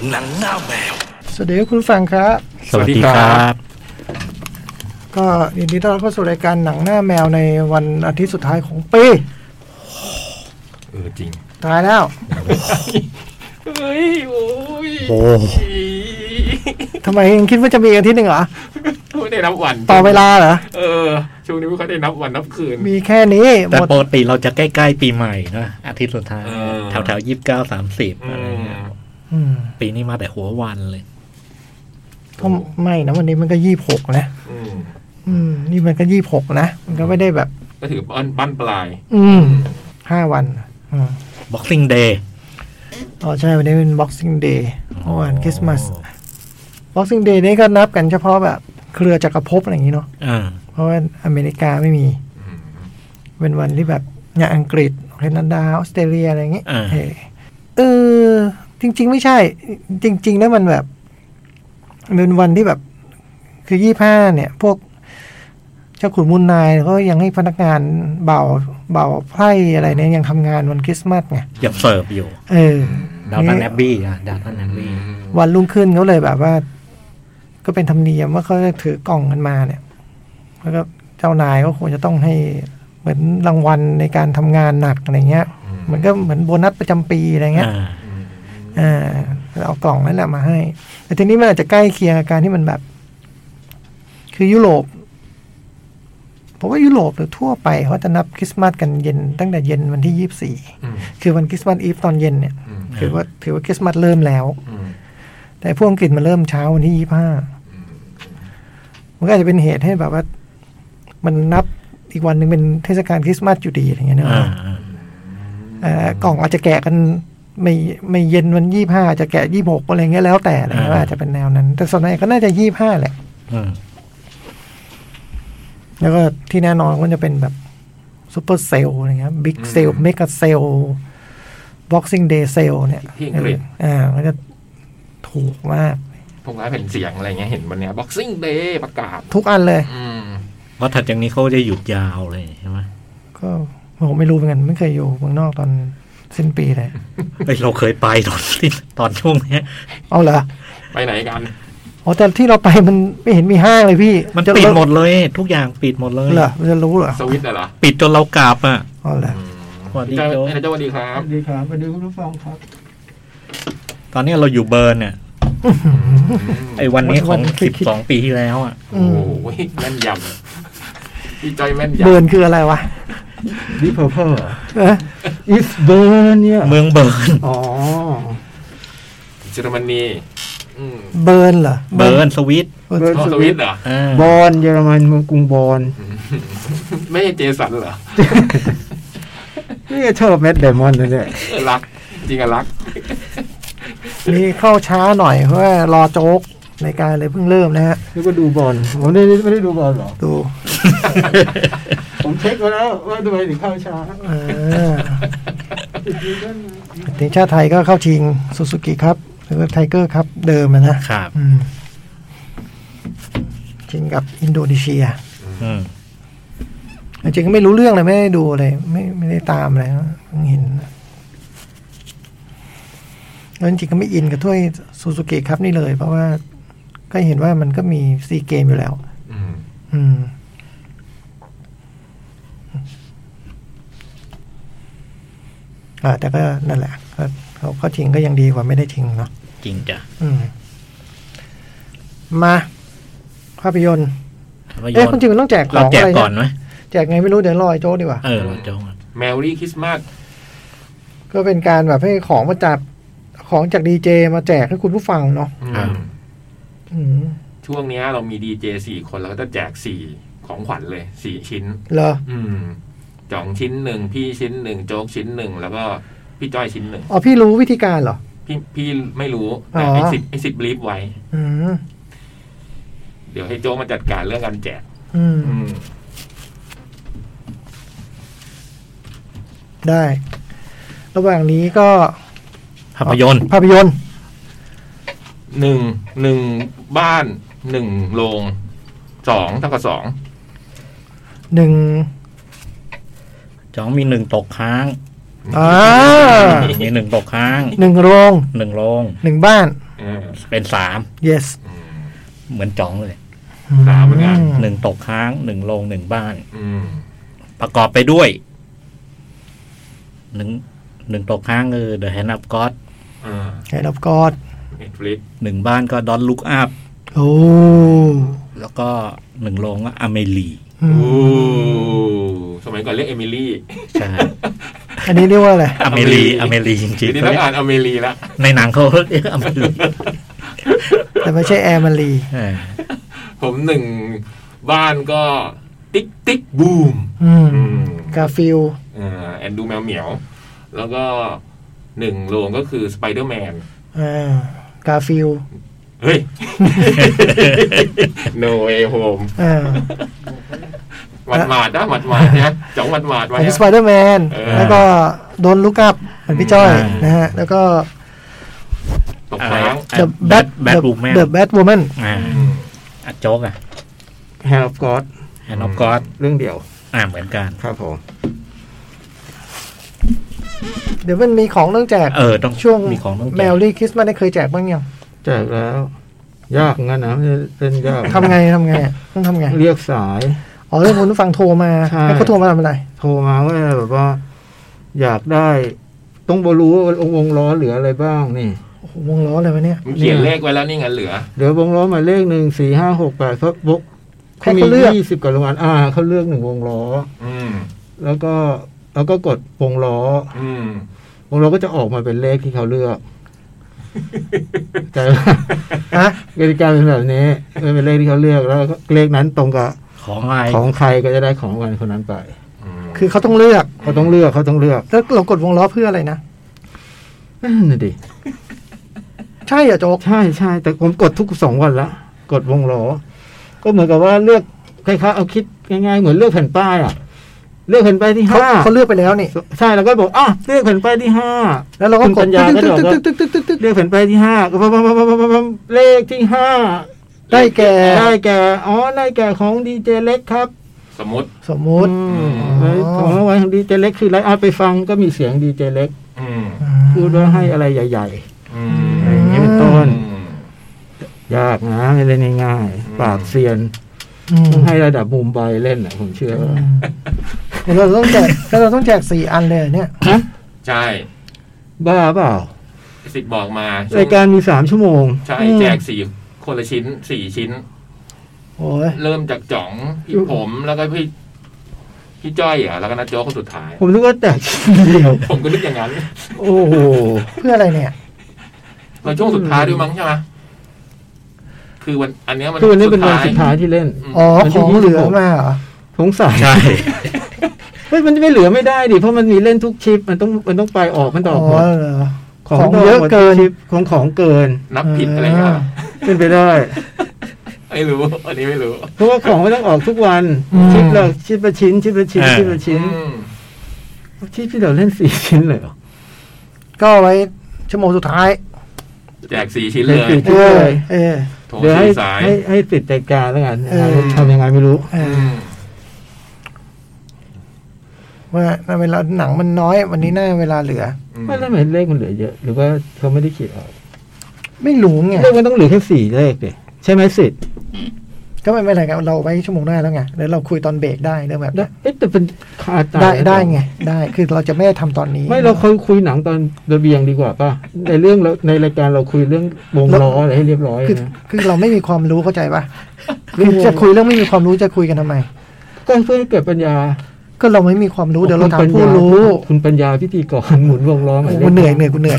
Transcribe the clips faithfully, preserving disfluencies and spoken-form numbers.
หนังหน้าแมวสวัสดีคุณฟังครับสวัสดีครับก็ยินดีต้อนรับเข้าสู่รายการหนังหน้าแมวในวันอาทิตย์สุดท้ายของปีเออจริงตายแล้วเฮ้ยโอ้ยโอ้ทำไมยังคิดว่าจะมีอาทิตย์หนึ่งเหรอไม่ได้นับวันต่อเวลาเหรอเออช่วงนี้ไม่ค่อยได้นับวันนับคืนมีแค่นี้แต่ปกติเราจะใกล้ๆปีใหม่นะอาทิตย์สุดท้ายแถวๆยี่สิบเก้าสามสิบอะไรเงี้ยปีนี้มาแต่หัววันเลยก็ไม่นะวันนี้มันก็ยี่สิบหกนะอืมนี่มันก็ยี่สิบหกนะมันก็ไม่ได้แบบก็ถือบ้านบ้านปลายอืมห้าวันอืม Boxing Day อ๋อใช่วันนี้เป็น Boxing Day เมื่อวานคริสต์มาส Boxing Day นี่ก็นับกันเฉพาะแบบเครือจักรภพอะไรอย่างนี้เนาะเพราะว่าอเมริกาไม่มีเป็นวันที่แบบอย่างอังกฤษแคนาดาออสเตรเลียอะไรอย่างเงี้ยเออจริงๆไม่ใช่จริงๆแล้วมันแบบเป็นวันที่แบบคือยี่สิบห้าเนี่ยพวกเจ้าขุนมูลนายก็ยังให้พนักงานเบาเบาไพร่อะไรเนี่ยยังทำงานวันคริสต์มาสไงยังเสิร์ฟอยู่เออดาวน์ตันแอบบี้อะดาวน์ตันแอบบี้วันรุ่งขึ้นเขาเลยแบบว่าก็เป็นธรรมเนียมว่าเขาจะถือกล่องกันมาเนี่ยแล้วก็เจ้านายก็ควรจะต้องให้เหมือนรางวัลในการทำงานหนักอะไรเงี้ยเหมือนก็เหมือนโบนัสประจำปีอะไรเงี้ยอ่าเอากล่องนั่นแหละมาให้แต่ทีนี้มันอาจจะใกล้เคียงกับการที่มันแบบคือยุโรปเพราะว่ายุโรปหรือทั่วไปเขาจะนับคริสต์มาสกันเย็นตั้งแต่เย็นวันที่ยี่สิบสี่คือวันคริสต์มาสอีฟตอนเย็นเนี่ยถือว่าถือว่าคริสต์มาสเริ่มแล้วแต่พวกอังกฤษมันเริ่มเช้าวันที่ยี่สิบห้ามันก็อาจจะเป็นเหตุให้แบบว่ามันนับอีกวันหนึ่งเป็นเทศกาลคริสต์มาสอยู่ดีอะไรเงี้ยนะกล่องอาจจะแกะกันไม่ไม่เย็นวันยี่ห้าจะแกะยี่หกอะไรเงี้ยแล้วแต่อะไรเงี้ยอาจจะเป็นแนวนั้นแต่ส่วนใหญ่ก็น่าจะยี่ห้าแหละแล้วก็ที่แน่นอนก็จะเป็นแบบซูเปอร์เซลอะไรเงี้ยบิ๊กเซลเมกะเซลบ็อกซิ่งเดย์เซลเนี่ยที่อังกฤษอ่ามันจะถูกมากพวกร้านแผ่นเสียงอะไรเงี้ยเห็นวันเนี้ยบ็อกซิ่งเดย์ประกาศทุกอันเลยเพราะถัดจากนี้เขาจะหยุดยาวเลยใช่ไหมก็ผมไม่รู้เหมือนกันไม่เคยอยู่เมืองนอกตอนสิ้นปีเลยเฮ้ยเราเคยไปตอนสิ้นตอนช่วงนี้เอาเหรอไปไหนกันอ๋อแต่ที่เราไปมันไม่เห็นมีห้างเลยพี่มันปิดหมดเลยทุกอย่างปิดหมดเลยเหรอมันจะรู้เหรอสวิตเหรอปิดจนเรากลับอ่ะอ๋อเหรอสวัสดีโจ้สวัสดีครับสวัสดีครับสวัสดีคุณผู้ฟังครับตอนนี้เราอยู่เบิร์นเนี่ยไอ้วันนี้ของสิบสองปีที่แล้วอ่ะโอ้โหแม่นยำพี่จอยแม่นยำเบิร์นคืออะไรวะดิเพอร์เพอร์อิสเบิร์นเนี่ยเมืองเบิร์นอ๋อเยอรมนีเบิร์นเหรอเบิร์นสวิตเบิร์นสวิตเหรอบอนเยอรมันเมืองกรุงบอนไม่ใช่เจสันเหรอนี่ชอบแมทเดมอนเลยเนี่ยรักจริงอะรักนี่เข้าช้าหน่อยเพราะว่ารอโจ๊กในการเลยเพิ่งเริ่มนะฮะนี่ก็ดูบอลผมไม่ได้ไม่ได้ดูบอลหรอดูผมเช็คมาแล้วว่าทำไมถึงเข้าช้าทีมชาติไทยก็เข้าชิงซูซูกิครับหรือว่าไทเกอร์ครับเดิมนะครับชิงกับอินโดนีเซียจริงๆก็ไม่รู้เรื่องเลยไม่ได้ดูเลยไม่ไม่ได้ตามอะไรเพิ่งเห็นแล้วจริงๆก็ไม่อินกับถ้วยซูซูกิครับนี่เลยเพราะว่าก็เห็นว่ามันก็มีซีเกมอยู่แล้วอืมอ่าแต่ก็นั่นแหละเขาเขาชิงก็ยังดีกว่าไม่ได้ชิงเนาะจริงจ้ะมาภาพยนตร์เอ๊ะคุณจริงมันต้องแจกของอะไรก่อนไหมแจกไงไม่รู้เดี๋ยวรอโจ๊กดีกว่าเออรอโจ๊กแมรี่คริสต์มาสก็เป็นการแบบให้ของมาจับของจากดีเจมาแจกให้คุณผู้ฟังเนาะช่วงนี้เรามีดีเจสี่คนแล้วก็จะแจกสี่ของขวัญเลยสี่ชิ้นเหรออืมจ่องชิ้นหนึ่งพี่ชิ้นหนึ่งโจ๊กชิ้นหนึ่งแล้วก็พี่จ้อยชิ้นหนึ่งอ๋อพี่รู้วิธีการเหรอพี่พี่ไม่รู้แต่ไอ้สิบไอ้สิบบลีฟไว้เดี๋ยวให้โจ๊กมาจัดการเรื่องการแจกได้ระหว่างนี้ก็ภาพยนตร์ภาพยนตร์หนึ่งหนึ่งบ้านหนึ่งโรงสองเท่ากับสองหนึ่งสองมีหนึ่งตกค้างอ่ามีหนึ่งตกค้างหนึ่งโรงหนึ่งโรงหนึ่งบ้านเออเป็นสาม yes อืมเหมือนจ๋องเลยสามเหมือนกันหนึ่งตกค้างหนึ่งโรงหนึ่งบ้านอืมประกอบไปด้วยหนึ่งหนึ่งตกค้างคือ The Hand of God อ่าแค่รับกอด Netflix หนึ่งบ้านก็ Don't Look Up โอ้แล้วก็หนึ่งโรงก็อเมลีอืโอ้มสมัยก่อนเรียกเอมิลี่ใช่อันนี้เรียกว่าอะไรอเมลีอเมลีจริงทีนี้ต้องอ่านอเมรีละๆในหนังเขาเรียกอเมลีแต่ไม่ใช่แอร์มารีเออผมหนึ่งบ้านก็ติ๊กติ๊กบูมอืมอืมกาฟิลอ่าแอนดูแมวเหมียว แล้วก็หนึ่งโรงก็คือสไปเดอร์แมนอ่ากาฟิลเฮ้ย No Way Home อ่าหมัดหมาดนะหมัดหมาดนะจ๋องหมัดหมาดขไว้องนะสไปเดอร์แมนเออแล้วก็โดนลุกอัพเหมือนพี่จ้อยนะฮะ แล้วก็ตกค้าง The แบ Bat ทแบทบูแมน The Batwoman อ่าอืมอ่ะโจ๊กอ่ะ Hand of God Hand of God เรื่องเดียวอ่าเหมือนกันครับผมเดี๋ยวมันมีของต้องแจกเออต้องช่วงมีของต้องแจกแมวลี่คริสต์มาสได้เคยแจกบ้างยังแจกแล้ว ยากงั้นนะเล่นยากทำไงทำไงอ่ะต้องทำไงเรียกสายอ๋อเรื่องคุณผู้ฟังโทรมาใช่ให้เขาโทรมาทำอะไรโทรมาว่าแบบว่า อยากได้ ต้องบรู้ว่าวงล้อเหลืออะไรบ้างนี่โอ้โหวงล้ออะไรวะเนี่ยมันเขียนเลขไว้แล้วนี่ไงเหลือเหลือวงล้อหมายเลขหนึ่งสี่ห้าหกแปดเขาบกให้เขามีเขาเลือกยี่สิบกว่ารางวัลอ่าเขาเลือกหนึ่งวงล้ออืมแล้วก็แล้วก็กดวงล้ออืมวงล้อก็จะออกมาเป็นเลขที่เขาเลือกแต่ฮะกติกาเป็นแบบนี้เป็นเลขที่เขาเลือกแล้วเลขนั้นตรงกับของอะไรของใครก็จะได้ของรางวัลคนนั้นไปอืมคือเขาต้องเลือกเขาต้องเลือกเขาต้องเลือกแล้วเรากดวงล้อเพื่ออะไรนะนั่นน่ะดิใช่เหรอโจ๊กใช่ใช่แต่ผมกดทุกสองวันละกดวงล้อก็เหมือนกับว่าเลือกคล้ายๆเอาคิดง่ายๆเหมือนเลือกแผ่นป้ายอ่ะ เลือกแผ่นป้ายที่เขาห้าเขาเลือกไปแล้วนี่ใช่แล้วก็บอกอ่ะเลือกแผ่นป้ายที่ห้าแล้วเราก็คุณกปัดญญาก็ตึ๊จะกบอกตึ๊กว่าตึ๊กตึ๊กตึ๊กตึ๊กเลือกแผ่นป้ายที่ห้าก็ปั๊บปั๊บปั๊บปั๊บปั๊บปั๊บเลขที่ห้าได้แก่ได้แก่อ๋อได้แก่ของดีเจเล็กครับสมมติสมมุติอืมอ๋อของรางวัลของดีเจเล็กคืออะไรอ่ะไปฟังก็มีเสียงดีเจเล็กอืมพูดว่าให้อะไรใหญ่อืๆมอะไรอย่างนี้เป็นต้นอืมยากนะไม่เล่นง่ายอืมๆปราบเซียนอืมต้องให้ระดับมุมไบเล่นอ่ะผมเชื่อว่าเดี๋ยวเราต้องแจกแล้วเราต้องแจกสี่อันเลยเหรอเนี่ยฮะใช่บ้าเปล่าสิทธิ์บอกมาช่วงรายการมีสามชั่วโมงใช่แจกสี่คนละชิ้นสี่ชิ้นโอ้ยเริ่มจากจ๋องพี่ผมแล้วก็พี่พี่จ้อยอ่ะแล้วก็นัดโจ๊กคนสุดท้ายผมนึกว่าแตกชิ้นเดียวผมก็นึกอย่างนั้นโอ้โหเพื่ออะไรเนี่ยเราช่วงสุดท้ายด้วยมั้งใช่ไหมคือวันอันเนี้ยมันคือวันนี้เป็นวันสุดท้ายที่เล่นอ๋อวันที่ของเหลือมาเหรอสงสัยใช่เฮ้ยมันจะไม่เหลือไม่ได้ดิเพราะมันมีเล่นทุกชิปมันต้องมันต้องไปออกมันต้องอ๋ออกหมอดเหรอของของเยอะเกินชิปของของเกินนับผิดอะไรเงี้ยเป็นไปได้ไม่รู้อันนี้ไม่รู้เพราะว่าของมันต้องออกทุกวันอืมชิปละชิปละชิ้นชิปละชิ้นอ่าชิปละชิ้นอืมชิปที่เราเล่นสี่ชิ้นเลยเหรอก็ไว้ชั่วโมงสุดท้ายแจกสี่ชิ้นเลยแจกสี่เออเออโทรเดี๋ยวให้สี่สายให้ให้ติดใจกลารแล้วกันเออทำยังไงไม่รู้เออือมว่าเวลาหนังมันน้อย วันนี้น่าเวลาเหลือไม่แล้วทำไมเลขมันเหลือเยอะ หรือว่าเขาไม่ได้ขีดออกไม่รู้ไงเลขมันต้องเหลือแค่สี่เลขดิใช่ไหมสิทธิ์ก็ไม่เป็นไรครับเราไว้ชั่วโมงหน้าแล้วไงแล้วเราคุยตอนเบรกได้เรื่องแบบได้เนี้ยเอ๊ะแต่เป็นคาตาได้ได้ไงได้คือเราจะไม่ได้ทำตอนนี้ไม่เราเคยคุยหนังตอนระเบียงดีกว่าป่ะในเรื่องเราในรายการเราคุยเรื่องวงล้ออะไรให้เรียบร้อยคือนะคือเราไม่มีความรู้เข้าใจป่ะคือจะคุยเรื่องไม่มีความรู้จะคุยกันทำไมก็เพื่อให้เกิดปัญญาก็เราไม่มีความรู้เดี๋ยวเราถามผู้รู้คุณปัญญาพิธีกรหมุนวงล้อหมายเลกูขเหนื่อยเหนื่อยกูเหนื่อย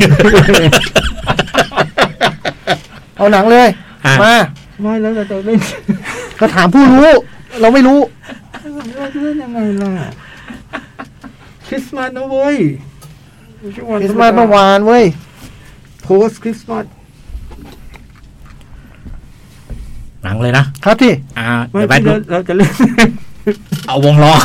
เอาหนังเลยอ่ะมาไม่แล้วเราจะเล่นก็ถามผู้รู้ เราไม่รู้เราจะเล่นยังไงล่ะคริสต์มาสนะเว้ยคริสต์มาสเมื่อวานเว้ยโพสคริสต์มาสหนังเลยนะครับพี่อ่าไม่เดี๋ยวแบทที่เราเราจะเล่นเอาวงล้อ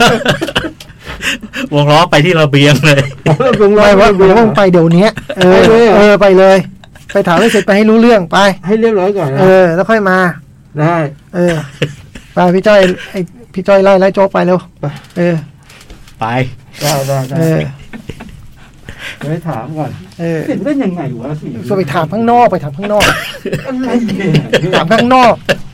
วงล้อไปที่ระเบียงเลยเราลงรอไม่ยว่าว่าเราต้องไปเดี๋ยวนี้เออไปเลยเหรอเออไปเลย ไปถามให้เสร็จไปให้รู้เรื่องไปให้เรียบร้อยก่อนนะเออ แล้วค่อยมาได้เออไปพี่จ้อยไอพี่จ้อยไล่ไล่โจ๊กไปเร็วไปเออไปได้ได้ได้เออไปถามก่อนเออสิเล่นยังไงวะสิไปถามข้างนอกไปถามข้างนอกอะไรเนี่ยถามข้างนอก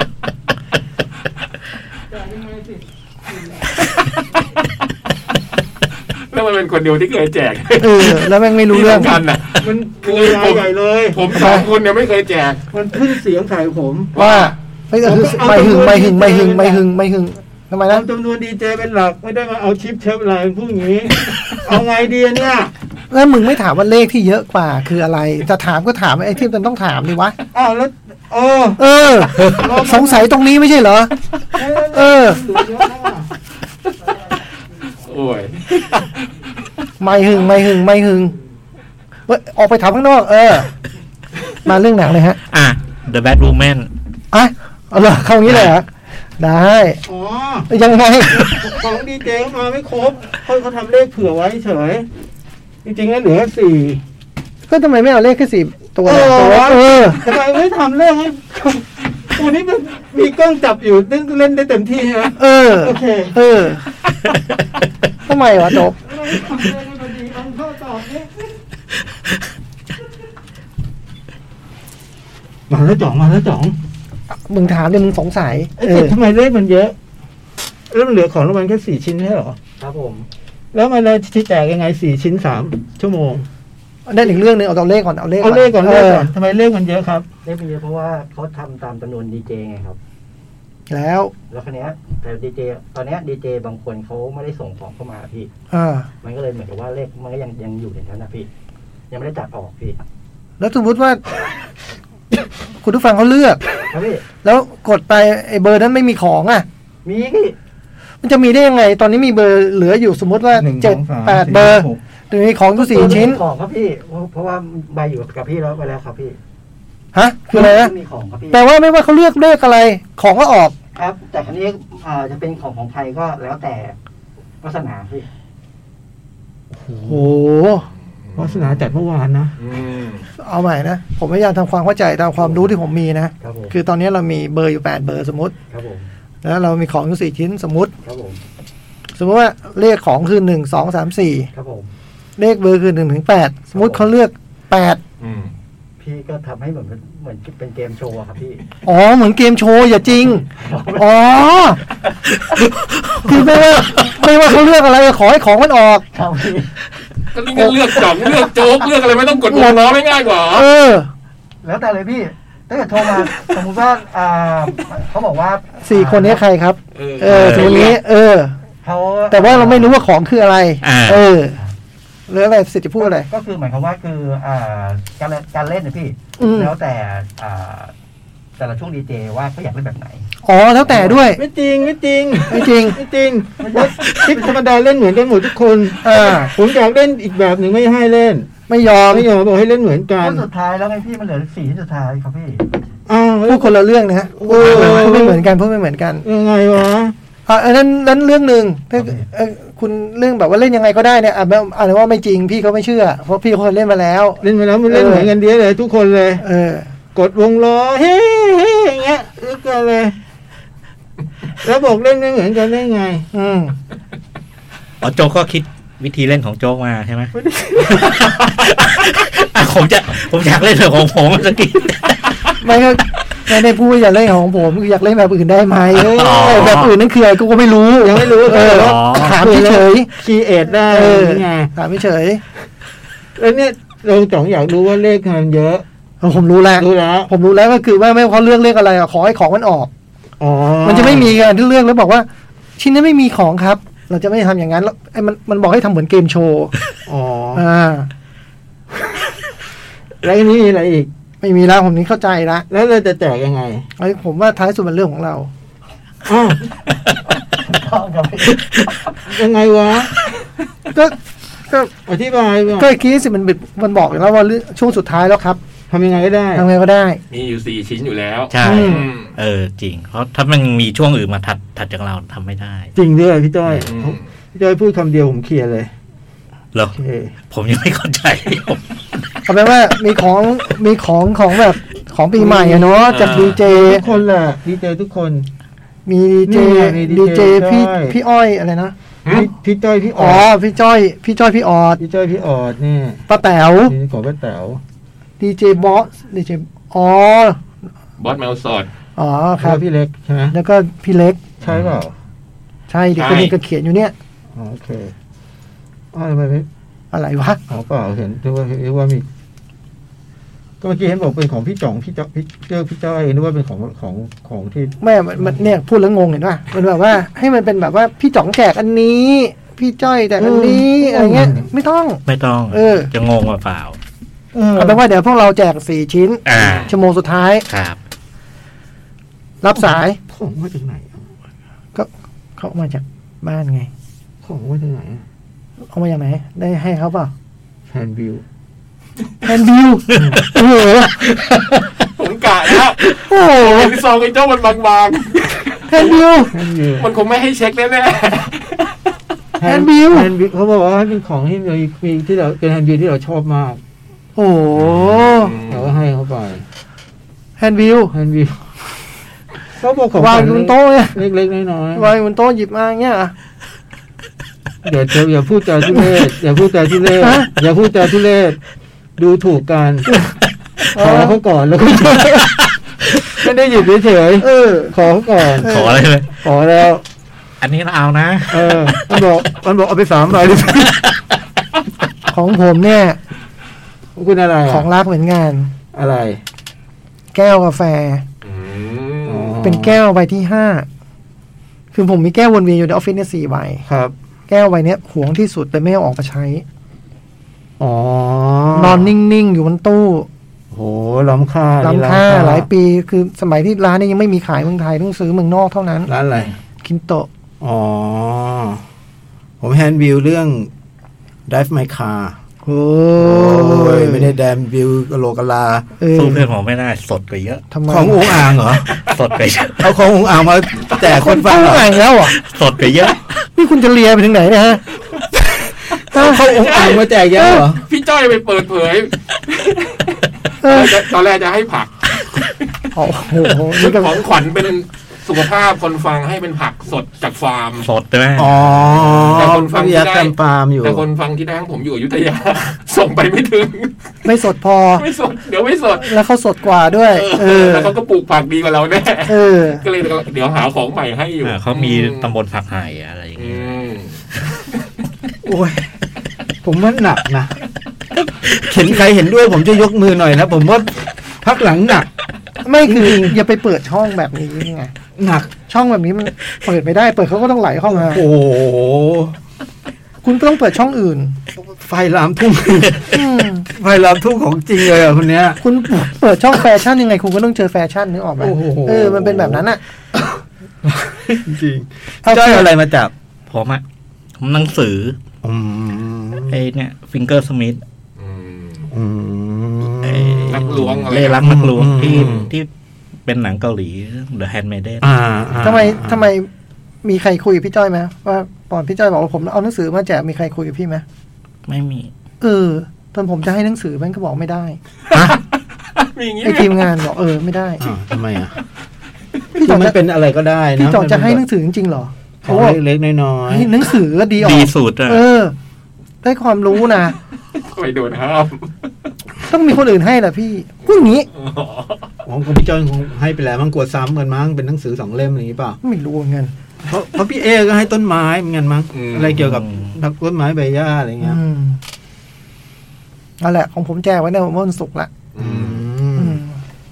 แล้วมันเป็นคนเดียวที่เคยแจกเออ แล้วแม่งไม่รู้เรื่องกันอ่ะมันคือรายใหญ่เลยผมสองคนเนี่ยไม่เคยแจกมันขึ้นเสียงใส่ผมว่าไม่คือไม่หึงไม่หึงไม่หึงไม่หึงไม่หึงทำไมนะเอาจำนวนดีเจเป็นหลักไม่ได้มาเอาชิปเชฟอะไรพูดอย่างนี้ เอาไงดีเนี่ยแล้วมึงไม่ถามว่าเลขที่เยอะกว่าคืออะไรจะถามก็ถามไอ้ที่มันต้องถามดิวะอ้าวแล้วเออเออ สงสัยตรงนี้ไม่ใช่เหรอ เออโอ้ยไม่หึงไม่หึงไม่หึงเว้ยออกไปถามข้างนอก เออ มาเรื่องหนังเลยฮะอ่ะ The Bad Woman อ่ะเอาเลยเข้างี้เลยเหรอได้อ๋อยังไงของดีเจมาไม่ครบเขาเขาทำเลขเผื่อไว้เฉยจริงๆแล้วเหลือสี่ก็ทำไมไม่เอาเลขแค่สี่ตัวเออตัวเออทำไมไม่ทำเลขให้ตัวนี้มันมีกล้องจับอยู่เล่นเล่นได้เต็มที่ฮะเออโอเคเออทำไมวะจบมาแล้วจ่องมาแล้วจ่องมึงถามเนี่ยมึงสงสัยไอ้เอเจ็อดทำไมเลขมันเยอะแล้วมันเหลือของรางวัลแค่สี่ชิ้นใช่เหรอครับผมแล้วมันเลยชี้แจกยังไงสี่ชิ้นสามชั่วโมงได้อีกเรื่องหนึงเอาตัวเลขก่อนเอาเลขเอาเลขก่อนเลขก่อนเอทำไมเลขมันเยอะครับเลขมันเยอะเพราะว่าเขาทำตามจำนวนดีเจไงครับอแล้วแล้วคันนี้ยแต่ดีเจตอนเนี้ดีเจบางคนเขาไม่ได้ส่งของเข้ามาพี่อ่ามันก็เลยเหมือนกับว่าเลขมันก็ยังยังอยู่ในนั้นนะพี่ ยังไม่ได้จัดออกพี่แล้วสมมติว่า คุณผู้ฟังเขาเลือกครับพี่แล้วกดไปไอ้เบอร์นั้นไม่มีของอ่ะมีพี่มันจะมีได้ยังไง ตอนนี้มีเบอร์เหลืออยู่สมมติว่าหนึ่งเจ็ดสองสามแปดสี่เบอร์หกแต่มีของอยู่สี่ชิ้นของครับพี่เพราะเพราะว่าใบอยู่กับพี่แล้วไปแล้วครับพี่ฮะคืออะไรนะมีของครับพี่แปลว่าไม่ว่าเขาเลือกเลขอะไร ของก็ออกครับ แต่คันนี้อ่าจะเป็นของของใครก็แล้วแต่วาสนาพี่โอ้โหวาสนาจัดเมื่อวานนะอืมเอาใหม่นะ ผมพยายามทำความเข้าใจตามความรู้ที่ผมมีนะครับผมคือตอนนี้เรามีเบอร์อยู่แปดเบอร์สมมติครับผมแล้วเรามีของอยู่สี่ชิ้นสมมติครับผมสมมติว่าเลขของคือหนึ่งสองสามสี่ครับผมเลขเบอร์คือหนึ่งถึงแปดสมมติเขาเลือกแปดอืมพี่ก็ทำให้เหมือนเหมือนเป็นเกมโชว์อะครับพี่อ๋อเหมือนเกมโชว์อย่าจริง อ๋อ คือไม่ว่าไม่ว่าเขาเลือกอะไรขอให้ของมันออกครับพี่ก็นี่ก็เลือกจ่องเลือกโจ๊กเลือกอะไรไม่ต้องกดวงล้อไม่ง่ายกว่าเออแล้วแต่เลยพี่ถ้าเกิดโทรมา สมมติว่าอ่าเขาบอกว่าสี่คนนี้ใครครับเออเออทีนี้ เออเขาแต่ว่าเราไม่รู้ว่าของคืออะไรอ่าเออหรืออะไรสิทธิ์จะพูดอะไรก็คือหมายความว่าคืออ่าการเล่นการเล่นนะพี่อืมแล้วแต่อ่าแต่ละช่วงดีเจว่าเขาอยากเล่นแบบไหนอ๋อแล้วแต่ด้วยไม่จริงไม่จริงไม่จริงไม่จริงชิปธรรมดาเล่นเหมือนกันหมดทุกคนอ่าผมอยากเล่นอีกแบบหนึ่งไม่ให้เล่นไม่ยอมไม่ยอมบอกให้เล่นเหมือนกันช่วงสุดท้ายแล้วไงพี่มันเหลือสี่ที่สุดท้ายครับพี่อ้าวพูดคนละเรื่องนะฮะโอ้พูดไม่เหมือนกันพูดไม่เหมือนกันยังไงวะอ่ะอันนั้นนั้นเรื่องหนึ่งถ้าเอ่อคุณเรื่องแบบว่าเล่นยังไงก็ได้เนี่ยอ่ะไม่อ่านว่าไม่จริงพี่เขาไม่เชื่อ เพราะพี่เขาเคยเล่นมาแล้วเล่นมาแล้วมันเล่นเหมือนกันเดียวเลยทุกคนเลยเออกดวงล้อเฮ้เฮ้อย่างเงี้ยทุกคนเลย แล้วบอกเล่นไม่เหมือนกันได้ไงอืมอ๋อโจ๊กก็คิดวิธีเล่นของโจ๊กมาใช่ไหม อ่ะผมจะผมอยากเล่นเรื่องของผมสักทีไม่ก็ไม่ได้พูดอยากเล่นของผมคืออยากเล่นแบบอื่นได้ไหมอ๋อเออแบบอื่นนั่นคืออะไรกูก็ไม่รู้ยังไม่รู้เออแต่ว่าถามเฉยคีเอทได้ๆเออไงถามเฉยแล้วเนี่ยเราจ่องอยากรู้ว่าเลขมันเยอะๆผมรู้แล้วรู้แล้วผมรู้แล้วก็คือว่าไม่ว่าเขาเลือกเลขอะไรอ่ะขอให้ของมันออกอ๋อมันจะไม่มีการที่เลือกแล้วบอกว่า ชิ้นนี้ไม่มีของครับ เราจะไม่ทำอย่างนั้นแล้วไอ้มันมันบอกให้ทำเหมือนเกมโชว์อ๋ออ่าแล้วอันนี้มีอะไรอีกไม่มีแล้วผมนี้เข้าใจละแล้วเราจะแจกยังไงไอ้ผมว่าท้ายสุดมันเรื่องของเราอ้าวครับพี่ยังไงวะก็ก็อธิบายว่าก็คิดสิมันบิดมันบอกอยู่แล้วว่าเรื่องช่วงสุดท้ายแล้วครับทำยังไงก็ได้ทำไงก็ได้มีอยู่สี่ชิ้นอยู่แล้วใช่อืมอืมเออจริง เพราะถ้ามันมีช่วงอื่นมาถัดถัดจากเราทำไม่ได้จริงด้วยพี่จ้อยอืมพี่จ้อยพูดคำเดียวผมเคลียร์เลยเหรอโอเคผมยังไม่เข้าใจเอาเป็นว่ามีของมีของของแบบของปีใหม่อะเนาะจากดีเจทุกคนแหละดีเจทุกคนมีดีเจนี่ไงมีดีเจดีเจพี่ได้พี่อ้อยอะไรนะพี่พี่จ้อยพี่ออ๋ออดพี่จ้อยพี่จ้อยพี่ออดพี่จ้อยพี่ออดนี่ป้าแต๋วนี่ของป้าแต๋วดีเจบอสดีเจอ๋อบอสแมวสดอ๋อคครัรับบ พี่เล็กใช่ไหมแล้วก็พี่เล็กใช่เปล่าใช่ดิคนนี้ก็เขียนอยู่เนี่ยอ๋อโอเคอ๋อทำไมไม่อะไรวะอ๋อเปล่าเห็นนึกว่านึกว่ามีก็เมื่อกี้เห็นบอกเป็นของพี่จ่องพี่จ้อยพี่เจ้าพี่จ้อยนึกว่าเป็นของของของที่แม่มันมันเนี่ยพูดแล้วงงเห็นป่ะมันแบบว่าให้มันเป็นแบบว่าพี่จ๋องแจกอันนี้ พี่จ้อยแจกอันนี้อะไรเงี้ยไม่ต้องไม่ต้องเออจะงงว่าเปล่าเออเอาเป็นว่าเดี๋ยวพวกเราแจกสี่ชิ้นอ่าชั่วโมงสุดท้ายครับรับสายของมาจากไหนอะเขาเอามาจากบ้านไงของมาจากไหนอะเอามาจากไหน ได้ให้เขาเปล่าแฮนด์วิวแฮนด์บิวโอ้โหผมกะแล้วโอ้โหเห็นซองไอ้เจ้ามันบางแฮนด์บิวแฮนด์วิวๆมันคงไม่ให้เช็คแน่แฮนด์บิวแฮนด์วิวเขาบอกว่าเป็นของที่มีมีที่เราเป็นแฮนด์วิวที่เราชอบมากโอ้โหๆเราก็ให้เขาไปแฮนด์บิวแฮนด์วิวเขาบอกของวางอยู่บนโต๊ะเนี่ยเล็กๆน้อยวางอยู่บนโต๊ะหยิบมาอย่างเงี้ยเหรอๆอย่าเจออย่าพูดจาทุเรศอย่าพูดจาทุเรศฮะอย่าพูดจาทุเรศดูถูกกันขอเขาก่อนแล้วก็ไม่ได้หยิบเฉยเออๆขอเขาก่อนขออะไรเลยขอแล้วอันนี้เราเอานะเออมันบอกมันบอกเอาไปสามใบเลยของผมเนี่ยคุณอะไระของรักเหมือนกันอะไรแก้วกาแฟอืมอ๋อเป็นแก้วใบที่ห้าคือผมมีแก้ววนเวียนอยู่ในออฟฟิศเนี่ยสี่ใบครับแก้วใบเนี้ยหวงที่สุดแต่ไม่เอาออกมาใช้อ๋อนอนนิ่งๆอยู่บนตู้โหล้ำค่าล้ำค่าหลายปีคือสมัยที่ร้านนี้ยังไม่มีขายเมืองไทยต้องซื้อเมืองนอกเท่านั้นร้านอะไรคินโตะอ๋อ ผมแฮนด์วิวเรื่อง Drive My Car โอ้โอ้ยยไม่ได้แดมวิวกะโหลกะลาเออสู้เพื่อนผมไม่ได้สดกว่าเยอะทำไมขององอ่างเหรอสดกว่าเยอะเอาขององอ่างมาแจกคนฟังเหรออ่านแล้วเหรอ่ะสดกว่าเยอะนี่คุณจะเลียไปถึงไหนเนะฮะเอาขององอ่างมาแจกเยอะเหรอพี่จ้อยไปเปิดเผยเออตอนแรกจะให้ผักโอ้โหนี่ก็ของขวัญเป็นสุขภาพคนฟังให้เป็นผักสดจากฟาร์มสดใช่ไหมอ๋อแต่คนฟังที่วิทยาได้กรรมฟาร์มอยู่แต่คนฟังที่ได้ของผมอยู่อยุธยา ส่งไปไม่ถึงไม่สดพอไม่สด เดี๋ยวไม่สดแล้วเขาสดกว่าด้วย เออแล้วเขาก็ปลูกผักดีกว่าเราแน่เออก็เลยเดี๋ยวหาของใหม่ให้อยู่อ่าเขามีตำบลผักไห่อะไรอย่างอืเงี้ยมโอ้ย ผมว่าหนักนะเห็นใครเห็นด้วยผมจะยกมือหน่อยนะ ผมว่าพักหลังหนักไม่คืออย่าไปเปิดช่องแบบนี้ไงหนักช่องแบบนี้มันเปิดไม่ได้ เปิดเขาก็ต้องไหลเข้ามาโอ้โหคุณต้องเปิดช่องอื่นไฟลามทุ่งอืมไฟลามทุ่งของจริงเลยอ่ะคนเนี้ยคุณเปิดช่องแฟชั่นยังไง คุณก็ต้องเจอแฟชั่นนึกออกไหมโอ้โหเออมันเป็นแบบนั้นอ่ะจริงเอาจ้อยอะไรมาจับผมอะผมหนังสืออืมไอ้เนี่ยฟิงเกอร์สมิธอืมอืมนักล้วงอะไรเล่รักนักล้วงอืมที่ที่เป็นหนังเกาหลี The Handmaiden อ่าอ่าทำไมทำไมมีใครคุยกับพี่จ้อยไหมว่าตอนพี่จ้อยบอกว่าผมเอาหนังสือมาแจกมีใครคุยกับพี่ไหมไม่มีเออตอนผมจะให้หนังสือมันก็บอกไม่ได้มีอย่างงี้ไอ้ทีมงานบอกเออไม่ได้อ่าทำไมอ่ะพี่คืจออดมันจะเป็นอะไรก็ได้นะพี่จอดจะให้หนังสือจริงๆเหรอขเพองราะว่าเล็กๆน้อยเฮ้ยหนังสือก็ดีออดีกสุดอะเออ ได้ความรู้นะไปโดนห้ามต้องมีคนอื่นให้แหละพี่พูดอย่างนี้ๆของของพี่จ้อยคงให้ไปแล้วมั้งกลัวซ้ำกันมั้งเป็นหนังสือสองเล่มอย่างนี้เปล่าไม่รู้เหมือนกันเพราะเพราะพี่เอก็ให้ต้นไม้เหมือนกันมั้งอะไรเกี่ยวกับต้นไม้ใบหญ้าอะไรเงี้ยอืมนั่นแหละของผมแจกไว้ในวันศุกร์ละอืมอืม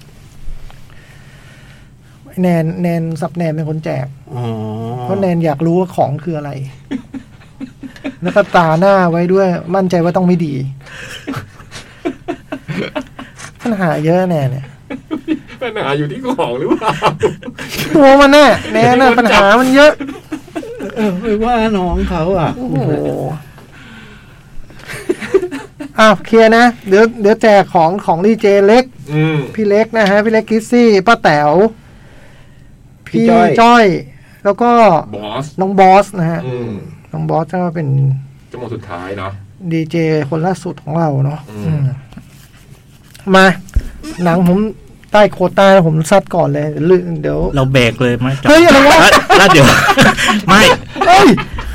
แนนแนนสับแนนเป็นคนแจกอ๋อเพราะแนนอยากรู้ว่าของคืออะไร แล้วก็ตาหน้าไว้ด้วย มั่นใจว่าต้องไม่ดีปัญหาเยอะแน่เนี่ยปัญหาอยู่ที่ของหรือเปล่าตัวมันแน่แน่น่ะปัญหามันเยอะเออไปว่าน้องเขาอ่ะโอ้โหอ้าวเคลียร์นะ เดี๋ยวเดี๋ยวแจกของของดีเจเล็กอืมพี่เล็กนะฮะ พี่เล็กคิสซี่ ป้าแต๋วพี่พี่จ้อยจ้อย แล้วก็บอสน้องบอสนะฮะอืมน้องบอสก็เป็นชั่วโมงสุดท้ายเนาะดีเจคนล่าสุดของเราเนาะอืมอืมมา หนังผมใต้โควต้าผมซัดก่อนเลยเดี๋ยวเราเบรกเลยไหมเฮ้ยอะไรวะแล้วแล้วเดี๋ยว ไม่เฮ้ย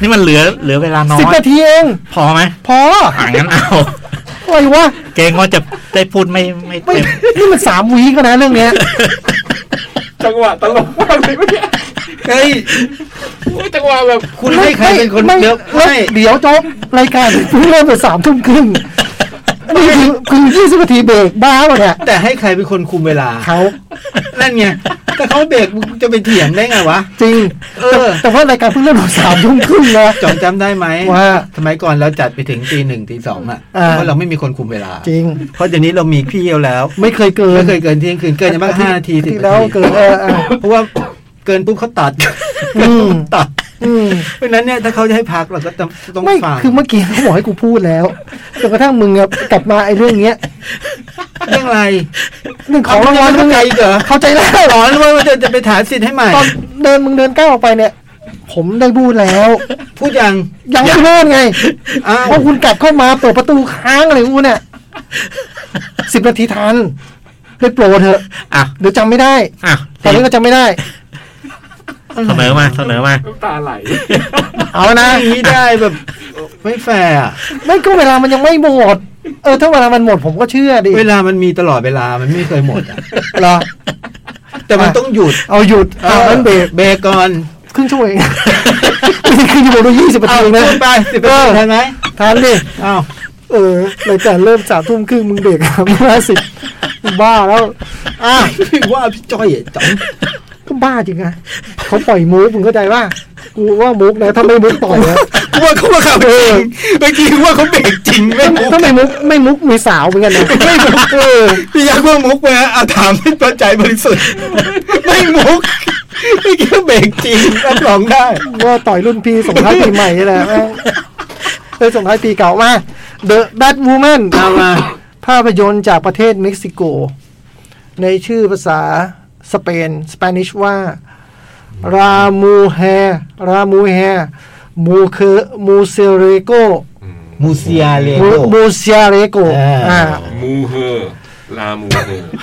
นี่มันเหลือเหลือเวลาน้อยสิบนาทีเองพอไหมพออ่างั้นเอาอะไรวะเกรงว่าจะได้พูดไม่ไม่ไม่เต็มนี่มันสามวีก็นะเรื่องเนี้ยจังหวะตลกมากเลยเมื่อกี้เฮ้ยจังหวะแบบคุณให้ใครเป็นคนไม่เลือกไม่ให้เดี๋ยวโจ๊กรายการเพิ่งเริ่มไปสามทุ่มครึ่งนี่คือคือยี่สิบนาทีเบรกบ้าหมดเนี่ยแต่ให้ใครเป็นคนคุมเวลาเขานั่นไงแต่เขาเบรกมึงจะไปเถียงได้ไงวะจริงเออแต่แต่ว่ารายการเพิ่งเริ่มสามทุ่มครึ่งนะจองจำได้ไหมว่าสมัยก่อนเราจัดไปถึงตีหนึ่งตีสองอ่ะอ่าเพราะเราไม่มีคนคุมเวลาจริงเพราะเดี๋ยวนี้เรามีพี่เอวแล้วไม่เคยเกินไม่เคยเกินเที่ยงคืนเกินอย่างมากห้านาทีสิบที่นาแล้วทีเกินเออเออเพราะว่าเกินปุ๊บเขาตัดอืมตัดอืมเพราะฉะนั้นเนี่ยถ้าเขาจะให้พักเราก็ต้องต้องไม่ฟังคือเมื่อกี้เขาบอกให้กูพูดแล้วจนกระทั่งมึงอะกลับมาไอ้เรื่องเนี้ยเรื่องอะไรเรื่องของรางวัลเข้าใจเหรอเข้าใจแล้วอ๋อแล้วว่าจะจะไปถามสิทธิ์ให้ใหม่ตอนเดินมึงเดินก้าวออกไปเนี่ย ผมได้พูดแล้วพูดยังยังไม่เลิกไงอ้าวเพราะคุณกลับเข้ามาเปิดประตูค้างอะไรกูเนี่ยสิบนาทีทันได้โปรดเถอะอ่ะเดี๋ยวจำไม่ได้อ่ะตอนนี้ก็จำไม่ได้เสนอมาเสนอมาน้ำตาไหลเอานะอย่างนี้ได้แบบไม่แฟร์อะไม่ก็เวลามันยังไม่หมด เออถ้าเวลามันหมดผมก็เชื่อดิเวลามันมีตลอดเวลามันไม่เคยหมดอ่ะเหรอแต่มันต้องหยุดเอาหยุดเอาเอามังั้นนเบเบรรกกเบรกก่อนครึ่งชั่วโมงเองไม่ใช่ครึ่งชั่วโมงดูยี่สิบนาทีเอานะพูดไปสิบนาทีทันไหมทันดิอ้าวเออรายการเริ่มสามทุ่มครึ่งมึงเบรกครับห้าสิบบ้าแล้วอ้าวพี่ว่าพี่จ้อยอ่ะจ๋องก็บ้าจริงนะเขาปล่อยมุกมึงเข้าใจว่ากูว่ามุกนะถ้าไม่มุกต่อยนะกูว่าเขาว่าเขาจริงเมื่อกี้ว่าเขาเบรกจริงไม่มุกถ้าไม่มุกไม่มุกมีสาวเหมือนกันนะไม่มุกเออพี่ยักษ์ว่ามุกไหมฮะอาถามให้ตัวใจบริสุทธิ์ไม่มุกเมื่อกี้เบรกจริงรับรองได้ว่าต่อยรุ่นพี่ส่งท้ายปีใหม่นี่แหละแม่งเออส่งท้ายปีเก่ามา The Bad Woman เอามาภาพยนตร์จากประเทศเม็กซิโก ในชื่อภาษาสเปนสเปนิชว่ารามูเฮรามูเฮมูเคมูเซเรโกมูเซียเลมูโกมูเซียเรโกอ่าอ่ามูเฮอร์ลามูเฮอร์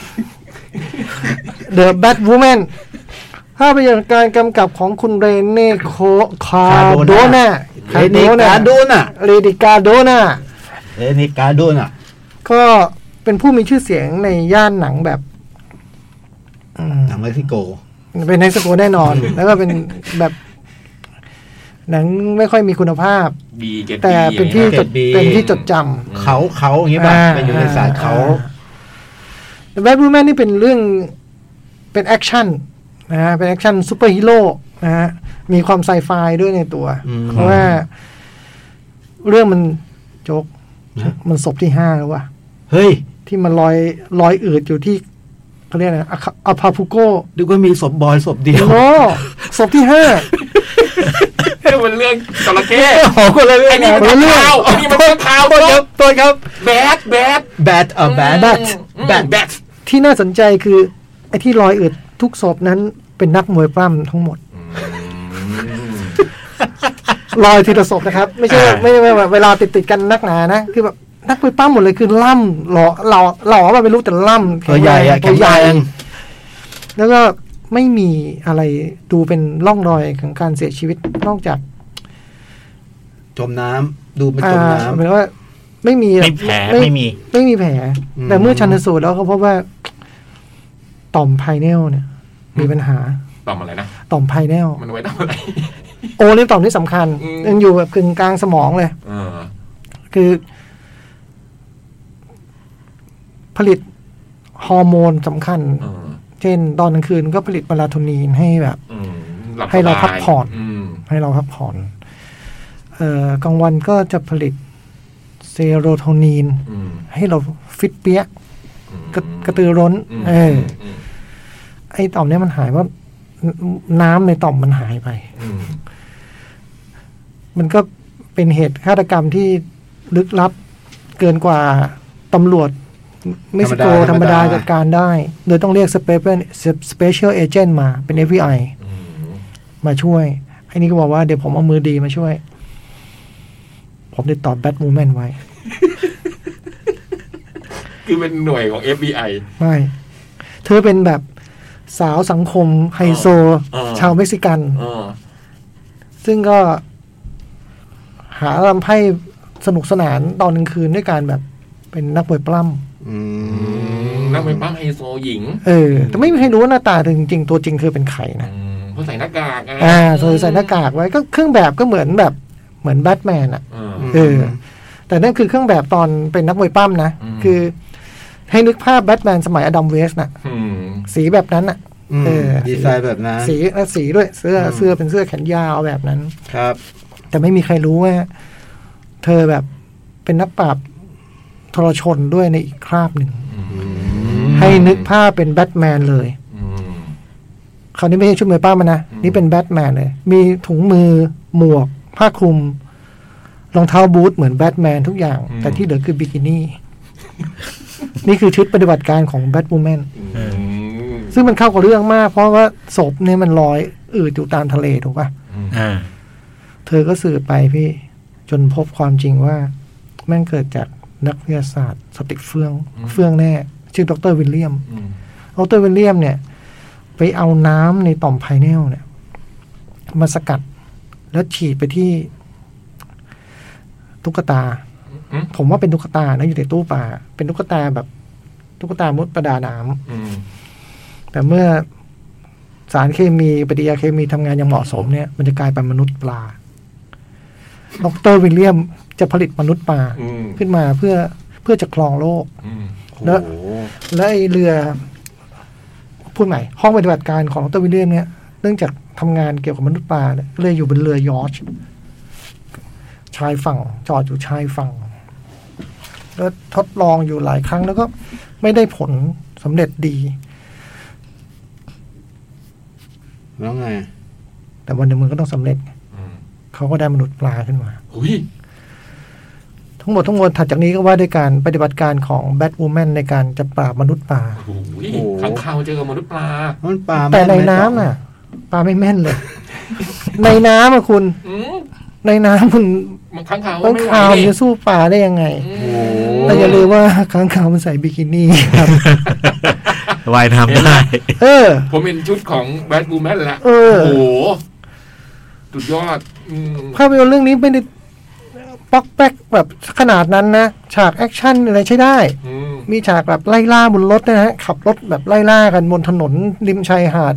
The Bad Woman ภาพยนตร์การกำกับของคุณเรเน่โคคาโดนาเรเนกาโดน่ะเรดิกาโดนาเรเนกาโดน่ะก็เป็นผู้มีชื่อเสียงในย่านหนังแบบอืมทางเม็กซิโกเป็นเม็กซิโกแน่นอน แล้วก็เป็นแบบหนังไม่ค่อยมีคุณภาพบีเกตแต่เป็นที่จดบีเป็นที่จดจำเขาเขาอย่างนี้ป่ะเป็นอยู่ในสายเขา The Bad Woman นี่เป็นเรื่องเป็นแอคชั่นนะฮะเป็นแอคชั่นซูเปอร์ฮีโร่นะฮะมีความไซไฟด้วยในตัวอืมเพราะว่า เรื่องมันโจกมันศพที่ห้าแล้วว่ะเฮ้ยที่มันลอยลอยอืดอยู่ที่เขาเรียกอะไรอะอาพาพูโกดูก็มีศพบอยศพเดียวโอ้ศพที่ห้ามันเรื่องจระเข้โอ้โหคนละเรื่อไอ้งนี่นะมันข้าวไอ้นี่มันข้าวตัวครับตัวครับแบดแบดแบดเออแบด Bat แบดแบดที่น่าสนใจคือไอ้ที่ลอยอืดทุกศพนั้นเป็นนักมวยปล้ำทั้งหมด ลอยทีละศพนะครับ ไม่ใช่ไม่ใช่แบบเวลาติดติดๆกันนักหนานะคือแบบนักมวยปล้ำหมดเลยคือล่ำหล่อหล่อหล่อว่าไม่รู้แต่ล่ำตัวใหญ่อะตัวใหญ่แข็งแรงแล้วก็ไม่มีอะไรดูเป็นร่องรอยของการเสียชีวิตนอกจากจมน้ำดูเป็นอ่าจมน้หมายว่าไม่มีไม่แผลไม่มีไม่มีแผลอืมแต่เมื่อชันสูตรแล้วเขาพบว่า ต่อมไพเนลเนี่ย มีปัญหาตอบอะไรนะต่อมไพเนลมันไว้ทำอะไรโอนี่ต่อมที่สำคัญอืมยังอยู่แบบกึ่งกลางสมองเลยเออคือ ผลิตฮอร์โมนสำคัญเออเช่น ตอนกลางคืนก็ผลิตเมลาโทนินให้แบบอืมหลับให้เราสบยพักผ่อนอืมให้เราพักผ่อน เอ่อกลางวันก็จะผลิตเซโรโทนินอืมให้เราฟิตเปี้ยอืมกระกระตือร้นมเออมไอ้ต่อมเนี้ยมันหายว่าน้ำในต่อมมันหายไปอืมมันก็เป็นเหตุฆาตกรรมที่ลึกลับเกินกว่าตำรวจเม็กซิโกธรรมดาจัดการได้ โดยต้องเรียก Special Special Agent มาเป็น เอฟ บี ไออืมมาช่วยไอ้นี่ก็บอกว่าเดี๋ยวผมเอามือดีมาช่วย ผมติดต่อแบทมูแมนไว้คือเป็นหน่วยของ เอฟ บี ไอไม่ เธอเป็นแบบสาวสังคมไฮโซอ๋อชาวเม็กซิกันเออซึ่งก็หาลำไพ่สนุกสนานตอนกลางคืนด้วยการแบบเป็นนักมวยปล้ำอืมนักมวยปั้มไฮโซหญิงเออแต่ไม่มีใครรู้ว่าหน้าตาจริงๆตัวจริงคือเป็นใครนะอืมเพราะใส่หน้ากากไงอ่าใส่ใส่หน้ากากไว้ก็เครื่องแบบก็เหมือนแบบเหมือนแบทแมนอ่ะอืมเออ แต่นั่นคือเครื่องแบบตอนเป็นนักมวยปั้มนะอืมคือให้นึกภาพแบทแมนสมัยอดัมเวสต์น่ะอืมสีแบบนั้นน่ะอืมเออดีไซน์แบบนั้นสีและสีด้วยเสื้ออืมเสื้อเป็นเสื้อแขนยาวแบบนั้นครับแต่ไม่มีใครรู้ว่า เธอแบบเป็นนักปราบทรชนด้วยในอีกคราบหนึ่งอืมให้นึกภาพเป็นแบทแมนเลยอืมคราวนี้ไม่ใช่ชุดมวยป้ามันนะอืมนี่เป็นแบทแมนเลย มีถุงมือหมวก ผ้าคลุม รองเท้าบูทเหมือนแบทแมนทุกอย่าง แต่ที่เหลือคือบิกินี่ นี่คือชุดปฏิบัติการของแบทวูแมนอืมซึ่งมันเข้ากับเรื่องมาก เพราะว่าศพเนี่ยมันลอยอืดอยู่ตามทะเลถูกปะอ่าเธอก็สืบไปพี่ จนพบความจริงว่าแม่งเกิดจากนักวิทยาศาสตร์สติเฟื่อง เฟื่องแน่ ชื่อดรวิลเลียมอืมดรวิลเลียมเนี่ย ไปเอาน้ำในต่อมไพเนลเนี่ย มาสกัด แล้วฉีดไปที่ตุ๊กตาอืมผมว่าเป็นตุ๊กตานะอยู่ในตู้ปลาเป็นตุ๊กตาแบบตุ๊กตามุดประดาน้ำอืมแต่เมื่อสารเคมีปฏิกิริยาเคมีทำงานอย่างเหมาะสมเนี่ย มันจะกลายเป็นมนุษย์ปลาดรวิลเลียมจะผลิตมนุษย์ปลาอืมขึ้นมาเพื่อเพื่อจะครองโลกอืมแล้วโอ้โหและไอเรือพูดใหม่ ห้องปฏิบัติการของดรวิลเลียมเนี่ยเนื่องจากทำงานเกี่ยวกับมนุษย์ปลาเนี่ยเลยอยู่บนเรือยอร์ชชายฝั่ง จอดอยู่ชายฝั่ง แล้วทดลองอยู่หลายครั้งแล้วก็ไม่ได้ผลสำเร็จดีแล้วไงแต่วันหนึ่งมันก็ต้องสำเร็จอืมเขาก็ได้มนุษย์ปลาขึ้นมาหุยทั้งหมดทั้งมวลถัดจากนี้ก็ว่าด้วยการปฏิบัติการของแบทวูแมนในการจะปราบมนุษย์ปลาโอ้โหขังข่าวเจอกับมนุษย์ปลามันปลาแต่ในม่น้ำน่ะ ปลาไม่แม่นเลย ในน้ำอะคุณอืมในน้ำคุณมันขังข่าวต้ก็องไม่ไหวข่าวดิจะสู้ปลาได้ยังไงอืโอ้มโหแต่อย่าลืมว่าค้างคาวมันใส่บิกินี่ครับว่ายน้ำได้เออผมเป็นชุดของแบทบูแมนแล้วเออโอ้โหสุดยอด อืมภาพยนตร์เรื่องนี้ไม่ได้ป๊อกแป๊กแบบขนาดนั้นนะ ฉากแอคชั่นอะไรใช้ได้อืมมีฉากแบบไล่ล่าบนรถนะฮะ ขับรถแบบไล่ล่ากันบนถนนริมชายหาด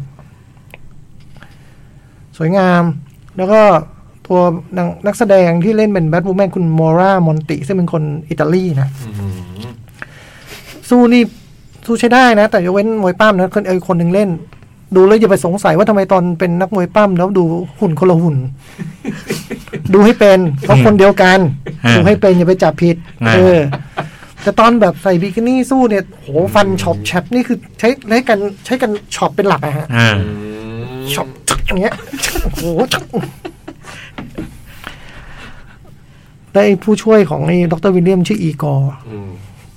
สวยงาม แล้วก็ตัวนักนักแสดงที่เล่นเป็นแบทวูแมนคุณมอร่ามอนติซึ่งเป็นคนอิตาลีนะอืมสู้นี่สู้ใช้ได้นะ แต่ยกเว้นมวยปั้มนะคนเออคนหนึ่งเล่น ดูแล้วอย่าไปสงสัยว่าทำไมตอนเป็นนักมวยปั้มแล้วดูหุ่นคนละหุ่น ดูให้เป็นเพราะคนเดียวกันอ่าดูให้เป็นอย่าไปจับผิดอ่าเออ แต่ตอนแบบใส่บิกินี่สู้เนี่ยโหฟันช็อปแชปนี่คือใช้ใช้กันใช้กันช็อปเป็นหลักอะฮะอ่าช็อปอย่างเงี้ยโอ้โหได้ผู้ช่วยของไอ้ดรวิลเลียมชื่ออีกอร์อืม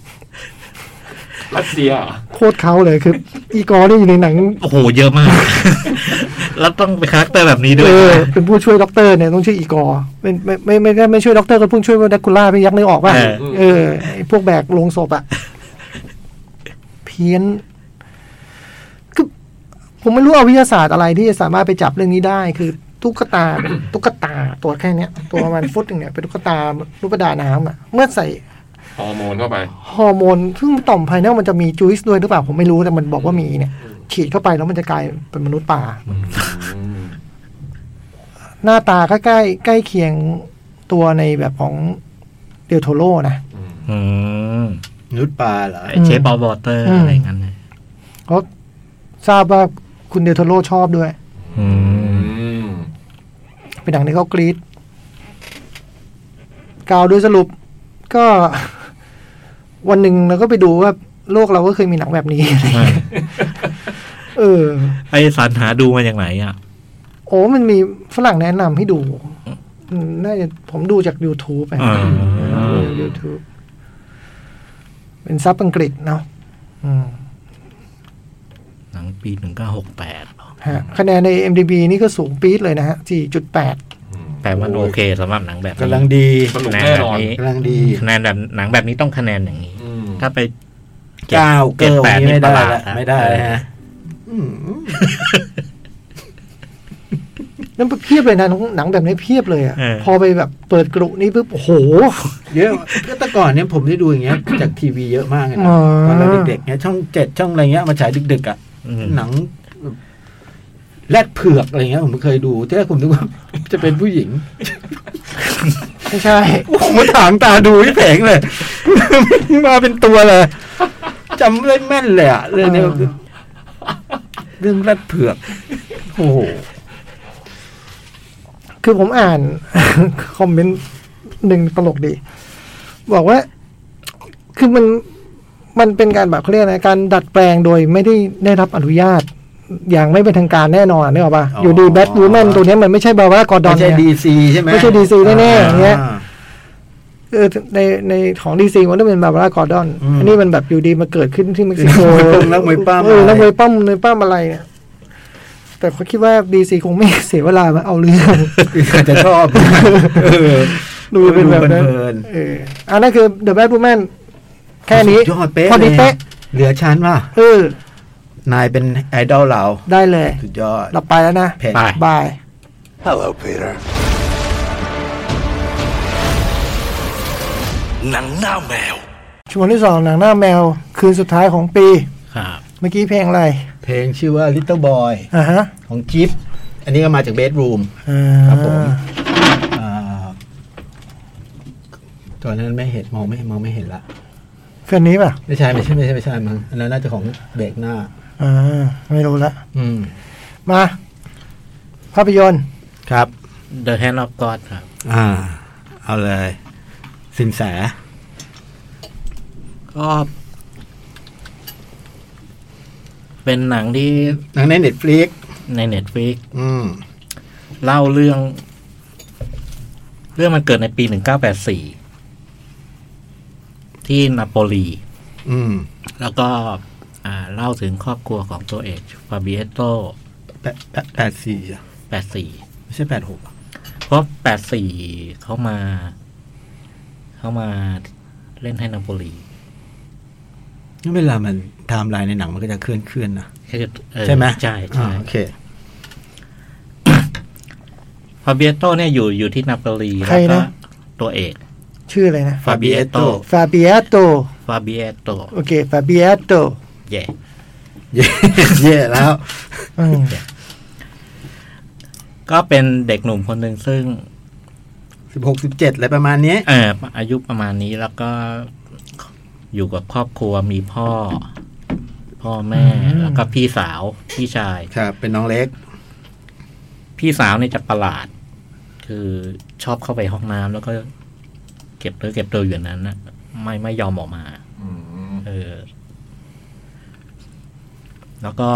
รัสเซียเหรอโคตรเขาเลยคือ อีกอร์นี่อยู่ในหนังโอ้โห เยอะมาก แล้วต้องเป็นคาแรคเตอร์แบบนี้ด้วเอย อนะเป็นผู้ช่วยด็อกเตอร์เนี่ยต้องชื่ออีกอร์เป็นไม่ไม่ไม่ได้ไม่ช่วยด็อกเตอร์ก็เพิ่งช่วยว่าแดกคูล่าพี่ยักษ์นึกออกป่ะเออเออไอ้พวกแบกลงศพอะเพี้ยนคือผมไม่รู้เอาวิทยาศาสตร์อะไรที่จะสามารถไปจับเรื่องนี้ได้ คือตุ๊กตา ตุ๊กตาตัวแค่เนี้ย ตัวประมาณฟุตหนึ่งเนี่ยเป็นตุ๊กตาลูกประดาน้ำอะเมื่อใส่ฮอร์โมนเข้าไปฮอร์โมนซึ่งต่อมภายในมันจะมีจูสด้วยหรือเปล่าผมไม่รู้แต่มันบอกว่ามีเนี่ย ฉีดเข้าไปแล้วมันจะกลายเป็นมนุษย์ป่าอืมหน้าตาก็ใกล้ใกล้เคียงตัวในแบบของเดลโทโรนะอืมอืมนุชปลาเหรอเชฟบอลบอเตอร์อืมอะไรอย่างนั้นนะเขาทราบว่าคุณเดลโทโรชอบด้วยอืมอืมเป็นหนังที่เขากรีดกล่าวโดยสรุปก็ วันหนึ่งเราก็ไปดูว่าโลกเราก็เคยมีหนังแบบนี้ เออไอสารหาดูมาอย่างไหนอ่ะโอ้มันมีฝรั่งแนะนำให้ดูอืมน่าจะผมดูจาก YouTube ไปอ่า YouTube เป็นซับอังกฤษเนาะอืมหนังปีหนึ่งเก้าหกแปดฮะคะแนนใน เอ็ม ดี บี นี่ก็สูงปี๊ดเลยนะฮะ สี่จุดแปดแปลว่าโอเคสำหรับหนังแบบนี้กำลังดีสนุกคะแนนแน่แบนบอนนี้กำลังดีคะแนนแบบหนังแบบนี้ต้องคะแนนอย่างนี้อืมถ้าไปจ็ดเก้าเกิจ็ดนแปดนี้ไม่ปได้ระหลาละอะไม่ได้นะฮะอืมแนั่นเพียบเลยนะหนังแบบนี้เพียบเลยอ่ะพอไปแบบเปิดกรุนี้ปุ๊บโอ้โหเยอะก็แต่ก่อนเนี่ยผมได้ดูอย่างเงี้ยจากทีวีเยอะมากเลยนะตอนเราเด็กๆเนี่ยช่องเจ็ดช่องอะไรเงี้ยมาฉายดึกๆอ่ะหนังแรดเผือกอะไรเงี้ยผมเคยดูที่แรกผมนึกว่าจะเป็นผู้หญิงไม่ใช่ผมถางตาดูที่แผงเลยมาเป็นตัวเลยจำได้แม่นเลยอ่ะเรื่องนี้เรื่องแรดเผือกโอ้โหคือผมอ่านคอมเมนต์หนึ่งตลกดีบอกว่าคือมันมันเป็นการแบบเขาเรียกอะไรการดัดแปลงโดยไม่ได้ได้รับอนุญาตอย่างไม่เป็นทางการแน่นอนนึกออกป่ะอยู่ดีแบทวูแมนตัวนี้มันไม่ใช่บาร์บาร่ากอร์ดอนไม่ใช่ดีซีใช่ไหมไม่ใช่ดีซีแน่ๆอย่างเงี้ยเออในในของดีซีมันต้องเป็นบาร์บาร่ากอร์ดอนอันนี้มันแบบอยู่ดีมาเกิดขึ้นที่เม็กซิโกนักมวยปั้มเออนักมวยปั้มในปั้มอะไรเนี่ยแต่เขาคิดว่าดีซีคงไม่เสียเวลามาเอาเรื่องจะชอบดูเป็นแบบนั้นเอออันนั้นคือ The Bad Woman แค่นี้พอดีเป๊ะเหลือชั้นว่ะเออนายเป็นไอดอลเราได้เลยสุดยอดเราไปแล้วนะบาย Hello Peter หนังหน้าแมวชั่วโมงที่สองหนังหน้าแมวคืนสุดท้ายของปีครับเมื่อกี้เพลงอะไรเพลงชื่อว่า Little Boy อ่าฮะของจิ๊บอันนี้ก็มาจาก Bedroom ครับผมตอนนั้นไม่เห็นมองไม่มองไม่เห็นละเพื่อนนี้ป่ะไม่ใช่ไม่ใช่ไม่ใช่ไม่ใช่มั้งอันนั้นน่าจะของเบรกหน้าอ่าไม่รู้ละอืมมาภาพยนตร์ครับ The Hand of God ครับอ่าเอาเลยสินแสก็เป็นหนังที่หนังใน Netflix ใน Netflix อืมเล่าเรื่องเรื่องมันเกิดในปีหนึ่งเก้าแปดสี่ที่นาโปลีอืมแล้วก็อ่าเล่าถึงครอบครัวของตัวเอกฟาบิเอโตแปดสี่อ่ะแปดสี่ไม่ใช่แปดหกเพราะแปดสี่เขามาเขามาเล่นให้นาโปลีเวลามันไทม์ไลน์ในหนังมันก็จะเคลื่อนเคลื่อนนะใช่ไหมใช่ใช่โอเคฟาบิเอโตเนี่ยอยู่อยู่ที่นาโปลีแล้วก็ตัวเอกชื่ออะไรนะฟาบิเอโตฟาบิเอโตฟาบิเอโตโอเคฟาบิเอโตเย่เย่เย่แล้วก็เป็นเด็กหนุ่มคนหนึ่งซึ่งสิบหกสิบเจ็ดอะไรประมาณนี้เอออายุประมาณนี้แล้วก็อยู่กับครอบครัวมีพ่อพ่อแม่แล้วก็พี่สาวพี่ชายครับเป็นน้องเล็กพี่สาวเนี่ยจะประหลาดคือชอบเข้าไปห้องน้ำแล้วก็เก็บเนื้อเก็บตัวอยู่นั้นนะไม่ไม่ยอมออกมาเออแล้วก็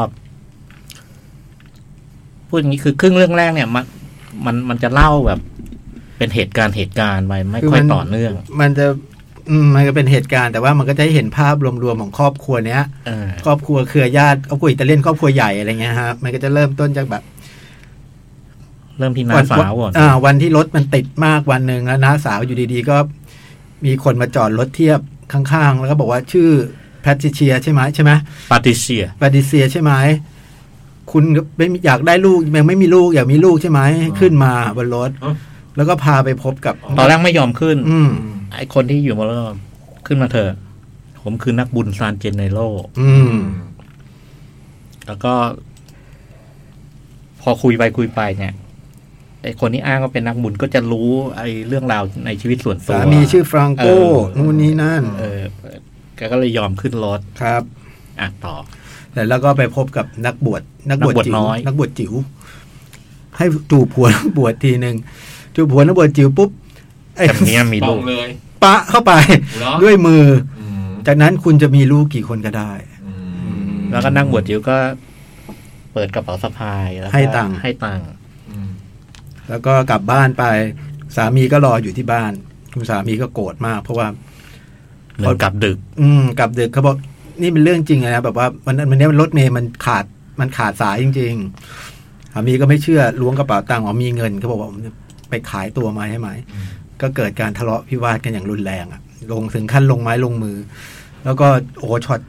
พูดอย่างนี้คือครึ่งเรื่องแรกเนี่ยมันมันมันจะเล่าแบบเป็นเหตุการณ์เหตุการณ์ไปไม่ค่อยต่อเนื่องมันจะอืมมันก็เป็นเหตุการณ์แต่ว่ามันก็จะให้เห็นภาพรวมๆของครอบครัวเนี้ยครอบครัวเครือญาติครอบครัวอิตาเลียนครอบครัวใหญ่อะไรเงี้ยฮะมันก็จะเริ่มต้นจากแบบเริ่มที่น้าสาวก่อนอ่าวันที่รถมันติดมากวันหนึ่งแล้วน้าสาวอยู่ดีๆก็มีคนมาจอดรถเทียบข้างๆแล้วก็บอกว่าชื่อแพทริเชียใช่ไหมใช่ไหมปาติเชียปาติเชียใช่ไหมคุณไม่อยากได้ลูกยังไม่มีลูกอยากมีลูกใช่ไหมขึ้นมาบนรถแล้วก็พาไปพบกับตอนแรกไม่ยอมขึ้นอืมไอคนที่อยู่บนรถขึ้นมาเถอะผมคือนักบุญซานเจเนโรอืมแล้วก็พอคุยไปคุยไปเนี่ยไอคนที่อ้างว่าเป็นนักบุญก็จะรู้ไอเรื่องราวในชีวิตส่วนตัวสามีชื่อฟรังโกนู่นนี่นั่นเออแกก็เลยยอมขึ้นรถครับอ่ะต่อแล้วก็ไปพบกับนักบวชนักบวชจิ๋วนักบวชจิ๋วให้จูบหัวนักบวชทีนึงจูบหัวนักบวชจิ๋วปุ๊บไอ้เนี้ยมีลูกเลยปะเข้าไปด้วยมือจากนั้นคุณจะมีลูกกี่คนก็ได้แล้วก็นักบวชจิ๋วก็เปิดกระเป๋าสะพายแล้วให้ตังค์ให้ตังค์แล้วก็กลับบ้านไปสามีก็รออยู่ที่บ้านคุณสามีก็โกรธมากเพราะว่าเขากลับดึกอืมกลับดึกเขาบอกนี่เป็นเรื่องจริงนะแบบว่ามันมันเนี้ยรถเมย์มันขาดมันขาดสายจริงๆสามีก็ไม่เชื่อล้วงกระเป๋าตังค์อ๋อมีเงินเขาบอกว่าไปขายตัวมาใช่ไหมก็เกิดการทะเลาะพิวาทกันอย่างรุนแรงอ่ะลงถึงขั้นลงไม้ลงมือแล้วก็โอ้ช็อต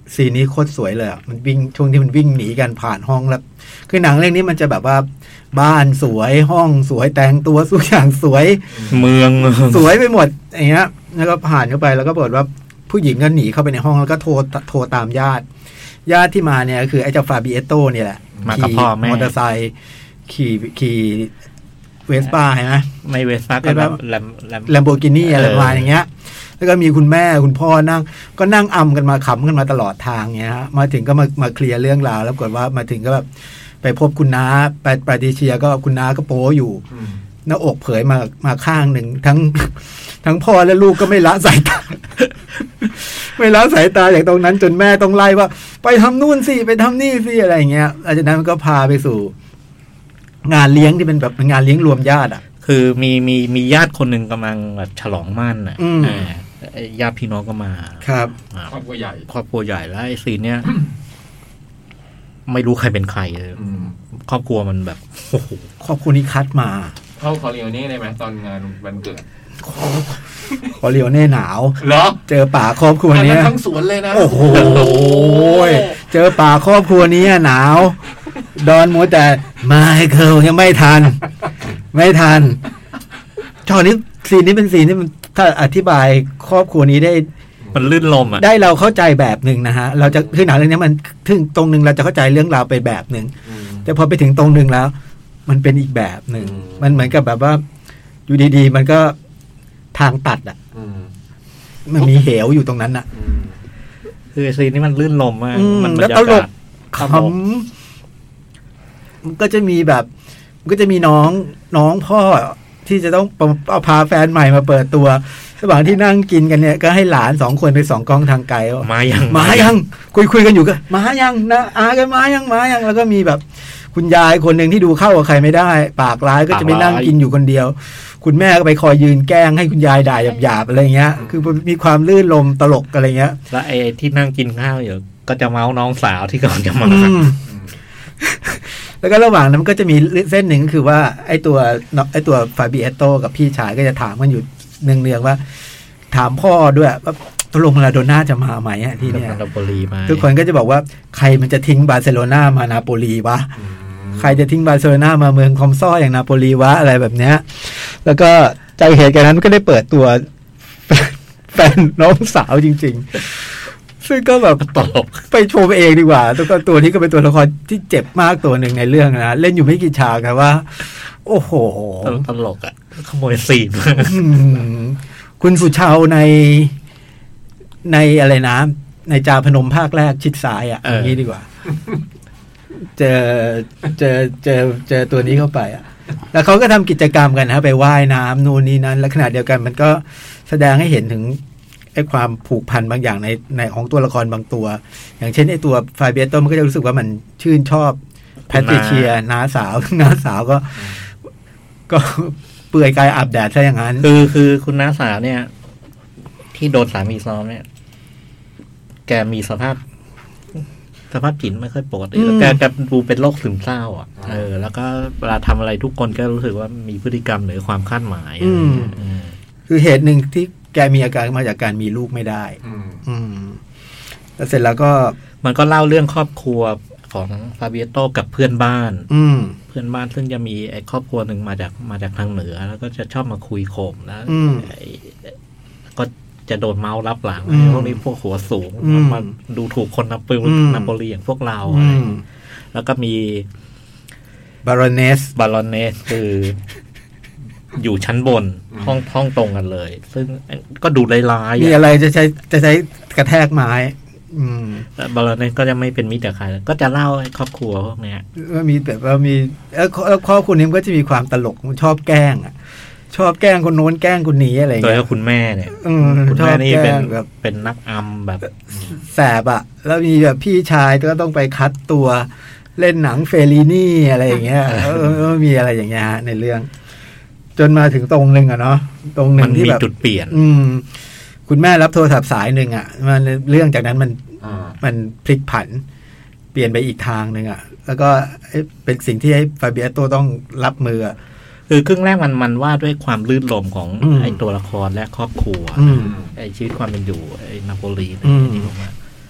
ซีนนี้โคตรสวยเลยอ่ะมันวิ่งช่วงที่มันวิ่งหนีกันผ่านห้องแล้วคือหนังเรื่องนี้มันจะแบบว่าบ้านสวยห้องสวยแต่งตัวทุกอย่างสวยเมืองสวยไปหมดอย่างเงี้ยแล้วก็ผ่านเข้าไปแล้วก็บอกว่าผู้หญิงก็หนีเข้าไปในห้องแล้วก็โทรโทรตามญาติญาติที่มาเนี่ยคือไอ้เจ้าฟาบิเอโต้เนี่ยแหละมากับพ่อแม่มอเตอร์ไซค์ขี่ขี่เวสป้าเห็นไหมไม่เวสป้าก็แลมแลมแลมโบกินี่อะไรประมาณอย่างเงี้ยแล้วก็มีคุณแม่คุณพ่อนั่งก็นั่งอำกันมาขำกันมาตลอดทางเงี้ยฮะมาถึงก็มามาเคลียร์เรื่องราวแล้วปรากฏว่ามาถึงก็แบบไปพบคุณน้าไปปาติเชียก็คุณน้าก็โป๊อยู่หน้าอกเผยมามาข้างหนึ่งทั้งทั้งพ่อและลูกก็ไม่ละสายตา ไม่ละสายตาจากตรงนั้นจนแม่ต้องไล่ว่าไปทำนู่นสิไปทำนี่สิอะไรอย่างเงี้ยหลังจากนั้นมันก็พาไปสู่ งานเลี้ยงที่เป็นแบบงานเลี้ยงรวมญาติอ่ะคือมีมีมีญาติคนหนึ่งกำลังแบบฉลองมั่นอ่ะอืมอ่าญาติพี่น้องก็มาครับอ่าครอบครัวใหญ่ครอบครัวใหญ่แล้วไอ้ซีนเนี้ย ไม่รู้ใครเป็นใครเลยอืมครอบครัวมันแบบโอ้โหครอบครัวนี้คัดมาเข้าคอริโอนี่ได้ไหมตอนงานวันเกิดขอเรียวเน่หนาวเหรอเจอป่าครอบครัวอันเนี้นั้นยทั้งสวนเลยนะโอ้โหเจอป่าครอบครัวนี้หนาว ดอนมัวแต่มาให้เคิลยังไม่ทัน ไม่ทันตอนนี้ซีนนี้เป็นซีนที่มันถ้าอธิบายครอบครัวนี้ได้มันลื่นลมอ่ะได้เราเข้าใจแบบหนึ่งนะฮะ เราจะคือหนังเรื่องนี้มันถึงตรงหนึ่งเราจะเข้าใจเรื่องราวไปแบบหนึ่งอืมแต่พอไปถึงตรงหนึ่งแล้ว มันเป็นอีกแบบหนึ่งอืมมันเหมือนกับแบบว่า อยู่ดีๆ มันก็ทางตัดอ่ะอืมมันมีเหวอยู่ตรงนั้นอ่ะอืมคือซีนนี้มันลื่นลมมากอืมมันบรแล้วรยาตลกาก ศขำมันก็จะมีแบบ มันก็จะมีน้องน้องพ่อที่จะต้องเอาพาแฟนใหม่มาเปิดตัวระหว่างที่นั่งกินกันเนี่ย ก็ให้หลานสองคนไปสองกล้องทางไกลว่ามายังมายังคุยคุยกันอยู่ก็มายังนะอากันมายังมายังแล้วก็มีแบบคุณยายคนหนึ่งที่ดูเข้ากับใครไม่ได้ ปากร้ายก็จะไปนั่งกินอยู่คนเดียว คุณแม่ก็ไปคอยยืนแกล้งให้คุณยายด่าหยาบๆอะไรเงี้ย คือมีความลื่นลมตลกอะไรเงี้ยแล้วไอ้ที่นั่งกินข้าวอยู่ก็จะเมาส์น้องสาวที่กำลังจะมาอืมแล้วก็ระหว่างนั้นมันก็จะมีเส้นหนึ่งคือว่าไอ้ตัวไอ้ตัวฟาบิเอโตกับพี่ชายก็จะถามกันอยู่เนืองๆว่า ถามพ่อด้วยว่าตกลงมาราโดน่าจะมาไหมอะที่เนี่ยนาโปลีมาทุกคนก็จะบอกว่าใครมันจะทิ้งบาร์เซโลนามานาโปลีวะ ใครจะทิ้งบาร์เซโลนามาเมืองคอมซ้ออย่างนาโปลีวะอะไรแบบเนี้ย แล้วก็จากเหตุการณ์นั้นก็ได้เปิดตัว แฟนน้องสาวจริง ๆ ซึ่งก็แบบตลกไปชมเองดีกว่าตัวก็ตัวนี้ก็เป็นตัวละครที่เจ็บมากตัวหนึ่งในเรื่องนะเล่นอยู่ไม่กี่ฉากแต่ว่า โอ้โหตลกอ่ะขโมยซีนมากอืมคุณสุชาวในในอะไรนะในจาพนมภาคแรกชิดซ้ายอ่ะอย่างนี้ดีกว่า เจอเจอเจอเจอตัวนี้เข้าไปอ่ะ แล้วเขาก็ทำกิจกรรมกันนะไปว่ายน้ำนู่นนี่นั้นและขณะเดียวกันมันก็แสดงให้เห็นถึงไอ้ความผูกพันบางอย่างในในของตัวละครบางตัว อย่างเช่นไอ้ตัวฟาเบียโตมันก็จะรู้สึกว่ามันชื่นชอบแพทริเชียน้าสาว น้าสาวก็ ก็เปื่อยกายอาบแดดซะอย่างนั้นคือคือคุณน้าสาวเนี่ย ที่โดนสามีซ้อมเนี่ย แกมีสภาพ สภาพจิตไม่ค่อยปกติแล้วแกแกดูเป็นโรคซึมเศร้าอ่ะเออแล้วก็เวลาทำอะไรทุกคนก็รู้สึกว่ามีพฤติกรรมหรือความคาดหมายอืมเออคือเหตุหนึ่งที่แกมีอาการมาจากการมีลูกไม่ได้อืมอืมแล้วเสร็จแล้วก็มันก็เล่าเรื่องครอบครัวของฟาเบียโตกับเพื่อนบ้านอืมเพื่อนบ้านซึ่งจะมีไอ้ครอบครัวหนึ่งมาจากมาจากทางเหนือ แล้วก็จะชอบมาคุยข่มแล้วอืมไอ้ก็จะโดนเมาส์รับหลังอืมพวกนี้พวกหัวสูงอืมมาดูถูกคนนาโปลีอืมนาโปลีอย่างพวกเราอือะไรมแล้วก็มีบารอนเนสบาลอนเนสคือ อยู่ชั้นบนห้องห้องตรงกันเลย ซึ่งก็ดูร้ายๆมีอะอะไรจะใช้จะใช้กระแทกไม้ อืมบาลอนเนสก็จะไม่เป็นมิตรกับใครก็จะเล่าให้ครอบครัวพวกเนี้ยว่ามีแบบว่ามีเออแล้วครอบครัวนี้มันก็จะมีความตลกมันชอบแกล้งอ่ะ ชอบแกล้งคนโน้นแกล้งคนนี้อะไรอย่างโดยเงี้เฉยพาะคุณแม่เนี่ยอืมคุณชอแม่บนี่แกเป็ล้นงแบบเป็นนักอัมแบบแสบอ่ะ แล้วมีแบบพี่ชายก็ต้องไปคัดตัวเล่นหนังเฟลินี่อะไรอย่างเงี้ยเออเออมีอะไรอย่างเงี้ยฮะในเรื่อง จนมาถึงตรงหนึ่งอะเนาะตรงหนึ่มันงที่มีแบบจุดเปลี่ยนอืม คุณแม่รับโทรศัพท์สายหนึ่งอ่ะมันเรื่องจากนั้นมันอ่ามันพลิกผัน เปลี่ยนไปอีกทางหนึ่งอ่ะ แล้วก็เป็นสิ่งที่ให้ฟาเบียโตต้องรับมืออะคือครึ่งแรกมันมันว่าด้วยความลื่นลมของอืมไอ้ตัวละครและครอบครัวอืมไอ้ชีวิตความเป็นอยู่ไอ้นาโปลีอืมที่ผมว่า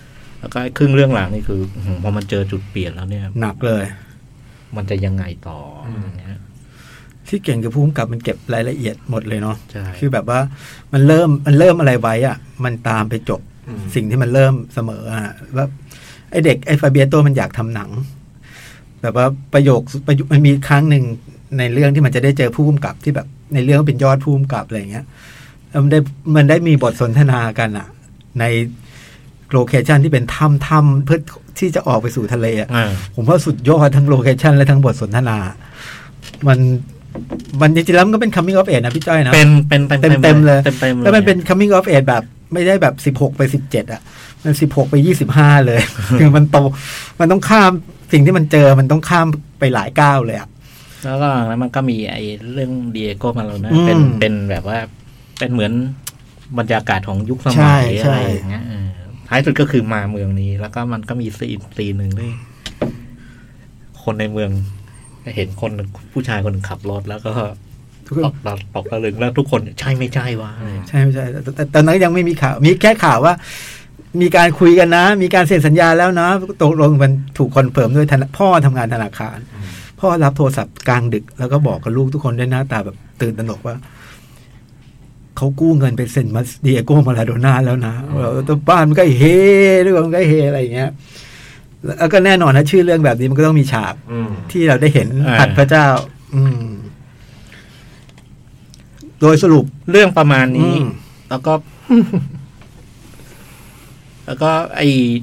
แล้วก็ครึ่งเรื่องหลังนี่คือพอมันเจอจุดเปลี่ยนแล้วเนี่ยหนักเลยมันจะยังไงต่ออย่างเงี้ยที่เก่งกับผู้กำกับมันเก็บรายละเอียดหมดเลยเนาะใช่คือแบบว่ามันเริ่มมันเริ่มอะไรไว้อะมันตามไปจบสิ่งที่มันเริ่มเสมออะว่าไอเด็กไอฟาเบียโตมันอยากทำหนังแบบว่าประโยคประโยคมันมีครั้งหนึ่งในเรื่องที่มันจะได้เจอผู้กำกับที่แบบในเรื่องเป็นยอดผู้กำกับอะไรอย่างเงี้ยแล้วมันได้มันได้มีบทสนทนากันอะในโลเคชันที่เป็นถ้ำถ้ำเพื่อที่จะออกไปสู่ทะเลอะอ่าผมว่าสุดยอดทั้งโลเคชันและทั้งบทสนทนา มันมันจริงๆแล้วมันก็เป็น coming of age นะพี่จ้อยนะเป็นเป็นเต็มเต็มเต็มเลยเต็มเต็มเลยแล้วมันเป็น coming of age แบบไม่ได้แบบสิบหกไปสิบเจ็ดอ่ะ มันสิบหกไปยี่สิบห้าเลย คือมันโตมันต้องข้ามสิ่งที่มันเจอมันต้องข้ามไปหลายก้าวเลยอ่ะแล้วก็แล้วมันก็มีไอ้เรื่องเดียโก้มาแล้วนะอืมเป็นเป็นแบบว่าเป็นเหมือนบรรยากาศของยุคสใช่มัยใช่อะไรอย่างเงี้ยเออท้ายสุดก็คือมาเมืองนี้ แล้วก็มันก็มีซีนซีนหนึ่งด้วยคนในเมืองเห็นคนผู้ชายคนหนึ่งขับรถแล้วก็ทุกคนตกตกตกตะลึงแล้วทุกคนใช่ไม่ใช่วะอะไรอย่างเงี้ยใช่ไม่ใช่แต่แต่ตอนนั้นยังไม่มีข่าว มีแค่ข่าวว่า มีการคุยกันนะ มีการเซ็นสัญญาแล้วนะตกลงมันถูกคอนเฟิร์มด้วยธนาพ่อทำงานธนาคาร พ่อรับโทรศัพท์กลางดึก แล้วก็บอกกับลูกทุกคนด้วยหน้าตาแบบตื่นตระหนกว่าเขากู้เงินไปเซ็นมาเดียโก้มาลาโดน่าแล้วนะตัวบ้านมันก็เฮด้วยมันก็เฮอะไรอย่างเงี้ยแล้วก็แน่นอนนะชื่อเรื่องแบบนี้มันก็ต้องมีฉากอืมที่เราได้เห็นอ่าหัดพระเจ้า อืม โดยสรุปเรื่องประมาณอืนี้มแล้วก็ แล้วก็ไอ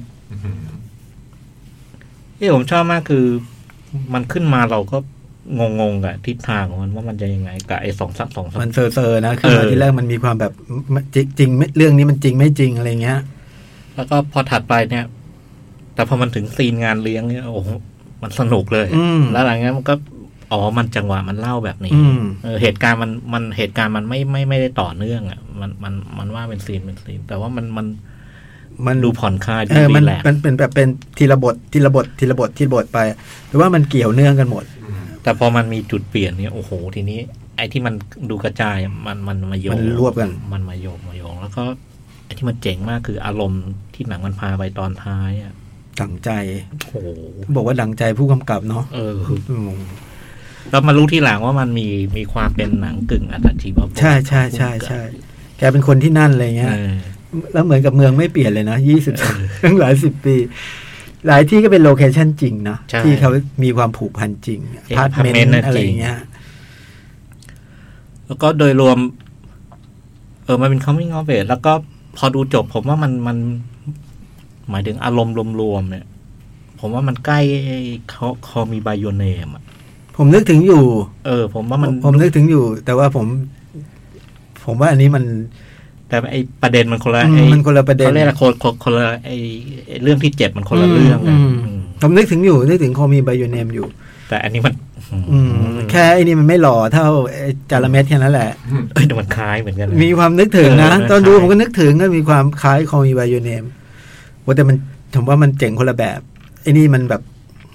ที่ผมชอบมากคือ มันขึ้นมาเราก็งงๆกับทิศทางของมันว่ามันจะยังไงกับไอ้สองสักสองสักมันเซอร์เซอร์นะคือเออที่แรกมันมีความแบบจริงจริงไม่เรื่องนี้มันจริงไม่จริงอะไรเงี้ยแล้วก็พอถัดไปเนี่ย แต่พอมันถึงซีนงานเลี้ยงเนี่ยโอ้โหมันสนุกเลยอืมแล้วหลังจากนั้นมันก็อ๋อมันจังหวะมันเล่าแบบนี้อืมเออเหตุการณ์มันมันเหตุการณ์มันไม่ไม่ไม่ได้ต่อเนื่องอ่ะมันมันมันว่าเป็นซีนเป็นซีนแต่ว่ามันมันมันดูผ่อนคลายดูเออรีมันแลกซ์มันเป็นแบบเป็นทีละบททีละบททีละบททีละบทไปแต่ว่ามันเกี่ยวเนื่องกันหมดแต่พอมันมีจุดเปลี่ยนเนี่ยโอ้โหทีนี้ ไอ้ที่มันดูกระจายมันมันมาโยงมันรวบกันมันมาโยงมาโยงแล้วก็ไอ้ที่มันเจ๋งมากคืออารมณ์ที่หนังมันพาไปตอนท้ายอ่ะดั่งใจโอ้โหบอกว่าดั่งใจผู้กำกับเนาะเอออืมแล้วมารู้ที่หลังว่ามันมีมีความเป็นหนังกึ่งอัตชีวประวัติใช่ใช่ใช่ใช่แกเป็นคนที่นั่นอะไรเงี้ยเออแล้วเหมือนกับเมืองไม่เปลี่ยนเลยนะยี่สิบตั้งหลายสิบปี หลายที่ก็เป็นโลเคชั่นจริงนะใช่ที่เขามีความผูกพันจริงเอ๊ะพาร์ทเมน apartment น่ะต์อะไรจริงเงี้ยแล้วก็โดยรวม เออมันเป็น coming of age แล้วก็พอดูจบ ผมว่ามันมัน หมายถึงอารมณ์รวมๆเนี่ย ผมว่ามันใกล้เขาคอมีไบโอเนมอ่ะผมนึกถึงอยู่เออ ผมว่ามันผมนึกถึงอยู่ แต่ว่าผม ผมว่าอันนี้มันแต่ไอประเด็นมันคนละอืมไอ้มันคนละประเด็นเขาเรียกอะไรคนคนคนละไอไอ้เรื่องที่เจ็บมันคนละเรื่องอืนะมอืมผมนึกถึงอยู่นึกถึงคอมีไบโอเนมอยู่แต่อันนี้มันอืมแค่ไอ้นี่มันไม่หล่อเท่าไอ้จาระเม็ดแค่นั้นแหละเอ้ยแต่มันคล้ายเหมือนกันนะมีความนึกถึงนะเออตอนดูคล้ายผมก็นึกถึงก็มีความคล้ายคอมีไบโอเนมว่าแต่มันผมว่ามันเจ๋งคนละแบบไอ้นี่มันแบบ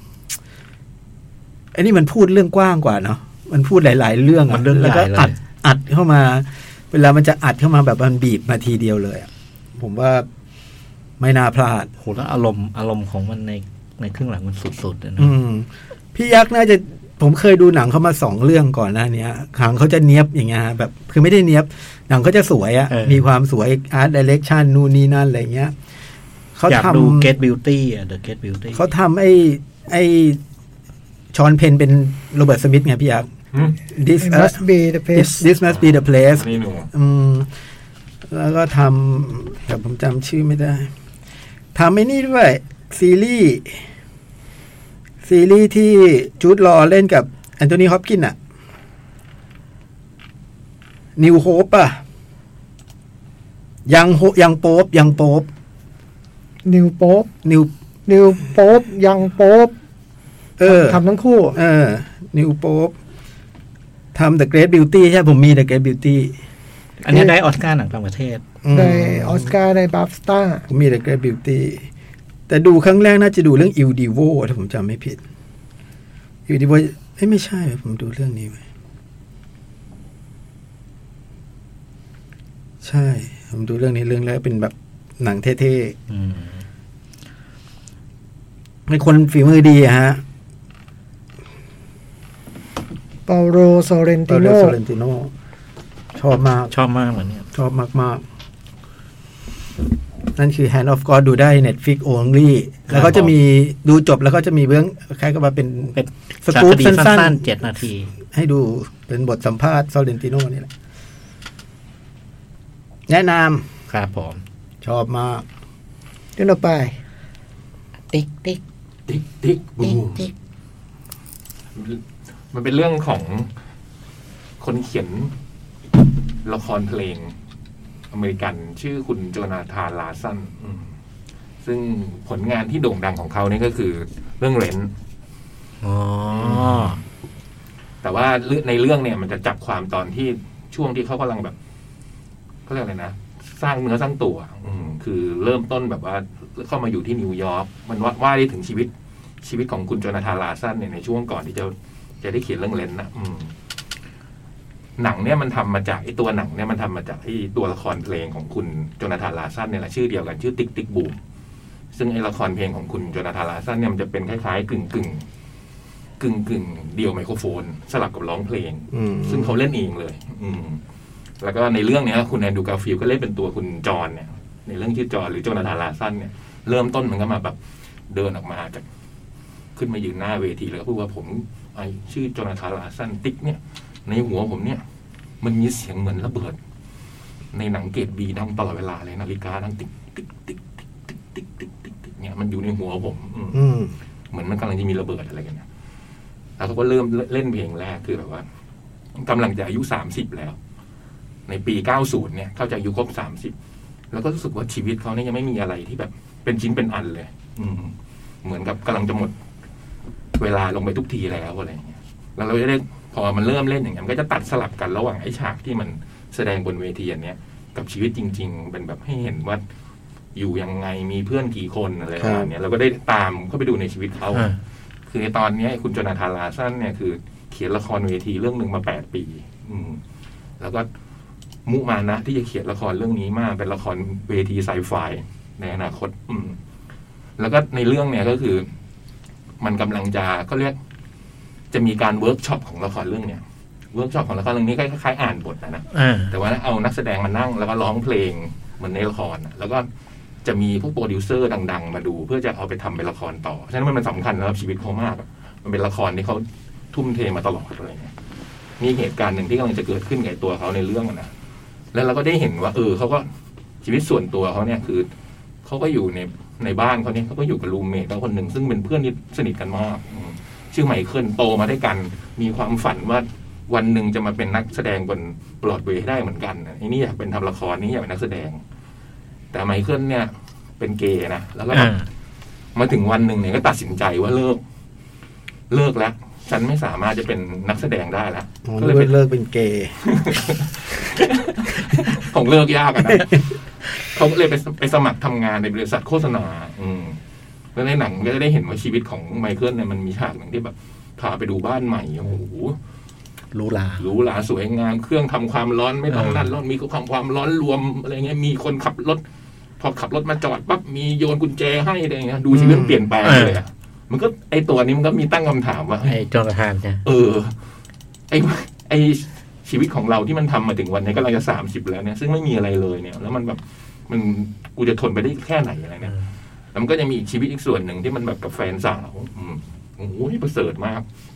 ไอ้นี่มันพูดเรื่องกว้างกว่าเนาะมันพูดหลาย ๆ เรื่องอะมันเรื่องแล้วก็ใหญ่เลยอัดอัดเข้ามา เวลามันจะอัดเข้ามาแบบมันบีบมาทีเดียวเลยอะผมว่าไม่น่าพลาดโหแล้วอารมณ์อารมณ์ของมันในในครึ่งหลังมันสุดๆเลยนะอืมพี่ยักษ์น่าจะผมเคยดูหนังเขามาสองเรื่องก่อนหน้านี้หนังเขาจะเนี้ยบอย่างเงี้ยแบบคือไม่ได้เนี้ยบหนังเขาจะสวยอะมีความสวยอาร์ตดิเรกชันนู่นนี่นั่นอะไรเงี้ยเขาอยากทดู Get Beauty อ่ะ The Get Beauty ำเขาทำไอ้ไอ้ชอนเพนเป็นโรเบิร์ตสมิธไงพี่ยักษ์อืม this It must be the this, place this must be the place นี่หนูอืมแล้วก็ทำแต่ผมจำชื่อไม่ได้ทำไอ้นี่ด้วยซีรีส์ซีรีส์ที่จูดลอเล่นกับแอนโทนีฮอปกินอะนิวโฮปอะยังโฮยังโป๊บยังโป๊บนิวโป๊ปนิวนิวโป๊ปยังโป๊ปเออทำทั้งคู่เออ นิวโป๊บทำ The Great Beauty ใช่ผมมี The Great Beauty อันนี้ได้ออสการ์หนังต่างประเทศอืมได้ออสการ์ได้บัฟสตาผมมี The Great Beauty แต่ดูครั้งแรกน่าจะดูเรื่อง Il Divo ถ้าผมจำไม่ผิด Il Divo เอ้ยไม่ใช่ ผมดูเรื่องนี้ไว้ใช่ ผมดูเรื่องนี้เรื่องแรกเป็นแบบหนังเท่อืมเป็นคนฝีมือดีอะฮะเปาโลโซเรนตอตินโนเรโซเลนติโนชอบมากชอบมากเหมือนกันชอบมากๆ นั่นคือ Hand of God ดูได้ Netflix only แล้วก็จะมีดูจบแล้วก็จะมีเบื้องคล้ายกับว่าเป็นเป็นสกู๊ปคดีสั้นสั้นๆเจ็ดนาทีๆ ให้ดูเป็นบทสัมภาษณ์โซเลนติโนนี่แหละ แนะนครับผมำชอบมากเดินออกไปติ๊กติ๊กติ๊กติ๊กบูติ๊กมติ๊กมันเป็นเรื่องของคนเขียนละครเพลงอเมริกัน ชื่อคุณโจนาธานลาสันอืมซึ่งผลงานที่โด่งดังของเขานี่ก็คือเรื่องเรนท์อ๋อแต่ว่าในเรื่องเนี่ยมันจะจับความตอนที่ช่วงที่เขากำลังแบบเขาเรียกอะไรนะ สร้างเนื้อสร้างตัว อืมคือเริ่มต้นแบบว่าเข้ามาอยู่ที่นิวยอร์กมันว่าว่าได้ถึงชีวิตชีวิตของคุณโจนาธานลาสันเนี่ยในช่วงก่อนที่จะจะได้เขียนเรื่องเรนท์นะอืมหนังเนี่ยมันทำมาจากไอ้ตัวหนังเนี่ยมันทำมาจากไอ้ตัวละครเพลงของคุณโจนาธานลาสันเนี่ยแหละชื่อเดียวกันชื่อติ๊กติ๊กบูมซึ่งไอ้ละครเพลงของคุณโจนาธานลาสันเนี่ยมันจะเป็นคล้ายๆกึ่งกึ่งกึ่งกึ่งเดี่ยวไมโครโฟน สลับกับร้องเพลงอืมซึ่งเขาเล่นเองเลย อืม แล้วก็ในเรื่องเนี้ยคุณแอนดรู การ์ฟิลด์ก็เล่นเป็นตัวคุณจอห์นเนี่ย ในเรื่องชื่อจอห์นหรือโจนาธานลาสันเนี่ยเริ่มต้นมันก็มาแบบเดินออกมาจากขึ้นมายืนหน้าเวทีแล้วก็พูดว่าผมไอชื่อโจนาธานลาสันติ๊กเนี่ย ในหัวผมเนี่ย มันมีเสียงเหมือนระเบิด ในหนังเกรดบีดังตลอดเวลาเลยนาฬิกาดังติ๊กติ๊กติ๊กติ๊กติ๊กติ๊กติ๊กติ๊กเนี่ยมันอยู่ในหัวผม อืมอืมเหมือนมันกำลังจะมีระเบิดอะไรกันเนี่ยแล้วเขาก็เริ่มเล่นเพลงแรกคือแบบว่ากำลังจะอายุสามสิบแล้ว ในปีเก้าสิบเนี่ยเขาจะอายุครบสามสิบแล้วก็รู้สึกว่าชีวิตเขาเนี่ยยังไม่มีอะไรที่แบบเป็นชิ้นเป็นอันเลย อืม เหมือนกับกำลังจะหมดเวลาลงไปทุกทีแล้วอะไรอย่างเงี้ย แล้วเราจะได้พอมันเริ่มเล่นอย่างเงี้ยมันก็จะตัดสลับกันระหว่างไอ้ฉากที่มันแสดงบนเวทีอันเนี้ยกับชีวิตจริง ๆ เป็นแบบให้เห็นว่าอยู่ยังไงมีเพื่อนกี่คนอะไรประมาณเนี้ยเราก็ได้ตามเข้าไปดูในชีวิตเขาอ่าคือในตอนนี้คุณโจนาธานลาสันเนี่ยคือเขียนละครเวทีเรื่องหนึ่งมาแปดปี อืม แล้วก็มุมานะที่จะเขียนละครเรื่องนี้มากเป็นละครเวทีไซไฟในอนาคต อืม แล้วก็ในเรื่องเนี่ยก็คือ มันกำลังจะก็เรียก จะมีการเวิร์กช็อปของละครเรื่องเนี้ยเวิร์กช็อปของละครเรื่องนี้ก็คล้ายๆอ่านบทนะนะอ่าแต่ว่าเอานักแสดงมานั่งแล้วก็ร้องเพลงเหมือนในละครน่ะแล้วก็จะมีพวกโปรดิวเซอร์ดังๆมาดู เพื่อจะเอาไปทำเป็นละครต่อฉะนั้นมันเป็นสำคัญสำหรับชีวิตเขามากอะมันเป็นละครที่เขาทุ่มเทมาตลอดอะไรเงี้ยมีเหตุการณ์หนึ่งที่กำลังจะเกิดขึ้นกับตัวเขาในเรื่องอะนะแล้วเราก็ได้เห็นว่า เออเขาก็ชีวิตส่วนตัวเขาเนี่ยคือเขาก็อยู่ในในบ้านเขาเนี่ยเขาก็อยู่กับรูมเมทเขาคนหนึ่งซึ่งเป็นเพื่อนที่สนิทกันมากอืมชื่อไมเคิลโตมาด้วยกัน มีความฝันว่าวันหนึ่งจะมาเป็นนักแสดงบนบรอดเวย์ได้เหมือนกันไอ้นี่อยากเป็นทำละครนี่อยากเป็นนักแสดง แต่ไมเคิลเนี่ย เป็นเกย์นะแล้วก็แบบอ่ามาถึงวันหนึ่งเนี่ยก็ตัดสินใจว่าเลิก เลิกแล้ว ฉันไม่สามารถจะเป็นนักแสดงได้แล้วอ๋อก็เลยไปเลิกเป็นเกย์ของเลิกยากอะนะ เขาก็เลยไปไปสมัครทำงานในบริษัทโฆษณา อืมแล้วในหนังก็จะได้เห็นว่าชีวิตของไมเคิลเนี่ยมันมีฉากหนึ่งที่แบบพาไปดูบ้านใหม่โอ้โหหรูหราหรูหราสวยงามเครื่องทำความร้อนไม่ต้องเออนั่นร้อนมีความความร้อนรวมอะไรเงี้ยมีคนขับรถ พอขับรถมาจอดปั๊บมีโยนกุญแจให้อะไรเงี้ยดูชีวิตมันเปลี่ยนแปลงเลยอะมันก็ไอตัวนี้มันก็มีตั้งคำถามว่าไอ้โจนาธานเนี่ยเออ ไอไอชีวิตของเราที่มันทำมาถึงวันนี้ก็เราจะสามสิบแล้วเนี่ยซึ่งไม่มีอะไรเลยเนี่ย แล้วมันแบบมันกูจะทนไปได้แค่ไหนอะไรเนี่ยแล้วมันก็จะมีอีกชีวิตอีกส่วนหนึ่งที่มันแบบกับแฟนสาวอืมโอ้โหประเสริฐมาก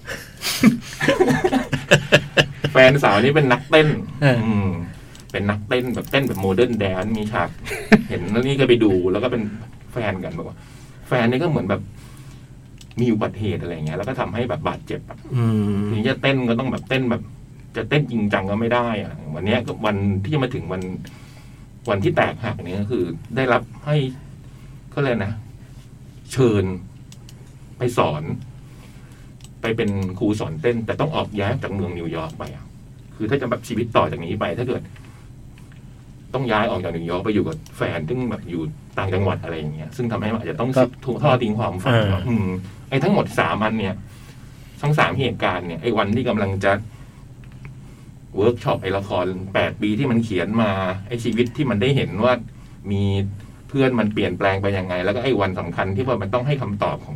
แฟนสาวนี่เป็นนักเต้นเอออืมเป็นนักเต้นแบบเต้นแบบโมเดิร์นแดนซ์มีฉาก เห็นแล้วนี่ก็ไปดู แล้วก็เป็นแฟนกันบอกว่า แฟนนี่ก็เหมือนแบบมีอุบัติเหตุอะไรเงี้ยแล้วก็ทำให้แบบบาดเจ็บอะอืมทีนี้จะเต้นก็ต้องแบบเต้นแบบ จะเต้นจริงจังก็ไม่ได้อะวันเนี้ยก็วันที่จะมาถึงวัน วันที่แตกหักเนี่ยก็คือ ได้รับให้ก็เลยกนะ เชิญไปสอน ไปเป็นครูสอนเต้น แต่ต้องออกย้ายจากเมืองนิวยอร์กไปอ่ะคือถ้าจะแบบชีวิตต่อจากนี้ไป ถ้าเกิด ต้องย้ายออกจากนิวยอร์กไปอยู่กับแฟนซึ่งแบบอยู่ต่างจังหวัดอะไรอย่างเงี้ยซึ่งทำให้อาจจะต้องก็ถูกทอดทิ้งความฝันว่าอืมไอ้ทั้งหมดสามอันเนี่ย ทั้งสามเหตุการณ์เนี่ยไอ้วันที่กำลังจะเวิร์กช็อปไอ้ละครแปดปีที่มันเขียนมาไอ้ชีวิตที่มันได้เห็นว่ามีเพื่อนมันเปลี่ยนแปลงไปยังไง แล้วก็ไอ้วันสำคัญที่ว่ามันต้องให้คำตอบของ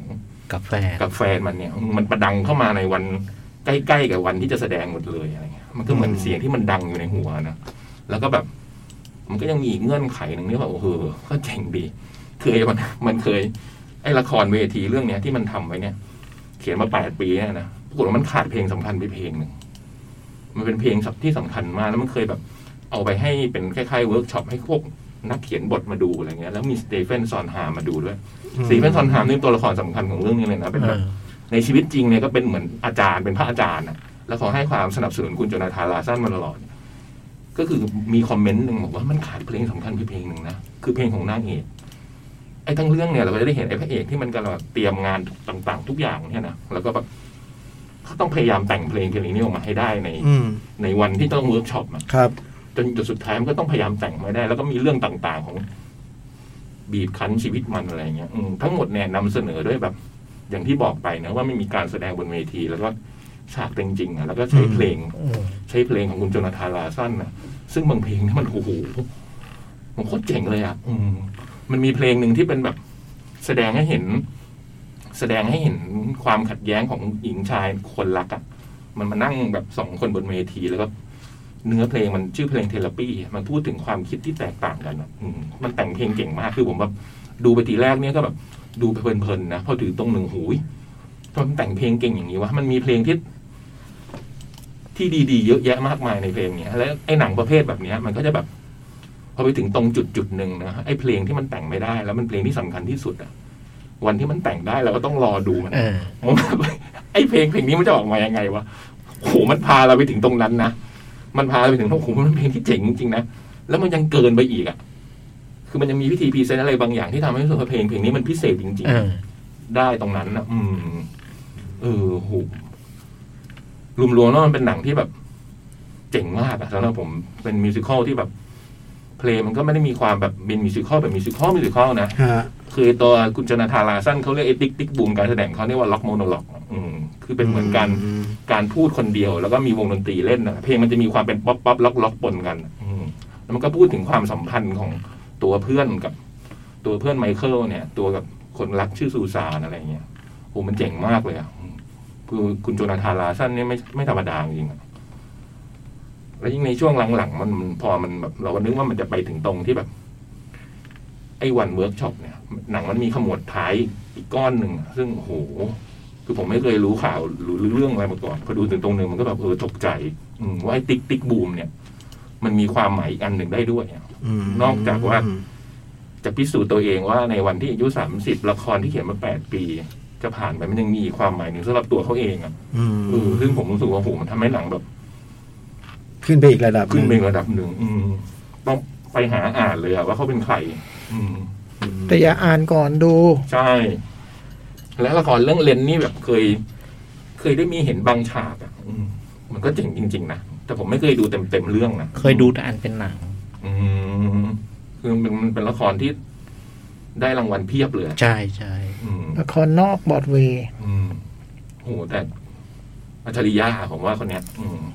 กับแฟนกับแฟนมันเนี่ย มันประดังเข้ามาในวันใกล้ๆกับวันที่จะแสดงหมดเลยอะไรเงี้ยมันก็เหมือนเสียงที่มันดังอยู่ในหัวนะแล้วก็แบบมันก็ยังมีอีกเงื่อนไขหนึ่งที่แบบโอ้โหก็เจ๋งดีเคยมันมันเคยไอ้ละครเวทีเรื่องเนี้ยที่มันทำไว้เนี่ยเขียนมาแปดปีเนี่ยนะปรากฏว่ามันขาดเพลงสำคัญไปเพลงหนึ่งมันเป็นเพลงที่สำคัญมากแล้วมันเคยแบบเอาไปให้เป็นคล้ายๆเวิร์กช็อปให้พวกนักเขียนบทมาดูอะไรเงี้ยแล้วมีสเตเฟนซอนฮามมาดูด้วยสเตเฟนซอนฮามนี่ตัวละครสำคัญของเรื่องนี้เลยนะเป็นแบบในชีวิตจริงเนี่ยก็เป็นเหมือนอาจารย์เป็นพระอาจารย์นะแล้วเขาให้ความสนับสนุนคุณโจนาธาน ลาซันมาตลอดก็คือมีคอมเมนต์หนึ่งบอกว่ามันขาดเพลงสำคัญคือเพลงหนึ่งนะคือเพลงของนางเอกไอ้ทั้งเรื่องเนี่ยเราก็จะได้เห็นไอ้พระเอกที่มันกำลังเตรียมงานต่างๆทุกอย่างเนี่ยนะแล้วก็แบบเขาต้องพยายามแต่งเพลงเพลงนี้ออกมาให้ได้ในในวันที่ต้องเวิร์กช็อปครับจนจุดสุดท้ายมันก็ต้องพยายามแต่งมาได้แล้วก็มีเรื่องต่างๆของบีบคั้นชีวิตมันอะไรเงี้ยทั้งหมดเนี่ยนำเสนอด้วยแบบอย่างที่บอกไปนะว่าไม่มีการแสดงบนเวทีแล้วก็ฉากจริงๆอ่ะแล้วก็ใช้เพลงใช้เพลงของคุณโจนาธาน ลาซันนะซึ่งบางเพลงนี่มันโอ้โหมันโคตรเจ๋งเลยอ่ะอืมมันมีเพลงหนึ่งที่เป็นแบบแสดงให้เห็นแสดงให้เห็นความขัดแย้งของหญิงชายคนรักอ่ะมันมานั่งแบบสองคนบนเวทีแล้วก็เนื้อเพลงมันชื่อเพลงเทเลปี้มันพูดถึงความคิดที่แตกต่างกันอ่ะอืมมันแต่งเพลงเก่งมากคือผมแบบดูไปทีแรกเนี่ยก็แบบดูไปเพลินๆนะพอถึงตรงหนึ่งหูยทำไมมันแต่งเพลงเก่งอย่างนี้วะมันมีเพลงที่ที่ดีๆเยอะแยะมากมายในเพลงเนี้ยแล้วไอ้หนังประเภทแบบเนี้ยมันก็จะแบบพอไปถึงตรงจุดจุดหนึ่งนะไอ้เพลงที่มันแต่งไม่ได้แล้วมันเพลงที่สำคัญที่สุดอ่ะวันที่มันแต่งได้เราก็ต้องรอดูมันไอ้เพลงเพลงนี้มันจะออกมายังไงวะโอ้โหมันพาเราไปถึงตรงนั้นนะมันพาเราไปถึงโอ้โหมันเป็นเพลงที่เจ๋งจริงๆนะแล้วมันยังเกินไปอีกอ่ะคือมันยังมีวิธีพรีเซนต์อะไรบางอย่างที่ทำให้รู้สึกว่าเพลงเพลงนี้มันพิเศษจริงๆได้ตรงนั้นนะอืมเออโหรวมๆแล้วมันเป็นหนังที่แบบเจ๋งมากอะสำหรับผมเป็นมิวสิคอลที่แบบเพลงมันก็ไม่ได้มีความแบบเป็นมิวสิคอลแบบมิวสิคอลมิวสิคอลนะคือตัวคุณโจนาธาน ลาซันเขาเรียกไอ้ติ๊กติ๊กบูมการแสดงเขาเรียกว่าล็อกโมโนล็อกอืมคือเป็นเหมือนการการพูดคนเดียวแล้วก็มีวงดนตรีเล่นนะเพลงมันจะมีความเป็นป๊อปป๊อปล็อกล็อกปนกันอืมแล้วมันก็พูดถึงความสัมพันธ์ของตัวเพื่อนกับตัวเพื่อนไมเคิลเนี่ยตัวกับคนรักชื่อซูซานอะไรเงี้ยโอ้มันเจ๋งมากเลยอ่ะคือคุณโจนาธาน ลาซันเนี่ยไม่ไม่ธรรมดาจริงอ่ะแล้วยิ่งในช่วงหลังๆมันพอมันแบบเราก็นึกว่ามันจะไปถึงตรงที่แบบไอ้วันเวิร์กช็อปเนี่ยหนังมันมีขมวดท้ายอีกก้อนหนึ่งซึ่งโอ้โหคือผมไม่เคยรู้ข่าวหรือเรื่องอะไรมาก่อนพอดูถึงตรงนึงมันก็แบบเออตกใจว่าไอ้ติ๊กติ๊กบูมเนี่ยมันมีความหมายอีกอันหนึ่งได้ด้วยนอกจากว่าจะพิสูจน์ตัวเองว่าในวันที่อายุสามสิบละครที่เขียนมาแปดปีจะผ่านไปมันยังมีความหมายหนึ่งสำหรับตัวเขาเองอ่ะเออซึ่งผมรู้สึกว่าโหมันทำให้หนังแบบขึ้นไปอีกระดับขึ้นไปอีกระดับหนึ่งต้องไปหาอ่านเลยอะว่าเขาเป็นใครแต่อย่าอ่านก่อนดูใช่และละครเรื่องเลนนี่แบบเคย เคยได้มีเห็นบางฉากอ่ะมันก็เจ๋งจริงๆนะแต่ผมไม่เคยดูเต็มเต็มเรื่องนะเคยดูแต่อันเป็นหนังอืมคือมันมันเป็นละครที่ได้รางวัลเพียบเลยใช่ใช่ละครนอกบอร์ดเวย์โอ้โหแต่อัจฉริยะผมว่าคนเนี้ยอืม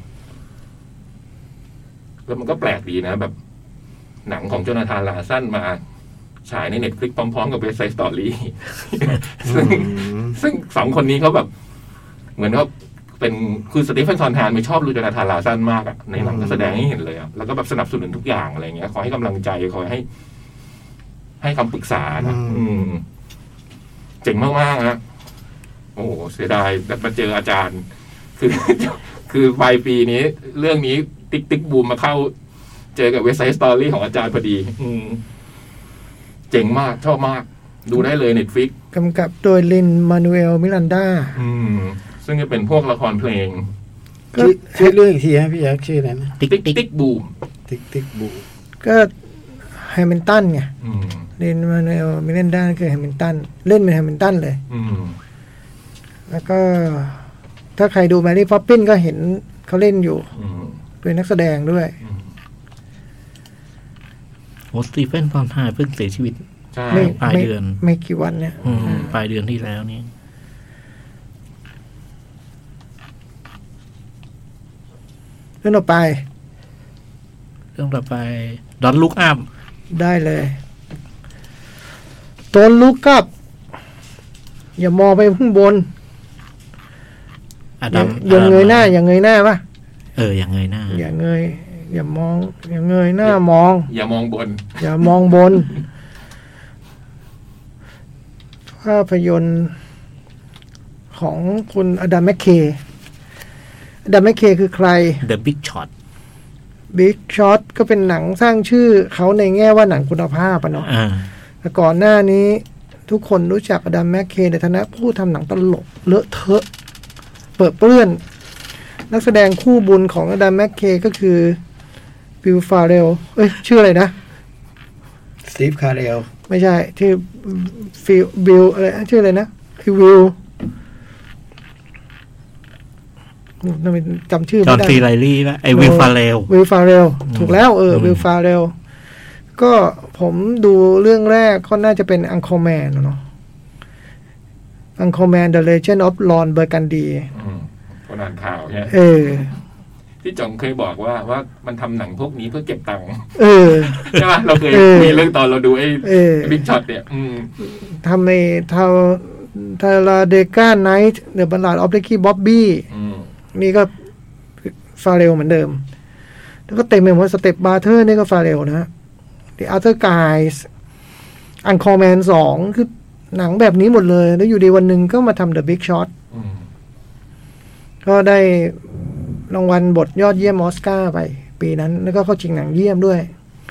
แล้วมันก็แปลกดีนะแบบหนังของโจนาธาน ลาซันมาฉายใน Netflix พร้อมๆกับ West Side Story ซึ่งซึ่งสองคนนี้เขาแบบเหมือนเขาเป็นคือสตีเฟน ซอนฮานไม่ชอบโจนาธาน ลาซันมากอ่ะในหนังก็แสดงให้เห็นเลยอ่ะแล้วก็แบบสนับสนุนทุกอย่างอะไรเงี้ยขอให้กำลังใจขอให้ให้คำปรึกษานะอืมเจ๋งมากๆนะโอ้เสียดายมาเจออาจารย์คือคือปลายปีนี้เรื่องนี้ติ๊กติ๊กบูมมาเข้าเจอกับ West Side Story ของอาจารย์พอดีอืมเจ๋งมากชอบมากดูได้เลย Netflix กำกับโดยลินมานูเอลมิรันดาอืมซึ่งจะเป็นพวกละครเพลงชื่อเรื่องอีกทีฮะพี่ยักษ์ชื่ออะไรนะติ๊กติ๊กบูมติ๊กติ๊กบูมก็แฮมิลตันไงลินมานูเอลมิรันดาคือแฮมิลตันเล่นเป็นแฮมิลตันเลยแล้วก็ถ้าใครดูแมรี่พอปปินก็เห็นเขาเล่นอยู่เป็นนักแสดงด้วยโอ้สตีเฟน ซอนฮานเพิ่งเสียชีวิตปลายเดือนไม่กี่วันเนี่ยปลายเดือนที่แล้วนี่เรื่องต่อไปเรื่องต่อไปดอนลุกอัพได้เลยต้นลุกอัพอย่ามองไปข้างบนอดัมอย่าเงยหน้า อย่าเงยหน้าป่ะเอออย่างเงยหน้าอย่าเงย อย่ามอง อย่าเงยหน้ามองอย่ามองบนอย่ามองบน ภาพยนตร์ของคุณอดัมแมคเคย์อดัมแมคเคย์คือใคร The Big Shot Big Shot ก็เป็นหนังสร้างชื่อเขาในแง่ว่าหนังคุณภาพอะเนาะอ่าแต่ก่อนหน้านี้ทุกคนรู้จักอดัมแมคเคย์ในฐานะผู้ทำหนังตลกเลอะเทอะเปิดเปื้อน นักแสดงคู่บุญของอดัมแมคเคย์ก็คือบิลฟาเรลเอ้ยชื่ออะไรนะสตีฟคาร์เรลไม่ใช่ที่ฟิลบิลอะไรชื่ออะไรนะคือวิลนั่นจำชื่อจอไม่ห์นได้ซีไลลี่ป่ะไอวิลฟาเรลวิลฟาเรลถูกแล้วเอออืมวิลฟาเรลก็ผมดูเรื่องแรกก็น่าจะเป็นอังคอร์แมนเนาะอังคอร์แมน The Legend of Lon Burgundy อืมคนอ่านข่าวเนี่ยเออที่จ่องเคยบอกว่าว่ามันทำหนังพวกนี้เพื่อเก็บตังค์เออใช่ไหมเราเคยเออมีเรื่องตอนเราดูไอ้เออบิ๊กช็อตเนี่ย อืมทำในทาทาราเดกาไนท์เดอะบัลลาดออฟเดกี้บ๊อบบี้อืมนี่ก็ฟาเรลเหมือนเดิม แล้วก็เต็มไปหมดสเต็ปบาร์เทอร์นี่ก็ฟาเรลนะ The Other Guys อันคอร์แมนสองคือหนังแบบนี้หมดเลย แล้วอยู่ดีวันหนึ่งก็มาทำ The Big Shot อืมก็ได้รางวัลบทยอดเยี่ยมออสการ์ไป ปีนั้น แล้วก็เข้าชิงหนังเยี่ยมด้วย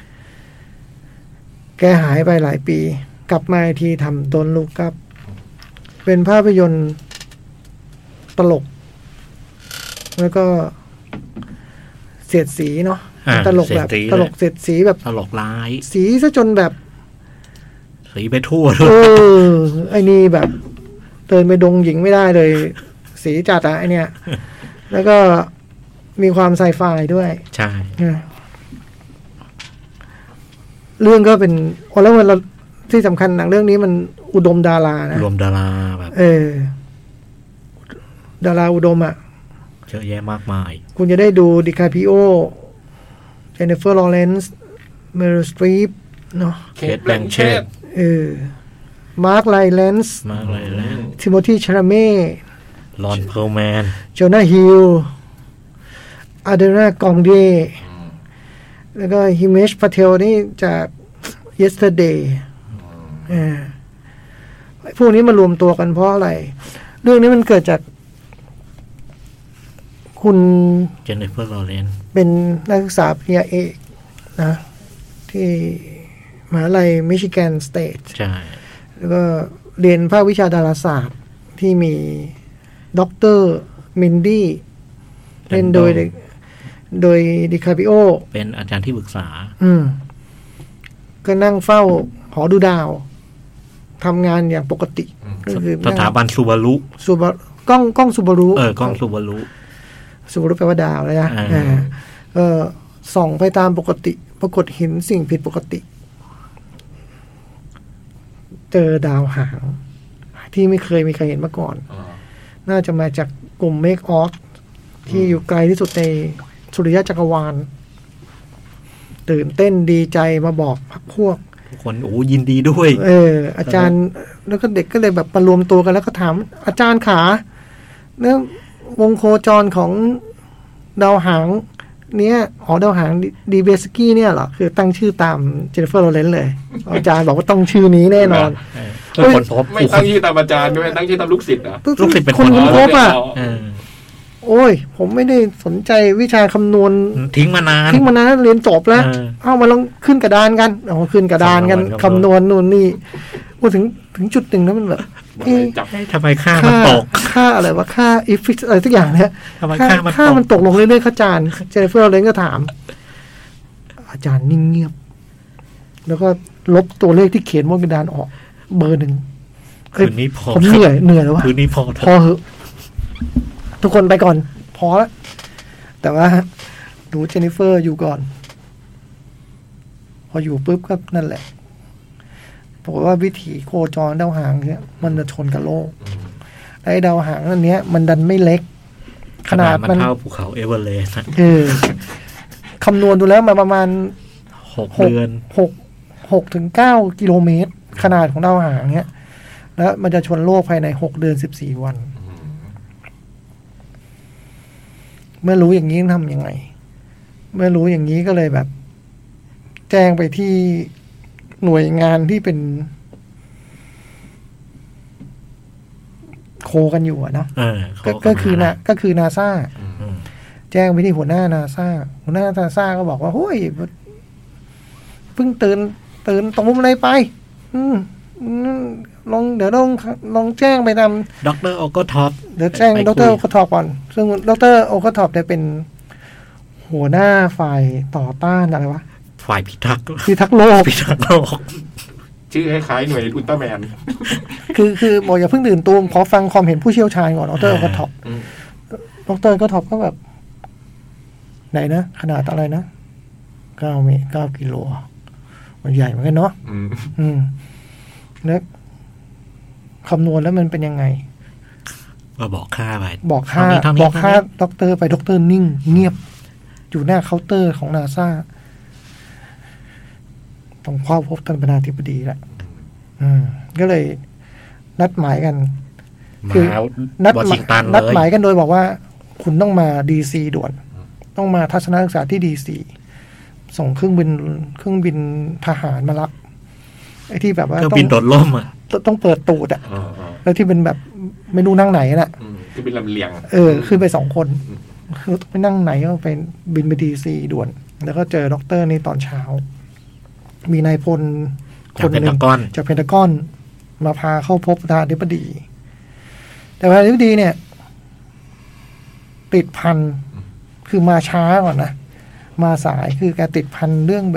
แกหายไปหลายปี กลับมาอีกทีทำต้นลูกครับ เป็นภาพยนตร์ตลก แล้วก็เสียดสีเนาะอ่าตลกแบบเสียดสีตลกเสียดสีแบบตลกร้ายสีซะจนแบบสีไปทั่วเออ ไอ้นี่แบบเดินไปดงหญิงไม่ได้เลย สีจัดอะไอเนี่ย แล้วก็มีความไซไฟด้วยใช่นะเรื่องก็เป็นโอ้แล้วมันเราที่สำคัญหนังเรื่องนี้มันอุดมดารานะรวมดาราแบบเออ ดาราอุดมอ่ะเยอะแยะมากมายคุณจะได้ดูดิคาปิโอเจนนิเฟอร์ลอเรนซ์เมริลสตรีปเนาะเค Kate ทแบงเชต Blanchett เออมาร์คไลแลนซ์มากเลยแล้วทิโมธีชาราเม่ลอนเพลแมนโจนาฮิลอาเดนากองเดแล้วก็ฮิเมชพาเทลนี่จาก yesterday อ่าพวกนี้มารวมตัวกันเพราะอะไร เรื่องนี้มันเกิดจากคุณเจนนิเฟอร์ลอเรนซ์เป็นนักศึกษาปริญญาเอกนะ ที่มหาลัยมิชิแกนสเตทใช่แล้วก็เรียนภาควิชาดาราศาสตร์ที่มีด็อกเตอร์มินดี้เล่นโดยโดยดิคาปิโอเป็นอาจารย์ที่ปรึกษาอืม ก็นั่งเฝ้าหอดูดาวทำงานอย่างปกติ ก็คือสถาบันซูบารุซูบากล้องกล้องซูบารุเออกล้องซูบารุซูบารุแปลว่าดาวเลยนะอ่าอ่าเออส่องไปตามปกติ ปรากฏเห็นสิ่งผิดปกติ เจอดาวหาง ที่ไม่เคยมีใครเห็นมาก่อนอ๋อน่าจะมาจากกลุ่มเมกออสที่อยู่ไกลที่สุดในสุริยะจักรวาล ตื่นเต้นดีใจมาบอกพรรคพวกทุกคนโอ้ยินดีด้วยเออ อาจารย์แล้วก็เด็กก็เลยแบบมารวมตัวกันแล้วก็ถาม อาจารย์ขาเนื้อวงโคจรของดาวหาง เนี้ยอ๋อดาวหางดีเบสกี้เนี่ยเหรอ คือตั้งชื่อตามเจนนิเฟอร์โรเลนซ์เลย อาจารย์บอกว่าต้องชื่อนี้แน่นอนเพื่อคนพบไม่ตั้งชื่อตามอาจารย์ด้วยตั้งชื่อตามลูกศิษย์เหรอลูกศิษย์เป็นคนคนค้นพบอ่ะเออโอ้ย ผมไม่ได้สนใจวิชาคำนวณทิ้งมานานทิ้งมานานเรียนจบแล้วเออเอามาลองขึ้นกระดานกันเอาขึ้นกระดานกันคำนวณคำนวณนู่นนี่พอถึงถึงจุดหนึ่งแล้วมันแบบบอกเลยจับเอ๊ะทำไมค่ามันตกค่าอะไรวะค่าอิฟิกอะไรสักอย่างเนี่ยทำไมค่าค่ามันค่าตกมันตกลงเรื่อยๆครับอาจารย์เจนนิเฟอร์เลนก็ถาม อาจารย์นิ่งเงียบ แล้วก็ลบตัวเลขที่เขียนบนกระดานออก เบอร์หนึ่งเฮ้ยคืนนี้พอผมเหนื่อยเหนื่อยแล้ววะคืนนี้พอเถพออะเหอะทุกคนไปก่อน พอแล้วแต่ว่าดูเจนนิเฟอร์อยู่ก่อน พออยู่ปุ๊บก็นั่นแหละบอกว่าวิถีโคจรดาวหางเนี่ยมันจะชนกับโลกไอ้ดาวหางอันเนี้ย มันดันไม่เล็กขนาดมันเท่าภูเขาเอเวอเรสต์อะเออคำนวณดูแล้วมาประมาณหกหกเดือนหกหกถึงเก้ากิโลเมตร ขนาดของดาวหางเนี้ยแล้วมันจะชนโลกภายในหกเดือนสิบสี่วันอืมเมื่อรู้อย่างนี้ทำยังไง เมื่อรู้อย่างนี้ก็เลยแบบ แจ้งไปที่หน่วยงานที่เป็นโคกันอยู่อะเนาะเออก็เขาก็คือมานะก็คือนาซาอืมแจ้งไปที่หัวหน้านาซาหัวหน้านาซาก็บอกว่าโอ้ยเพิ่งตื่นตื่นตรงอะไรไป อืมอืมลองเดี๋ยวลองลองแจ้งไปทำด็อกเตอร์โอโกท็อปเดี๋ยวแจ้งไปคุยดรโอคทอปก่อน ซึ่งดรโอคทอปเนี่ยเป็นหัวหน้าฝ่ายต่อต้านอะไรวะฝ่ายพิทักษ์พิทักษ์โลกพิทักษ์โลกชื่อคล้ายๆหน่วยอุลตร้าแมนคือคือบอกอย่าเพิ่งตื่นตูมขอฟังความเห็นผู้เชี่ยวชาญก่อนดรโอคทอปอืมดรโอคทอปก็แบบ ไหนนะ ขนาดอะไรนะเก้าเมตรเก้ากิโลมันใหญ่เหมือนกันเนาะอืมอืมแล้วคำนวณแล้วมันเป็นยังไงก็บอกค่าไปบอกค่าเท่นี้บอกค่าเท่นี้ด็อกเตอร์ไปด็อกเตอร์นิ่ง เงียบ อยู่หน้าเคาน์เตอร์ของนาซาต้องเข้าพบท่านประธานาธิบดีแหละอืม ก็เลยนัดหมายกัน คือมานัดวอหมาชิยงตันเลนัดยหมายกันโดยบอกว่า คุณต้องมาดีซีด่วน ต้องมาทัศนศึกษาที่ดีซีส่งเครื่องบินเครื่องบินทหารมารับไอ้ที่แบบว่าก็ต้อบินงโดดล่มอ่ะต้องเปิดตูดอะอ่าอ่าแล้วที่เป็นแบบไม่รู้นั่งไหนน่ะอืมคือเป็นลำเลียงเออขึ้นไปสองคนคือไปนั่งไหนก็ไปบินไปดีซีด่วน แล้วก็เจอด็อกเตอร์นี่ตอนเช้า มีนายพลคจากนเพหนนึ่ทาง กอนจากเพนทากอน มาพาเข้าพบประธานาธิบดี แต่ประธานาธิบดีเนี่ย ติดพันคือมาช้าก่อนนะ มาสายคือแกติดพันเรื่องแบบ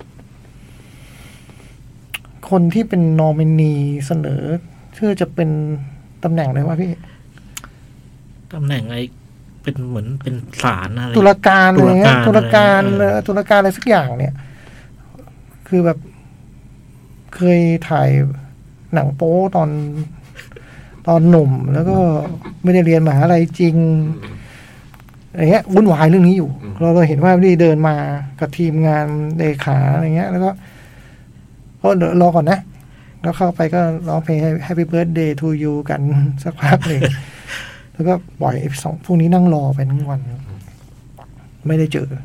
คนที่เป็นนอมินีเสนอเชื่อจะเป็นตำแหน่งเลยว่าพี่ตำแหน่งไอ้เป็นเหมือนเป็นศาลอะไรตุลาการอะไรเงี้ยตุตุลาลาการการเออตุลาการอะไรสักอย่างเนี่ย คือแบบ เคยถ่ายหนังโป๊ตอนตอนหนุ่ม แล้วก็ไม่ได้เรียนมหาลัยจริงอะไรเงี้ยวุ่นวายเรื่องนี้อยู่ เราเราเห็นว่านี่เดินมากับทีมงานเลขาอะไรเงี้ย แล้วก็ก็เดี๋ยวรอก่อนนะ แล้วเข้าไปก็ร้องเพลง Happy Birthday to you กันสักพักหนึ่ง แล้วก็ปล่อยไอ้สองพวกนี้นั่งรอไปทั้งวัน ไม่ได้เจอ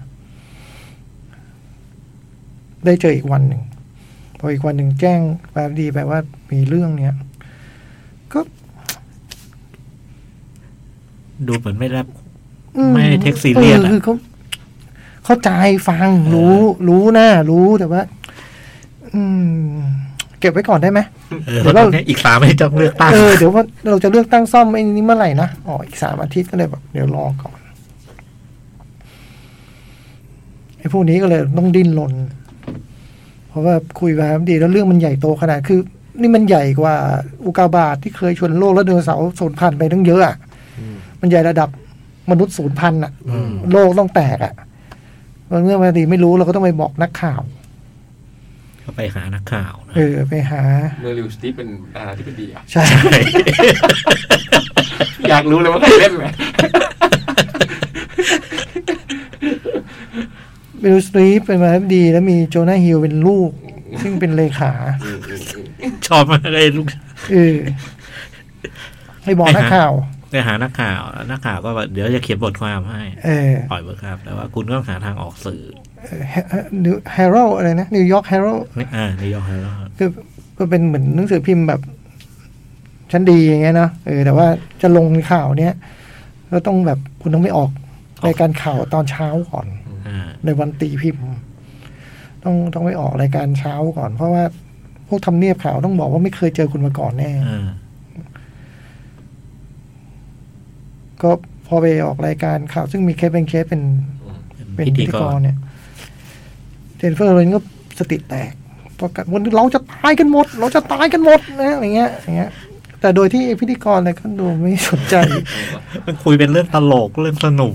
ได้เจออีกวันหนึ่ง พออีกวันหนึ่งแจ้งแปลดีไปว่ามีเรื่องเนี้ย ก็ดูเหมือนไม่รับอืไม่ได้ take serious อออะคือเขาเข้าใจฟัง รู้ รู้นะรู้แต่ว่า อืม เก็บไว้ก่อนได้ไหมเออเดี๋ยวตเราอนนี้อีกสามไม่ต้องเลือกตั้งเออเดี๋ยวว่าเราจะเลือกตั้งซ่อมไอ้นี้เมื่อไหร่นะอ๋ออีกสามอาทิตย์ก็เลยแบบเดี๋ยวรอก่อนไอ้พวกนี้ก็เลยต้องดิ้นรนเพราะว่าคุยมาดีแล้วเรื่องมันใหญ่โตขนาดคือ นี่มันใหญ่กว่าอุกกาบาตที่เคยชนโลกแล้วไดโนเสาร์สูญพันธุ์ไปตั้งเยอะอ่ะมันใหญ่ระดับมนุษย์สูญพันธุ์อ่ะอืมโลกต้องแตกอ่ะเมื่อมาดีไม่รู้เราก็ต้องไปบอกนักข่าวก็ไปหานักข่าวนะเออไปหาเมอร์ลิวสตีฟเป็นประธานาธิบดีอ่ะใช่อยากรู้เลยว่าใครเล่นไหมเบลสตรีฟเป็นมาดี แล้วมีโจนาฮิลเป็นลูก ซึ่งเป็นเลขาอืมอืมอืมชอบมากเลยลูกเออให้บอกนักข่าวไปหานักข่าวนักข่าวก็แบบเดี๋ยวจะเขียนบทความให้เออปล่อยบทความแต่ว่าคุณก็ต้องหาทางออกสื่อเฮโรอะไรนะนิวยอร์กเฮโรนี่อ่านิยอร์กไฮโลคือก็เป็นเหมือนหนังสือพิมพ์แบบ ชั้นดีอย่างเงี้ยเนาะเออแต่ว่าจะลงข่าวเนี้ยก็ต้องแบบคุณต้องไม่ออกรายการข่าวตอนเช้าก่อนอ่าในวันตีพิมพ์ ต้องต้องไปออกรายการเช้าก่อน เพราะว่าพวกทำเนียบข่าวต้องบอกว่าไม่เคยเจอคุณมาก่อนแน่อ่าก็พอไปออกรายการข่าวซึ่งมีเคสเป็นเคสเป็น เป็นพิพิธีธีกกรรเนี่ยเจนนิเฟอร์โรนก็สติแตกประกาศวันนี้เราจะตายกันหมด เราจะตายกันหมดนะอย่างเงี้ยอย่างเงี้ย แต่โดยที่พิธีกรอะไรก็ดูไม่สนใจมันคุยเป็นเรื่องตลกเรื่องสนุก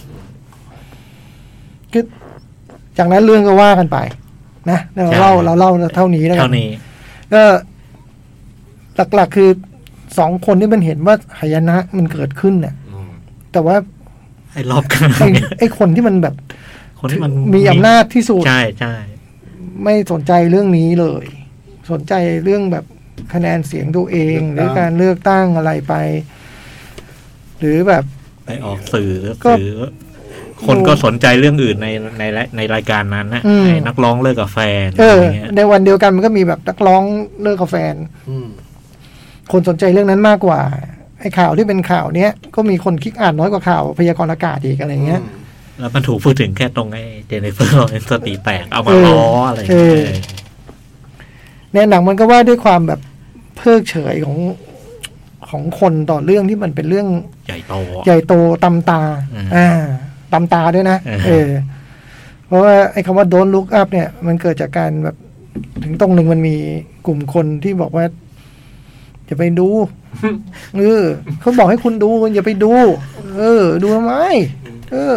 คือจากนั้นเรื่องก็ว่ากันไป นะเราเล่าเราเล่าเท่านี้แล้วกัเท่านี้ก็หลักๆคือสองคนที่มันเห็นว่าหายนะมันเกิดขึ้นเนี่ยอืมแต่ว่าไอ้รอบข้างไอ้ไอ้คนที่มันแบบคนที่มันมีอำนาจที่สุดใช่ใช่ไม่สนใจเรื่องนี้เลย สนใจเรื่องแบบคะแนนเสียงตัวเองหรือการเลือกตั้งอะไรไป หรือแบบไปออกสื่อก็สื่อคนก็สนใจเรื่องอื่นในในในรายการนั้นนะอืมไอ้นักร้องเลิกกับแฟนเออะไรอเงี้ยในวันเดียวกันมันก็มีแบบนักร้องเลิกกับแฟนอืมคนสนใจเรื่องนั้นมากกว่าไอ้ข่าวที่เป็นข่าวเนี้ยก็มีคนคลิกอ่านน้อยกว่าข่าวพยากรณ์อากาศอีกอะไรเงี้ยแล้วมันถูกพูดถึงแค่ตรงไอ้เจเนฟเฟอร์ลอเรนซ์สติแตกเอามาล้ออะไรเอเงี้อยในหนังมันก็ว่าด้วยความแบบเพิกเฉยของของคนต่อเรื่องที่มันเป็นเรื่องใหญ่โตใหญ่โตตำตาอืมอ่าตำตาด้วยนะเออเออ เพราะว่าไอ้คำว่า don't look up เนี่ย มันเกิดจากการแบบถึงตรงหนึ่งมันมีกลุ่มคนที่บอกว่าอย่าไปดู เออเขาบอกให้คุณดูคุณอย่าไปดู เออ ดูทำไม เออ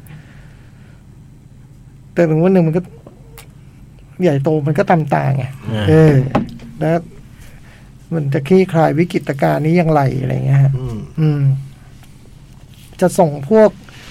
แต่ถึงวันหนึ่งมันก็ ใหญ่โตมันก็ตำตาไง เออ แล้ว มันจะคลี่คลายวิกฤตการณ์นี้อย่างไรอะไรเงี้ยฮะอืมอืม จะส่งพวก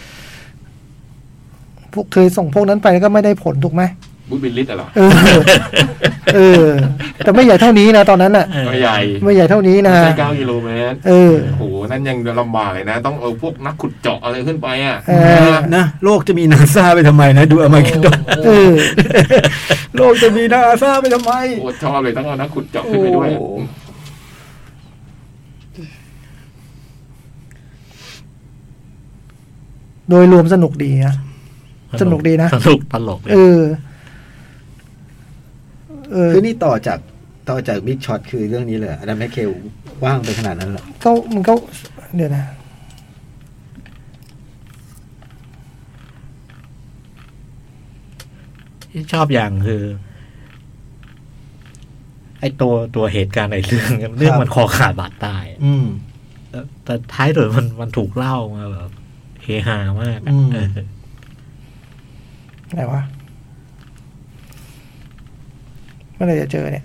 พวกเคยส่งพวกนั้นไปแล้วก็ไม่ได้ผลถูกไหมบูธบิลลิสอะเหรอเออ เออ แต่ไม่ใหญ่เท่านี้นะตอนนั้นน่ะไม่ใหญ่ไม่ใหญ่เท่านี้นะใช่เก้ากิโลเมตรเออโอ้โหนั่นยังลำบากเลยนะ ต้องเอาพวกนักขุดเจาะอะไรขึ้นไปอ่ะเออนะโลกจะมีนาซาไปทำไมนะ ดูอมาเกดอนเออโลกจะมีนาซาไปทำไมโอ้ชอบเลยต้องเอานักขุดเจาะขึ้นไปด้วยอะโอ้โดยรวมสนุกดีนะ สนุกดีนะสนุกตลกเลยเออ เออคือนี่ต่อจากต่อจากบิ๊กช็อตคือเรื่องนี้เลยอดัมแมคเคลว่างไปขนาดนั้นเหรอก็มันก็ เดี๋ยวนะที่ชอบอย่างคือ ไอ้ตัวตัวเหตุการณ์ไอ้เรื่องเรื่องมันคอขาดบาดตายอืมแต่แต่ท้ายโดยมันมันถูกเล่ามาแบบเฮฮามากอะอืมเออไหนวะเมื่อไหรจะเจอเนี่ย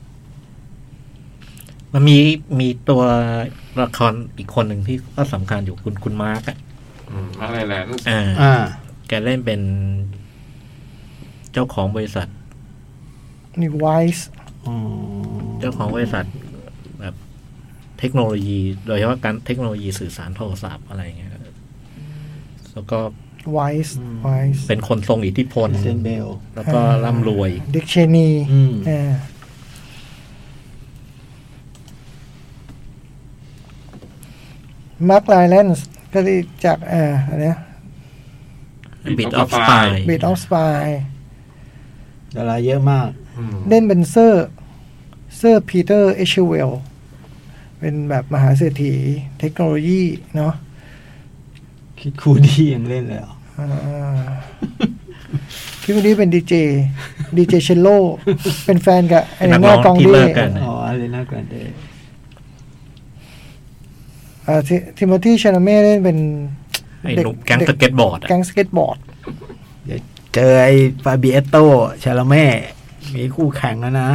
มันมีมีตัวละครอีกคนหนึ่งที่ก็สำคัญอยู่คุณคุณมาร์กอ่ะอืมอะไรแหละอ่าอ่าแกเล่นเป็นเจ้าของบริษัทนี่ไวส์อ๋อเจ้าของบริษัทแบบเทคโนโลยี โดยเฉพาะการเทคโนโลยีสื่อสารโทรศัพท์อะไรอย่างเงี้ยแล้วก็ไวส์ไวส์เป็นคนทรงอิทธิพลเซนเบลแล้วก็ร่ำรวยดิกเชนีอืมอ่ามาร์คไลแลนส์ก็ได้จากอ่าอะไรนะบิดออฟสปายเบดออฟสปายดาราเยอะมากอืมเล่นเป็นเซอร์เซอร์พีเตอร์เอชเวลเป็นแบบมหาเศรษฐีเทคโนโลยีเนาะคิดคูดี้ยังเล่นเลยเหรออ่าพี่คนนี้เป็นดีเจดีเจเชลโลเป็นแฟนกับไอ้เป็นนักหร้น้าองกองที่เด้เลิกกันอ๋ออารีนาแกรนเดอ่าทิโมธีชานาเม่เล่นเป็นไอ้หนุ่มแก๊งสเก็ตบอร์ดอะแก๊งสเก็ตบอร์ดเดี๋ยวเจอไอ้ฟาบิเอตโตชาลาเม่ มีคู่แข่งแล้วนะ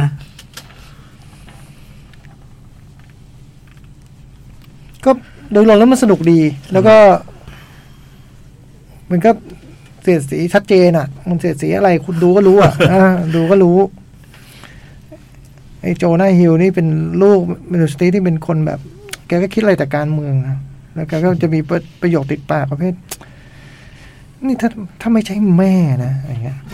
ก็โดยรวมแล้วมันสนุกดี แล้วก็ มันก็เสียดสีชัดเจนอ่ะ มันเสียดสีอะไรคุณดูก็รู้อ่ะ อ่าดูก็รู้ ไอ้โจนาฮิลนี่เป็นลูกเมนูสตีที่เป็นคนแบบ แกก็คิดอะไรแต่การเมืองนะแล้วแกก็จะมีประประโยคติดปากประเภท นี่ถ้าถ้าไม่ใช่แม่นะอะไรเงี้ย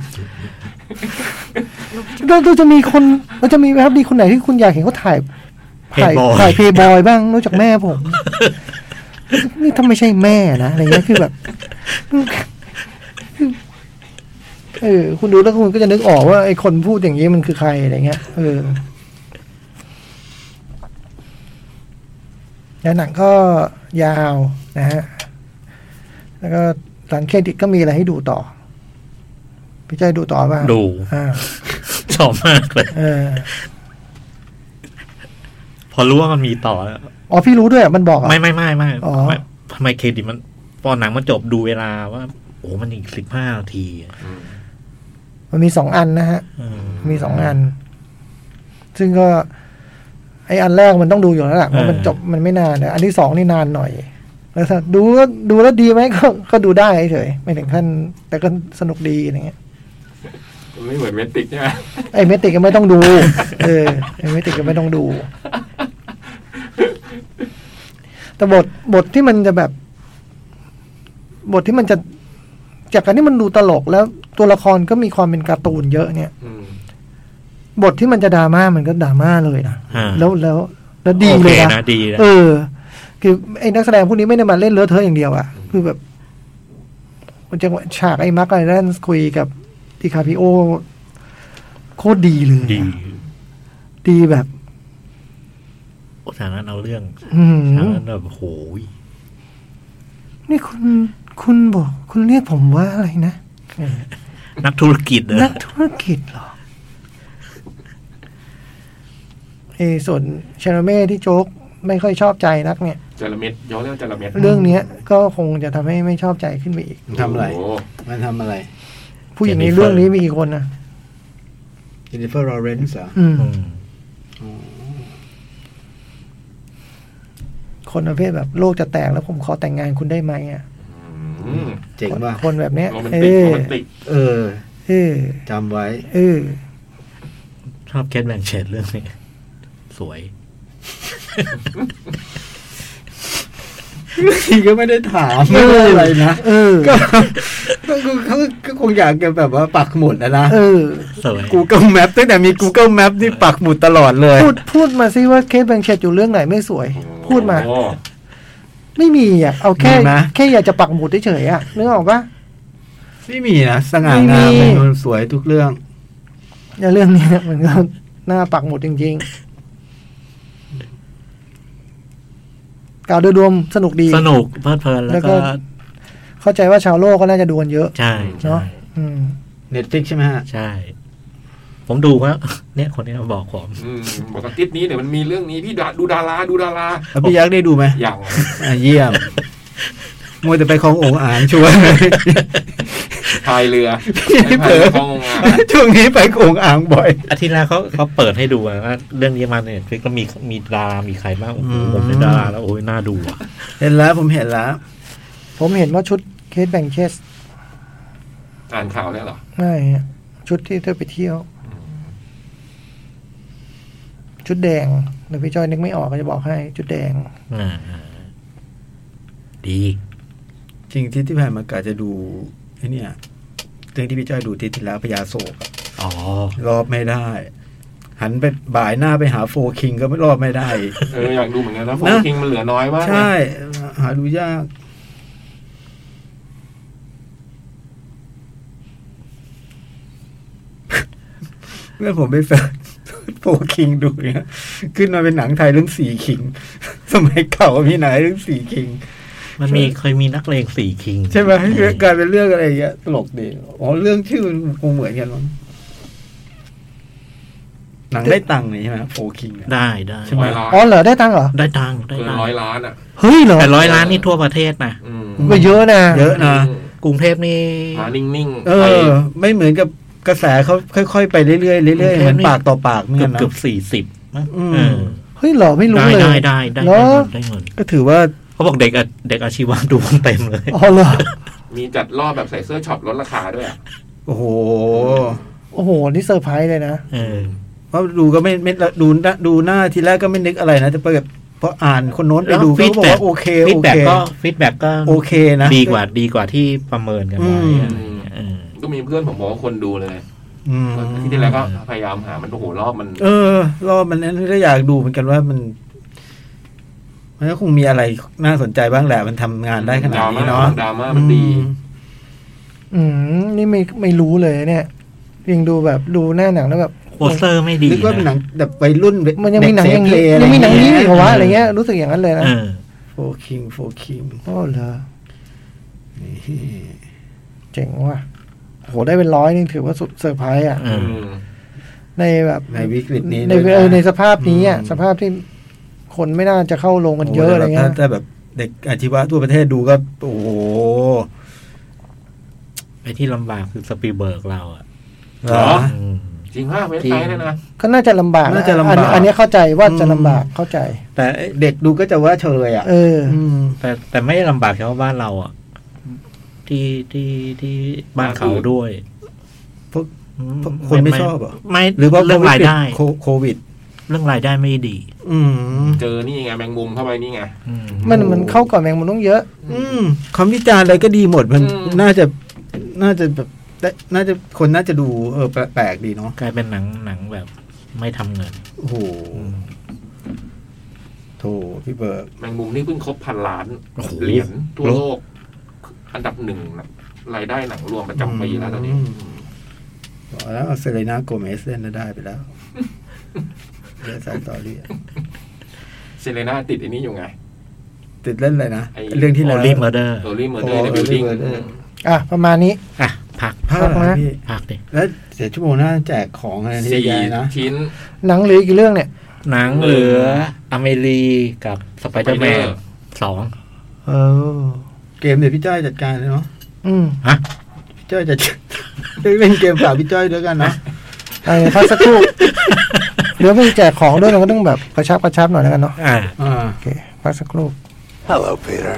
เราเราจะมีคนเราจะมีไหมครับดีคนไหนที่คุณอยากเห็นเขาถ่าย ถ่าย Playboy ถ่ายเพย์บอยบ้างนอกจากแม่ผม นี่ถ้าไม่ใช่แม่นะอะไรเงี้ยคือแบบ เออ คุณดูแล้วคุณก็จะนึกออกว่าไอ้คนพูดอย่างนี้มันคือใครอะไรเงี้ยเออแล้วหนังก็ยาวนะฮะ แล้วก็หลังเครดิตก็มีอะไรให้ดูต่อ พี่ใจดูต่อป่ะดูอ่าชอบมากเลยเออพอรู้ว่ามันมีต่ออ๋อพี่รู้ด้วยอ่ะมันบอกอ่ะไม่ไม่ไม่ไม่อ๋อไม่ทำไมเครดิตมันพอหนังมันจบดูเวลาว่า โอ้มันอีกสิบห้านาทีอะอืมมันมีสองอันนะฮะเออมีสองอัน ซึ่งก็ ไออันแรกมันต้องดูอยู่แล้วแหละเพราะมันจบมันไม่นานแต่อันที่สองนี่นานหน่อย แล้วถ้าดูก็ดูแล้วดีไหมก็ก็ดูได้เฉยไม่ถึงขั้นแต่ก็สนุกดีอะไรเงี้ยไม่เหมือนเมติกใช่ไหมไอ้เมติกก็ไม่ต้องดู เออไอ้เมติกก็ไม่ต้องดู แต่บทบทที่มันจะแบบ บทที่มันจะจากการที่มันดูตลกแล้วตัวละครก็มีความเป็นการ์ตูนเยอะเนี่ยอืมบทที่มันจะดราม่ามันก็ดราม่าเลยนะอ่าแล้วแล้วแล้วดีโอเลเคยนะนะดีนะเออ คือไอ้นักแสดงพวกนี้ไม่ได้มาเล่นเลอะเทอะอย่างเดียวอะคือแบบ มันจังหวะฉากไอ้มาร์คไอแลนส์คุยกับดิคาปิโอโคตรดีเลยดีดีแบบโอ้ฉากนั้นเอาเรื่องอืมฉากนั้นแบบโหยนี่คุณคุณบอก คุณเรียกผมว่าอะไรนะเออนักธุรกิจเลยนักธุรกิจเหรอเออส่วนชาลาเม่ที่โจ๊กไม่ค่อยชอบใจนักเนี่ยจาระเม็ดย้อนเรื่องจาระเม็ดเรื่องเนี้ยก็คงจะทำให้ไม่ชอบใจขึ้นไปอีกมันทำอะไรโมันทำอะไรผู้หญิงในเรื่องนี้มีกี่คนนะเจนนิเฟอร์ลอเรนซ์เหรออืมอืมอ๋อคนประเภทแบบโลกจะแตกแล้วผมขอแต่งงานคุณได้ไหมอ่ะอืมเจ๋งว่ะคนแบบเนี้ยโรแมนเอติกอโรแมนติกเออเออจำไว้เออชอบเคทแบงเชตเรื่องนี้สวยทีก็ไม่ได้ถามไม่ได้อะไรนะเออก็ก็ก็เขาก็คงอยากจะแบบว่าปักหมุดนะนะเออสวย Google Map ตั้งแต่มี Google Map นี่ปักหมุดตลอดเลยพูดพูดมาซิว่าเคสแบงเชตอยู่เรื่องไหนไม่สวย พูดมาโอ้ไม่มีอ่ะ เอาแค่มีไหมแค่อยากจะปักหมุดเฉยๆอ่ะนึกออกปะไม่มีนะสง่างามไม่มีเป็นคนสวยทุกเรื่องอย่างเรื่องเนี้ยมันก็น่าปักหมุดจริงๆกล่าวโดยรวมสนุกดีสนุกเพลิดเพลินแล้แล้ว วก็ก็เข้าใจว่าชาวโลกก็น่าจะดูกันเยอะใช่เนาะใช่อืม Netflix ใช่ไหมฮะใช่ ผมดูว่า เนี่ยคนนี้มาบอกผมอืมบอกว่าทิศนี้เดี๋ยวมันมีเรื่องนี้พี่ดาดูดาราดูดาราแล้วพี่ยักษ์ได้ดูไหมอย่างอ่ะเยี่ยมมัวแต่ไปคลองโองอ่างชวนพายเรือพี่เผลอคลองอ่างช่วงนี้ไปโองอ่างบ่อยอาทิตย์แรกเขาเขาเปิดให้ดูอะว่าเรื่องนี้มาเนี่ยฟิกแล้วมีมีดารามีใครบ้างโอ้โหอืมผมเป็นดาราแล้วโอ้ยน่าดูอ่ะเห็นแล้วผมเห็นแล้วผมเห็นว่าชุดเคสแบงเชสอ่านข่าวแล้วเหรอไม่ฮะชุดที่เธอไปเที่ยว ชุดแดงเดี๋ยวพี่จอยนึกไม่ออกก็จะบอกให้ ชุดแดงอ่าดีจริงที่ที่ผ่านมากะจะดูไอ้เนี่ยเรื่องที่พี่จ้อยดูที่ที่แล้วพญาโศกอะอ๋อรอบไม่ได้ หันไปบ่ายหน้าไปหาโฟคิงก็ไม่รอบไม่ได้เอออยากดูเหมือนกันนะโฟนะคิงมันเหลือน้อยมากนะใช่ หาดูยาก เมื่อผมไปเสิร์ชโฟคิงดูเนี่ยขึ้นมาเป็นหนังไทยเรื่องสี่คิง สมัยเก่ามีหนังเรื่องสี่คิงมันมีเคยมีนักเลงสี่คิงใช่ไหมกลายเป็นเรื่องอะไรอย่างเงี้ยตลกดีอ๋อเรื่องชื่อมันคงเหมือนกันมั้งหนังได้ตังค์นี่ใช่ไหมโฟคิงได้ได้ใช่ไหมร้อยล้านอ๋อเหรอได้ตังค์เหรอได้ตังค์ได้เกินตังค์ร้อยล้านอ่ะเฮ้ยเหรอแต่ร้อยล้านนี่ทั่วประเทศนะอืมก็เยอะนะเยอะนะกรุงเทพนี่มานิ่งๆเอไปอ ไม่เหมือนกับกระแสเขาค่อยๆไปเรื่อยๆเรื่อยๆเหมือนปากต่อปากเหมือนเกืกัอบนนะเกือบสี่สิบมั้งอืมเออเฮ้ยเหรอไม่รู้ได้เลยได้ได้ได้เหรอได้เงินก็ถือว่าเขาบอกเด็กอะเด็กอาชีวะดูกันเต็มเลยอ๋อเหรอมีจัดรอบแบบใส่เสื้อช็อปลดราคาด้วยอ่ะโอ้โหโอ้โหนี่เซอร์ไพรส์เลยนะเออเพราะดูก็ไม่ไม่ดูหน้าดูหน้าทีแรกก็ไม่นึกอะไรนะแต่พอแบบพออ่านคนโน้นไปดูเขาบอกว่าโอเคฟีโอดแบ็เคกก็ฟีดแบ็กก็โอเคนะดีกว่าดีกว่าที่ประเมินกันไว้อืมอะไรอย่างเงี้ยเออก็มีเพื่อนผมบอกว่าคนดูเลยอืมที่ที่แล้วก็พยายามหามันโอ้โหรอบมันเออ รอบมันนั้นก็อยากดูเหมือนกันว่ามัน มันก็คงมีอะไรน่าสนใจบ้างแหละ มันทำงานได้ขนาดนี้เนาะดราม่ามันดีอืมนี่ไม่ไม่รู้เลยเนี่ยยังดูแบบดูหน้าหนังแล้วแบบโปสเตอร์ไม่ดีนึกว่าเป็นหนังแบบวัยรุ่นมันยังมีหนังอย่างนี้เด็กเสเพลยังมีหนังนี้ะไรอีกเหรอวะอะไรเงี้ยรู้สึกอย่างนั้นเลยนะเออโฟคิงโฟคิงโอ้เหรอเจ๋งว่ะโหได้เป็นร้อยนี่ถือว่าสุดเซอร์ไพรส์อ่ะเอออืมในแบบในวิกฤตนี้ในด้วยะเออในสภาพนี้อ่ะอืมสภาพที่คนไม่น่าจะเข้าลงกันเยอะอะไรเงี้ยถ้าถ้าแบบเด็กอาชีวะทั่วประเทศดูก็ โอ้โหไอ้ที่ลำบากคือสปีลเบิร์กเราอ่ะเหรออืมจริงมากเว็บไซต์เนี่ยนะก็น่าจะลำบากน่าจะลำบากอันอันนี้เข้าใจว่าจะอืมลำบากเข้าใจแต่เด็กดูก็จะว่าเชยอ่ะเออมแต่แต่ไม่ได้ลำบากเฉพาะบ้านเราอ่ะ ที่ที่ที่บ้านเขาด้วยพวกคนไม่ชอบเหรอไม่หรือว่าเรื่องรายได้โคโควิดเรื่องรายได้ไม่ดีอืมเจอนี่ไงแมงมุมเข้าไปนี่ไงอืมมันมันเข้าก่อนแมงมันต้องเยอะอืมคำวิจารณ์อะไรก็ดีหมดมันอืมน่าจะน่าจะแบบได้น่าจะคนน่าจะดูเออแปลกๆดีเนาะกลายเป็นหนังหนังแบบไม่ทำเงินโอ้โหโถพี่เบิร์กแมงมุมนี่เพิ่งครบพันล้านโอ้โหเหรียญทั่วโลก อันดับหนึ่งนะรายได้หนังรวมประจำปีแล้วตอนนี้บอกแล้วเอาเซเลน่าโกเมสเล่นแล้วได้ไปแล้วเรื่องสายต่อเรียเซเลน่าติดไอ้นี่อยู่ไงติดเล่นอะไรนะไอ้เรื่องที่แล้ว Only Murder เออรี่เมอร์เดอร์ในบิลดิ้ง Early Murder อ่ะประมาณนี้อ่ะพักภาคอะไรพี่พักดิแล้วเสียชั่วโมงหน้าแจกของอะไรที่สี่ใหญ่นะชิ้นหนังเหลือกี่เรื่องเนี่ยหนังเหลืออเมรีกับสไปเดอร์แมน Spider สองเออเกมเดี๋ยวพี่จ้อยจัดการเลยเนาะอืมฮะพี่จ้อยจัด เล่นเกมฝากพี่จ้อยด้วยกันนะไอ้พักสักครู่ เดี๋ยวมีแจกของด้วยเราก็ต้องแบบกระชับกระชับหน่อยแล้วกันเนาะอ่าอ่าโอเคพักสักครู่ Hello, Peter.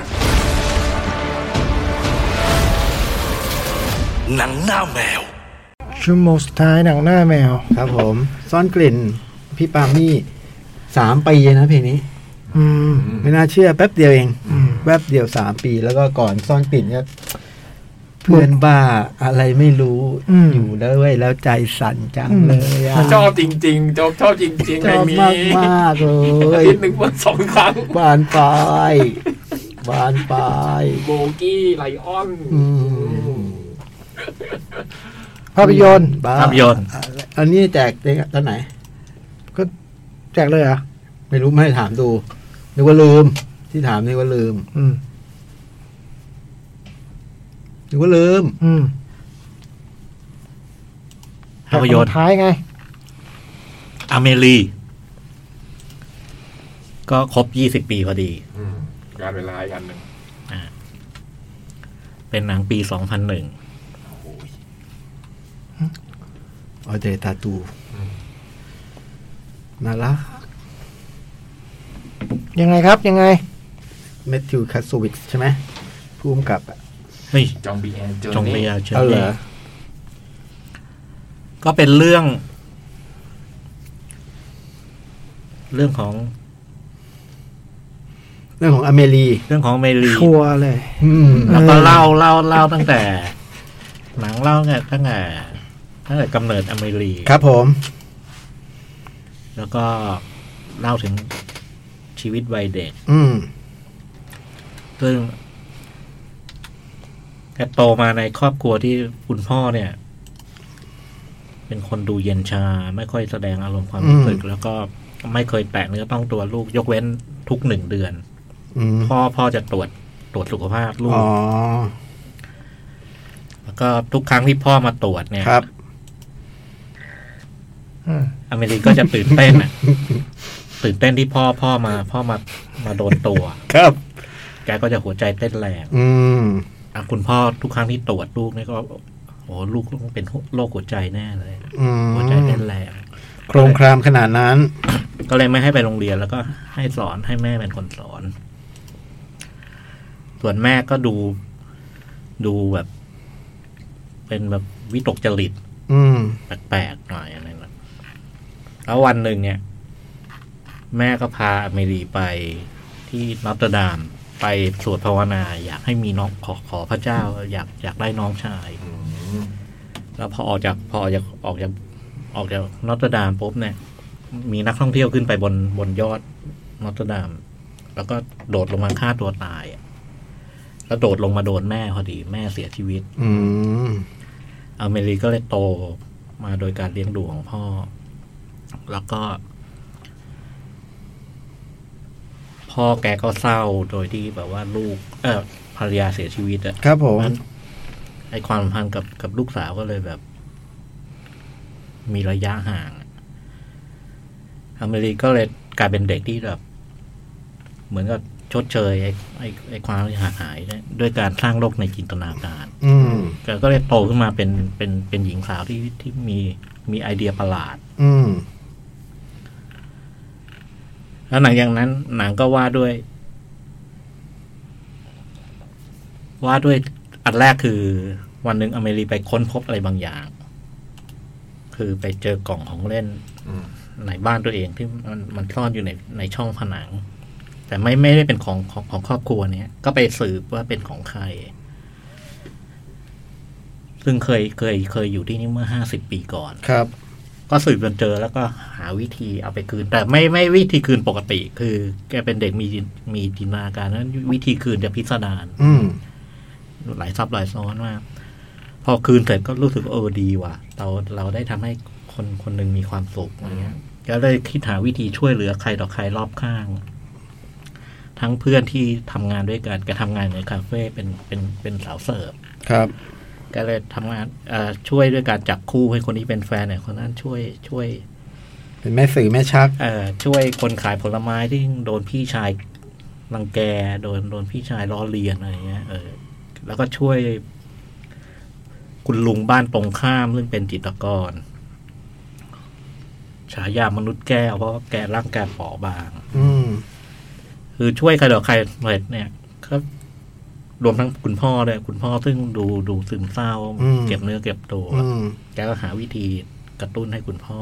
หนังหน้าแมวชั่วโมงสุดท้ายหนังหน้าแมวครับผม ซ่อนกลิ่นพี่ปามี่สามปีนะเพลงนี้อืมไม่น่าเชื่อแป๊บเดียวเองแป๊บเดียวสามปีแล้วก็ก่อนซ่อนกลิ่นก็เพื่อนบ้าอะไรไม่รู้อืมอยู่แล้วเว้ยแล้วใจสั่นจังเลยอะชอบจริงๆชอบชอบจริงๆชอบในมากนี้มากๆเลอาย ทิตย์หนึ่งวันสองครั้งบานปลายบานปลายโบกี้ไลออนอืมภาพยนตร์บ้ภาพยนตร์อันนี้แจกตอนไหนแจกเลยเหรอ่ะไม่รู้ไม่ถามดูนึกว่าลืม ที่ถามนึกว่าลืมอืมนึกว่าลืมอืมภาพยนตร์ท้ายไงอเมรีก็ครบยี่สิบปีพอดีอืมการเวลาอีกอันหนึ่งเป็นหนังปีสองพันหนึ่งออเดตาตูน่ารักยังไงครับยังไงเมทธิวคาสโซวิชใช่ไหมผู้กำกับอะเฮ้ยจองบีแอนเจอจงนี่เบียร์เชอเอาร์เหรนี่อก็เป็นเรื่อง เรื่องของเรื่องของอเมรีเรื่องของอเมรีชัวร์เลยอืมแล้วก็เล่าเล่าเล่าตั้งแต่ หนังเล่าตั้งแต่ตั้งแต่ตั้งแต่กำเนิดอเมรีครับผมแล้วก็เล่าถึงชีวิตวัยเด็กอืมซึ่งแกโตมาในครอบครัวที่คุณพ่อเนี่ย เป็นคนดูเย็นชา ไม่ค่อยแสดงอารมณ์ความรู้สึก แล้วก็ไม่เคยแตะเนื้อต้องตัวลูก ยกเว้นทุกหนึ่งเดือนอืมพ่อพ่อจะตรวจตรวจสุขภาพลูอ๋กอแล้วก็ทุกครั้งที่พ่อมาตรวจเนี่ยครับอืมอเมริกก็จะตื่นเต้นอ่ะ ตื่นเต้นที่พ่อพ่อมา พ่อมามาโดนตัวครับแกก็จะหัวใจเต้นแรงอืมอ่ะคุณพ่อทุกครั้งที่ตรวจลูกเนี่ยก็โอ้ลูกต้องเป็นโรคหัวใจแน่เลยอืมหัวใจเต้นแรงโครงครามขนาดนั้นก็เลยไม่ให้ไปโรงเรียนแล้วก็ให้สอนให้แม่เป็นคนสอน ส่วนแม่ก็ดูดูแบบ เป็นแบบวิตกจริตอืมแปลกๆหน่อยอะไรแบบแล้ววันหนึ่งเนี่ย แม่ก็พาอเมรีไปที่นอตเตอร์ดามไปสวดภาวนา อยากให้มีน้องขอขอพระเจ้า อยากอยากได้น้องชายอืมแล้วพอออกจากพอออกจากออกจากออกจากนอตเตอร์ดามปุ๊บเนี่ย มีนักท่องเที่ยวขึ้นไปบนบนยอดนอตเตอร์ดามแล้วก็โดดลงมาฆ่าตัวตายอะแล้วโดดลงมาโดนแม่พอดีแม่เสียชีวิตอืมอเมริก็เลยโตมาโดยการเลี้ยงดูของพ่อ แล้วก็ พ่อแกก็เศร้าโดยที่แบบว่าลูก เออภรรยาเสียชีวิตอะครับผมนั้นไอความสัมพันธ์กับกับลูกสาวก็เลยแบบ มีระยะห่างอเมริก็เลยกลายเป็นเด็กที่แบบ เหมือนกับชดเชยไอไอไอความที่หายหายเนี่ยด้วยการสร้างโลกในจินตนาการอืมแกก็เลยโตขึ้นมาเป็นเป็นเป็นหญิงสาวที่ที่มีมีไอเดียประหลาดอืมแล้วหนังอย่างนั้น หนังก็ว่าด้วย ว่าด้วยอันแรกคือ วันหนึ่งอเมริไปค้นพบอะไรบางอย่างคือไปเจอกล่องของเล่นอืมในบ้านตัวเองที่มันมันซ่อนอยู่ในในช่องผนัง แต่ไม่ไม่ได้เป็นของของของครอบครัวเนี้ยก็ไปสืบว่าเป็นของใคร ซึ่งเคยเคยเคยอยู่ที่นี่เมื่อห้าสิบปีก่อนครับก็สืบจนเจอแล้วก็หาวิธีเอาไปคืน แต่ไม่ไม่วิธีคืนปกติ คือแกเป็นเด็กมีมีจินตนาการนั้นวิธีคืนจะพิสดารอืมหลายซับหลายซ้อนมากพอคืนเสร็จก็รู้สึกเออดีว่ะ เราเราได้ทำให้คนคนหนึ่งมีความสุขอะไรเงี้ยก็เลยคิดหาวิธีช่วยเหลือใครต่อใครรอบข้าง ทั้งเพื่อนที่ทำงานด้วยกันแกทำงานในคาเฟ่เป็นเป็นเป็นสาวเสิร์ฟครับก็เลยทำงานเอ่อช่วยด้วยการจับคู่ให้คนที่เป็นแฟนเนี่ยคนนั้นช่วยช่วยเป็นแม่สื่อแม่ชักเอ่อช่วยคนขายผลไม้ที่โดนพี่ชายรังแกโดนโดนพี่ชายล้อเลียนอะไรเงี้ยเออแล้วก็ช่วยคุณลุงบ้านตรงข้ามซึ่งเป็นจิตรกรฉายามนุษย์แก้วเพราะว่าแกร่างกายเปราะบางอืมคือช่วยใครต่อใครเสร็จเนี่ยก็รวมทั้งคุณพ่อเลยคุณพ่อซึ่งดูดูซึมเศร้าอืมเก็บเนื้อเก็บตัวอืมแกก็หาวิธีกระตุ้นให้คุณพ่อ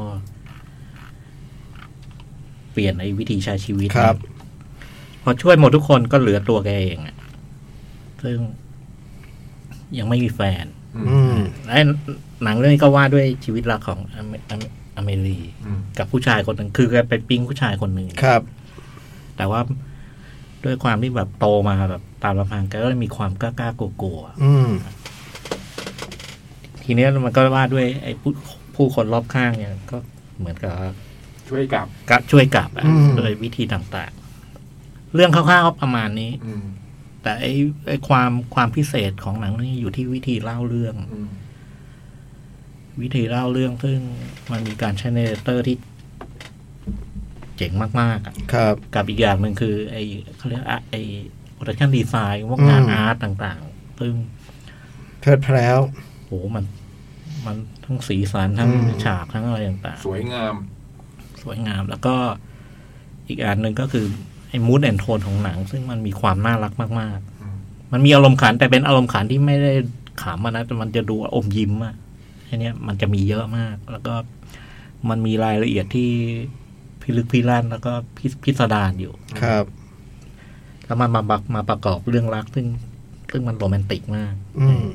เปลี่ยนไอ้วิธีใช้ชีวิตครับพอช่วยหมดทุกคนก็เหลือตัวแกเองอะซึ่งยังไม่มีแฟนอืมและหนังเรื่องนี้ก็ว่าด้วยชีวิตรักของอเมอเมอเมรีอืมกับผู้ชายคนหนึ่งคือแกไปปิ๊งผู้ชายคนหนึ่งครับแต่ว่าด้วยความที่แบบโตมาแบบตามลำพังแกก็เลยมีความกล้ากล้ากลัวอืมๆทีนี้มันก็ว่าด้วยไอ้ผู้ผู้คนรอบข้างเนี่ยก็เหมือนกับช่วยกลับก็ช่วยกลับอะอืมโดยวิธีต่างๆ เรื่องคร่าวๆก็ประมาณนี้อืมแต่ไอ้ไอ้ความความพิเศษของหนังนี่อยู่ที่วิธีเล่าเรื่องอืมวิธีเล่าเรื่องซึ่งมันมีการใช้เนเรเตอร์ที่เจ๋งมากๆอะครับกับอีกอย่างหนึ่งคือ ไอ้เขาเรียกอะไอ้โปรดักชันดีไซน์พวกงานอืมอาร์ตต่างๆ ซึ่งเพลิดเพลินโหมัน มันทั้งสีสันทั้งอืมฉากทั้งอะไรต่างสวยงามๆ สวยงาม แล้วก็อีกอันหนึ่งก็คือไอ้มูดแอนโทนของหนัง ซึ่งมันมีความน่ารักมากอืมๆ มันมีอารมณ์ขันแต่เป็นอารมณ์ขันที่ไม่ได้ขำอะนะแต่มันจะดูอมยิ้มอะไอ้เนี้ยมันจะมีเยอะมาก แล้วก็มันมีรายละเอียดที่พิลึกพิลั่นแล้วก็พิพิสดารอยู่ครับแล้วมันมาบักมาประกอบเรื่องรักซึ่งซึ่งมันโรแมนติกมากอืม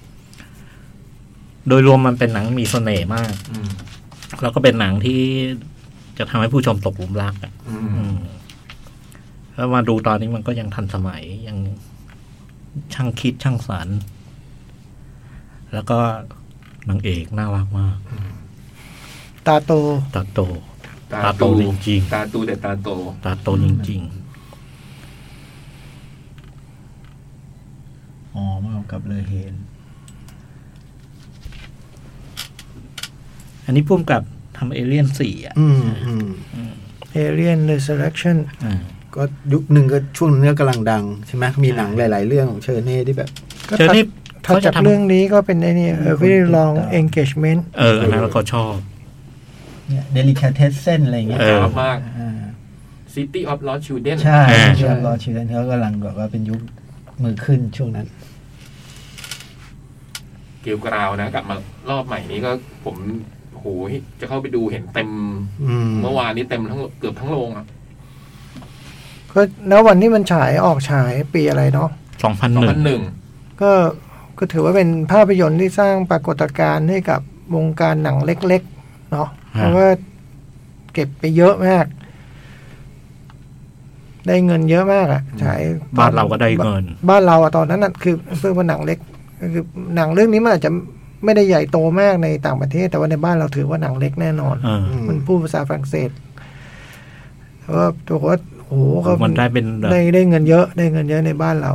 โดยรวมมันเป็นหนังมีเสน่ห์มากอืมแล้วก็เป็นหนังที่จะทำให้ผู้ชมตกหลุมรักอ่ะอือืมมแล้วมาดูตอนนี้มันก็ยังทันสมัยยังช่างคิดช่างสรรแล้วก็นางเอกน่ารักมากตาโตตาโตตาตาโตตูจริงตาตูแต่ตาโตๆตาโตจริงอ๋อมากับเลอเฮนๆ อันนี้พุ่มกับทำเอเลี่ยนสี่อ่ะอืม อืม Alien Resurrection อ่าก็ยุคหนึ่งก็ช่วงนี้ก็กำลังดังใช่ไหมมีหนังหลาย ๆ เรื่องของเชอร์เน่ที่แบบก็เจอที่ถ้าเขาจาจะกทำเรื่องนี้ก็เป็นไอ้นี่ Very Long Engagement เออ อันนั้นเราก็ชอบเนี่ยเดลิคาเทสเซนอะไรเงี้ยเออชอบมากอ่า City of Lost Children ใช่อ่าใช่รอชื่อเขากำลังแบบว่าเป็นยุคมือขึ้นช่วงนั้นเกลียวกราวนะ กลับมารอบใหม่นี้ก็ผมโหยจะเข้าไปดูเห็นเต็มอืมเมื่อวานนี้เต็มทั้งเกือบทั้งโรงอ่ะก็แล้ววันที่มันฉายออกฉายปีอะไรเนาะสองพันสอหงนึ่พังนหนึ่งก็ก็ถือว่าเป็นภาพยนตร์ที่สร้างปรากฏการณ์ให้กับวงการหนังเล็กๆ เนาะเพราะว่าเก็บไปเยอะมาก ได้เงินเยอะมากอะฉายบ้านเราก็ได้เงินบ้านเราอะตอนนั้นอะคือเพื่อว่าหนังเล็กก็คือหนังเรื่องนี้มันอาจจะไม่ได้ใหญ่โตมากในต่างประเทศ แต่ว่าในบ้านเราถือว่าหนังเล็กแน่นอนเออมันพูดภาษาฝรั่งเศสแต่ว่าตัวว่าโอ้โหก็มันได้เป็นแบบได้ได้เงินเยอะ ได้เงินเยอะในบ้านเรา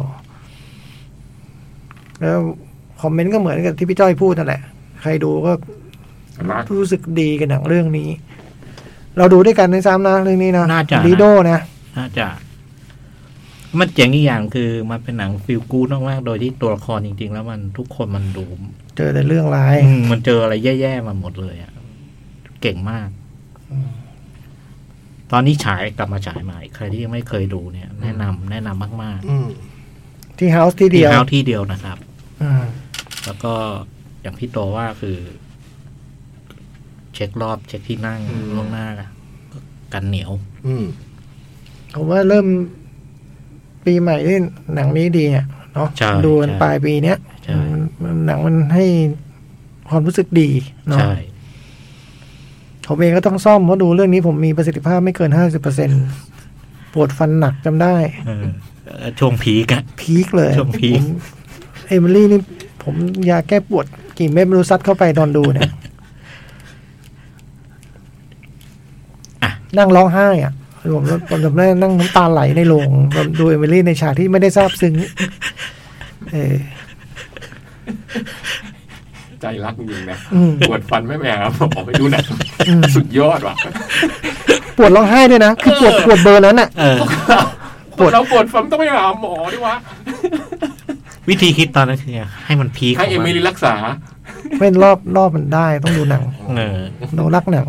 แล้วคอมเมนต์ก็เหมือนกับที่พี่จ้อยพูดนั่นแหละ ใครดูก็รักรู้สึกดีกับหนังเรื่องนี้ เราดูด้วยกันในซ้ำนะเรื่องนี้นะน่าจะลีโดนะน่าจะ มันเจ๋งอีกอย่างคือมันเป็นหนังฟิลกู๊ดมากๆโดยที่ตัวละครจริงๆ แล้วมันทุกคนมันดูเจอแต่เรื่องร้ายอืมมันเจออะไรแย่ๆมาหมดเลยอ่ะ เก่งมาก ตอนนี้ฉายกลับมาฉายใหม่ ใครที่ยังไม่เคยดูเนี่ย แนะนำแนะนำมากอืมที่เฮาส์ที่ๆเดีที่ยวเฮาที่เดียวนะครับอืมแล้วก็อย่างที่โตว่าคือเช็ครอบเช็คที่นั่งล่วงหน้ากันเหนียวอืมผมว่าเริ่มปีใหม่ที่หนังนี้ดีอ่ะเนาะดูกันปลายปีเนี้ยหนังมันให้ความรู้สึกดีเนาะใช่ผมเองก็ต้องซ่อมเพราะดูเรื่องนี้ผมมีประสิทธิภาพไม่เกินห้าสิบเปอร์เซ็นปวดฟันหนักจำได้ช่วงพีกอะพีกเลยช่วงพีกเอมิลี่นี่ผมยาแก้ปวดกี่เม็ดไม่รู้ซัดเข้าไปตอนดูเนี่ยนั่งร้องไห้อ่ะผมผมจำได้นั่งน้ำตาไหลในโรงดูเอมิลี่ในฉากที่ไม่ได้ซาบซึ้งเออใจรักจริงนะปวดฟันไม่แม่ครับออกไปดูหนังสุดยอดว่ะปวดร้องไห้ด้วยนะคือปวดปวดเบอร์นั้นอ่ะปวดเราปวดฟันต้องไปหาหมอดิวะวิธีคิดตอนนั้นคือให้มันพีคให้เอมิลี่รักษาไม่รอบรอบมันได้ต้องดูหนังเรารักหนัง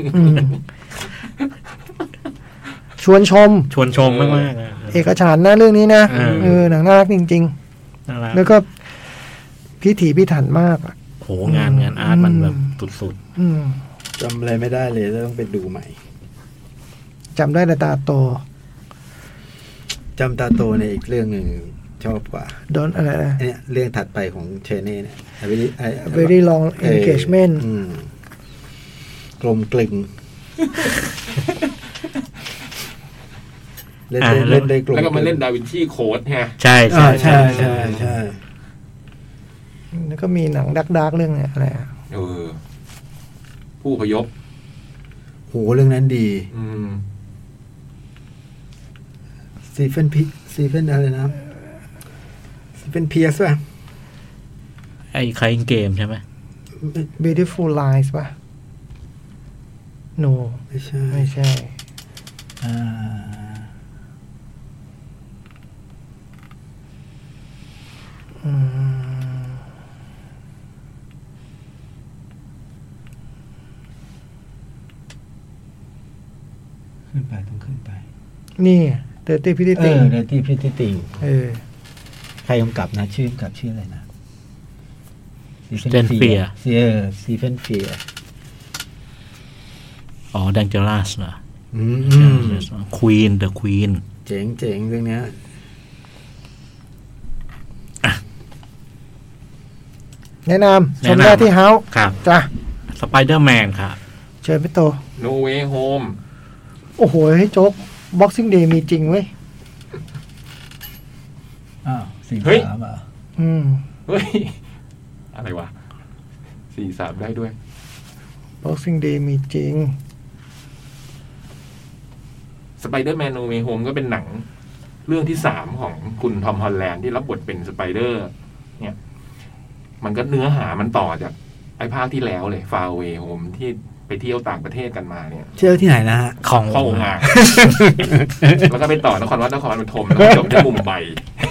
ชวนชมชวนชมมากมากเอกฉันท์นะเรื่องนี้นะเออหนังน่ารักจริงๆแล้วก็พิถีพิถันมากโหงานงานอาร์ตมันแบบสุดๆจำอะไรไม่ได้เลยต้องไปดูใหม่จำได้แต่ตาโตจำตาโตในอีกเรื่องหนึ่งชอบกว่าโดนอะไรนะเนี่ยเรื่องถัดไปของเชเน่เนี่ย very long engagement กลมกลึงเล่นเล่นได้กลมแล้วก็มาเล่นดาวินชีโค้ดฮะใช่ใช่ใช่ใช่ใช่แล้วก็มีหนังดักดักเรื่องอะไรเออผู้พยพโหเรื่องนั้นดีอืมซีเฟนพีซีเฟนอะไรนะซีเฟนเพียสป่ะไอ้ใครเกมใช่ไหม Beautiful Lies ป่ะ No ไม่ใช่ไม่ใช่อ่าอืมขึ้นไปต้องขึ้นไปนี่เดอร์ตี้พิธีติงเออเดอร์ตี้พิธีติงเออใครกำกับนะชื่อกำกับชื่ออะไรนะสเตนเฟียเซียซีเฟนเฟียอ๋อดังเจลัสนะอืมควีนเดอะควีนเจ๋งเจ๋งเรื่องนี้แนะนำชมได้ที่เฮาส์ครับจ้ะสไปเดอร์แมนครับเชิญพี่โต No Way Home โอ้โหให้โจ๊ก Boxing Day มีจริงเว้ยอ้าวสี่สามอ่ะอืมเฮ้ยอะไรวะสี่สามได้ด้วย Boxing Day มีจริง Spider-Man No Way Home ก็เป็นหนังเรื่องที่สามของคุณทอมฮอลแลนด์ที่รับบทเป็นสไปเดอร์เนี่ยมันก็เนื้อหามันต่อจากไอ้ภาคที่แล้วเลย Far Away Home ที่ไปเที่ยวต่างประเทศกันมาเนี่ยเที่ยวที่ไหนนะฮะของข้องอ่างแล้วก็ไปต่อนครวัดนครปฐมแล้วก็จบที่มุมไบ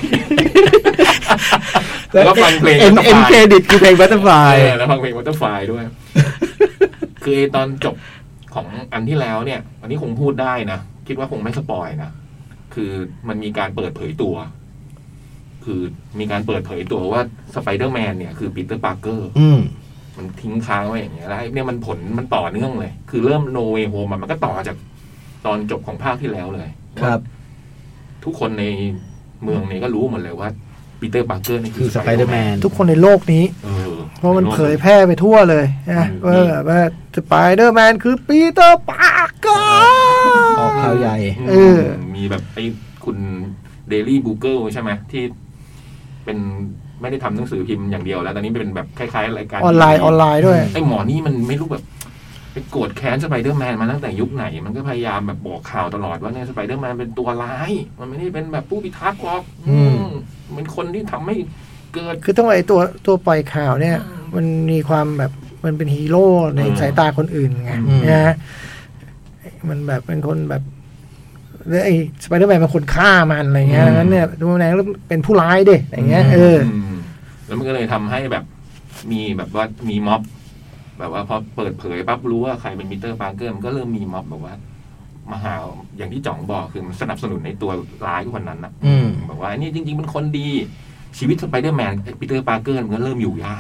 แล้วก็ฟังเพลงเอ็นเครดิตคือเพลง Butterfly แล้วฟังเพลง Butterfly ด้วยคือตอนจบของอันที่แล้วเนี่ยอันนี้คงพูดได้นะคิดว่าคงไม่สปอยนะคือมันมีการเปิดเผยตัวคือมีการเปิดเผยตัวว่าสไปเดอร์แมนเนี่ยคือปีเตอร์ปาร์เกอร์มันทิ้งค้างไว้อย่างเงี้ยแล้วเนี่ยมันผลมันต่อเนื่องเลยคือเริ่มโนเวโฮมมันก็ต่อจากตอนจบของภาคที่แล้วเลยครับทุกคนในเมืองนี้ก็รู้หมดเลยว่าปีเตอร์ปาร์เกอร์นี่คือสไปเดอร์แมนทุกคนในโลกนี้เพราะมันเผยแพร่ไปทั่วเลยนะว่าแบบว่าสไปเดอร์แมนคือปีเตอร์ปาร์เกอร์ออกข่าวใหญ่เออมีแบบไอ้คุณเดลี่บูเกิลใช่ไหมที่เป็นไม่ได้ทำหนังสือพิมพ์อย่างเดียวแล้วตอนนี้เป็นแบบคล้ายๆรายการออนไลน์ออนไลน์ด้วยไอ้หมอนี่มันไม่รู้แบบไปโกรธแค้นสไปเดอร์แมนมาตั้งแต่ยุคไหนมันก็พยายามแบบบอกข่าวตลอดว่าเนี่ยสไปเดอร์แมนเป็นตัวร้ายมันไม่ได้เป็นแบบผู้พิทักษ์หรอกเป็นคนที่ทำให้เกิดคือต้องไอ้ตัวตัวปล่อยข่าวเนี่ยมันมีความแบบมันเป็นฮีโร่ในสายตาคนอื่นไงนะมันแบบเป็นคนแบบแล้วไอ้สไปเดอร์แมนเป็นคนฆ่ามันอะไรเงี้ยงั้นเนี่ยดูแลแล้วเป็นผู้ร้ายเด้อย่างเงี้ยเออแล้วมันก็เลยทำให้แบบมีแบบว่ามีม็อบแบบว่าพอเปิดเผยปั๊บรู้ว่าใครเป็นปีเตอร์ปาร์เกอร์มันก็เริ่มมีม็อบแบบว่ามาหาอย่างที่จ่องบอกคือมันสนับสนุนในตัวร้ายคนนั้นนะบอกว่านี่จริงๆเป็นคนดีชีวิตสไปเดอร์แมนปีเตอร์ปาร์เกอร์มันก็เริ่มอยู่ยาก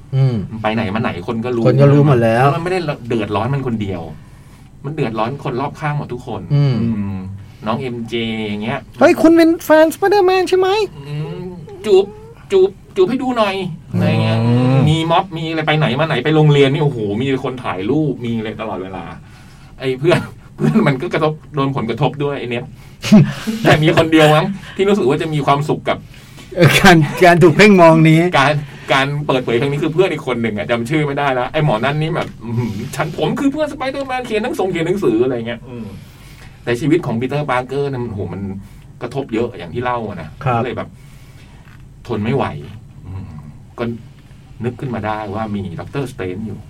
อืมไปไหนมาไหนคนก็รู้คนก็รู้หมดแล้วมันไม่ได้เดือดร้อนมันคนเดียว มันเดือดร้อนคนรอบข้างหมดทุกคนอืมอืมน้องเอ็มเจอย่างเงี้ยเฮ้ยคุณเป็นแฟนสไปเดอร์แมนใช่ไหมอืมจูบจูบจูบให้ดูหน่อยอะไรเงี้ยมีม็อบมีอะไรไปไหนมาไหนไปโรงเรียนนี่โอ้โหมีคนถ่ายรูปมีอะไรตลอดเวลา ไอ้เพื่อนเพื่อนมันก็กระทบโดนผลกระทบด้วยไอ้เนี้ย แต่มีคนเดียวมั้งที่รู้สึกว่าจะมีความสุขกับเออการการถูกเพ่งมองนี้การการเปิดเผยครั้งนี้คือเพื่อนอีกคนหนึ่งอะจำชื่อไม่ได้แล้วไอ้หมอนั่นนี่แบบอื้อหือฉันผมคือเพื่อนสไปเดอร์แมนเขียนหนังส่งเขียนหนังสืออะไรเงี้ยอืมแต่ชีวิตของปีเตอร์ปาร์เกอร์เนี่ยมันโหมันกระทบเยอะอย่างที่เล่าอะนะครับ ก็เลยแบบ ทนไม่ไหวอืมก็นึกขึ้นมาได้ว่ามีด็อกเตอร์สเตนอยู่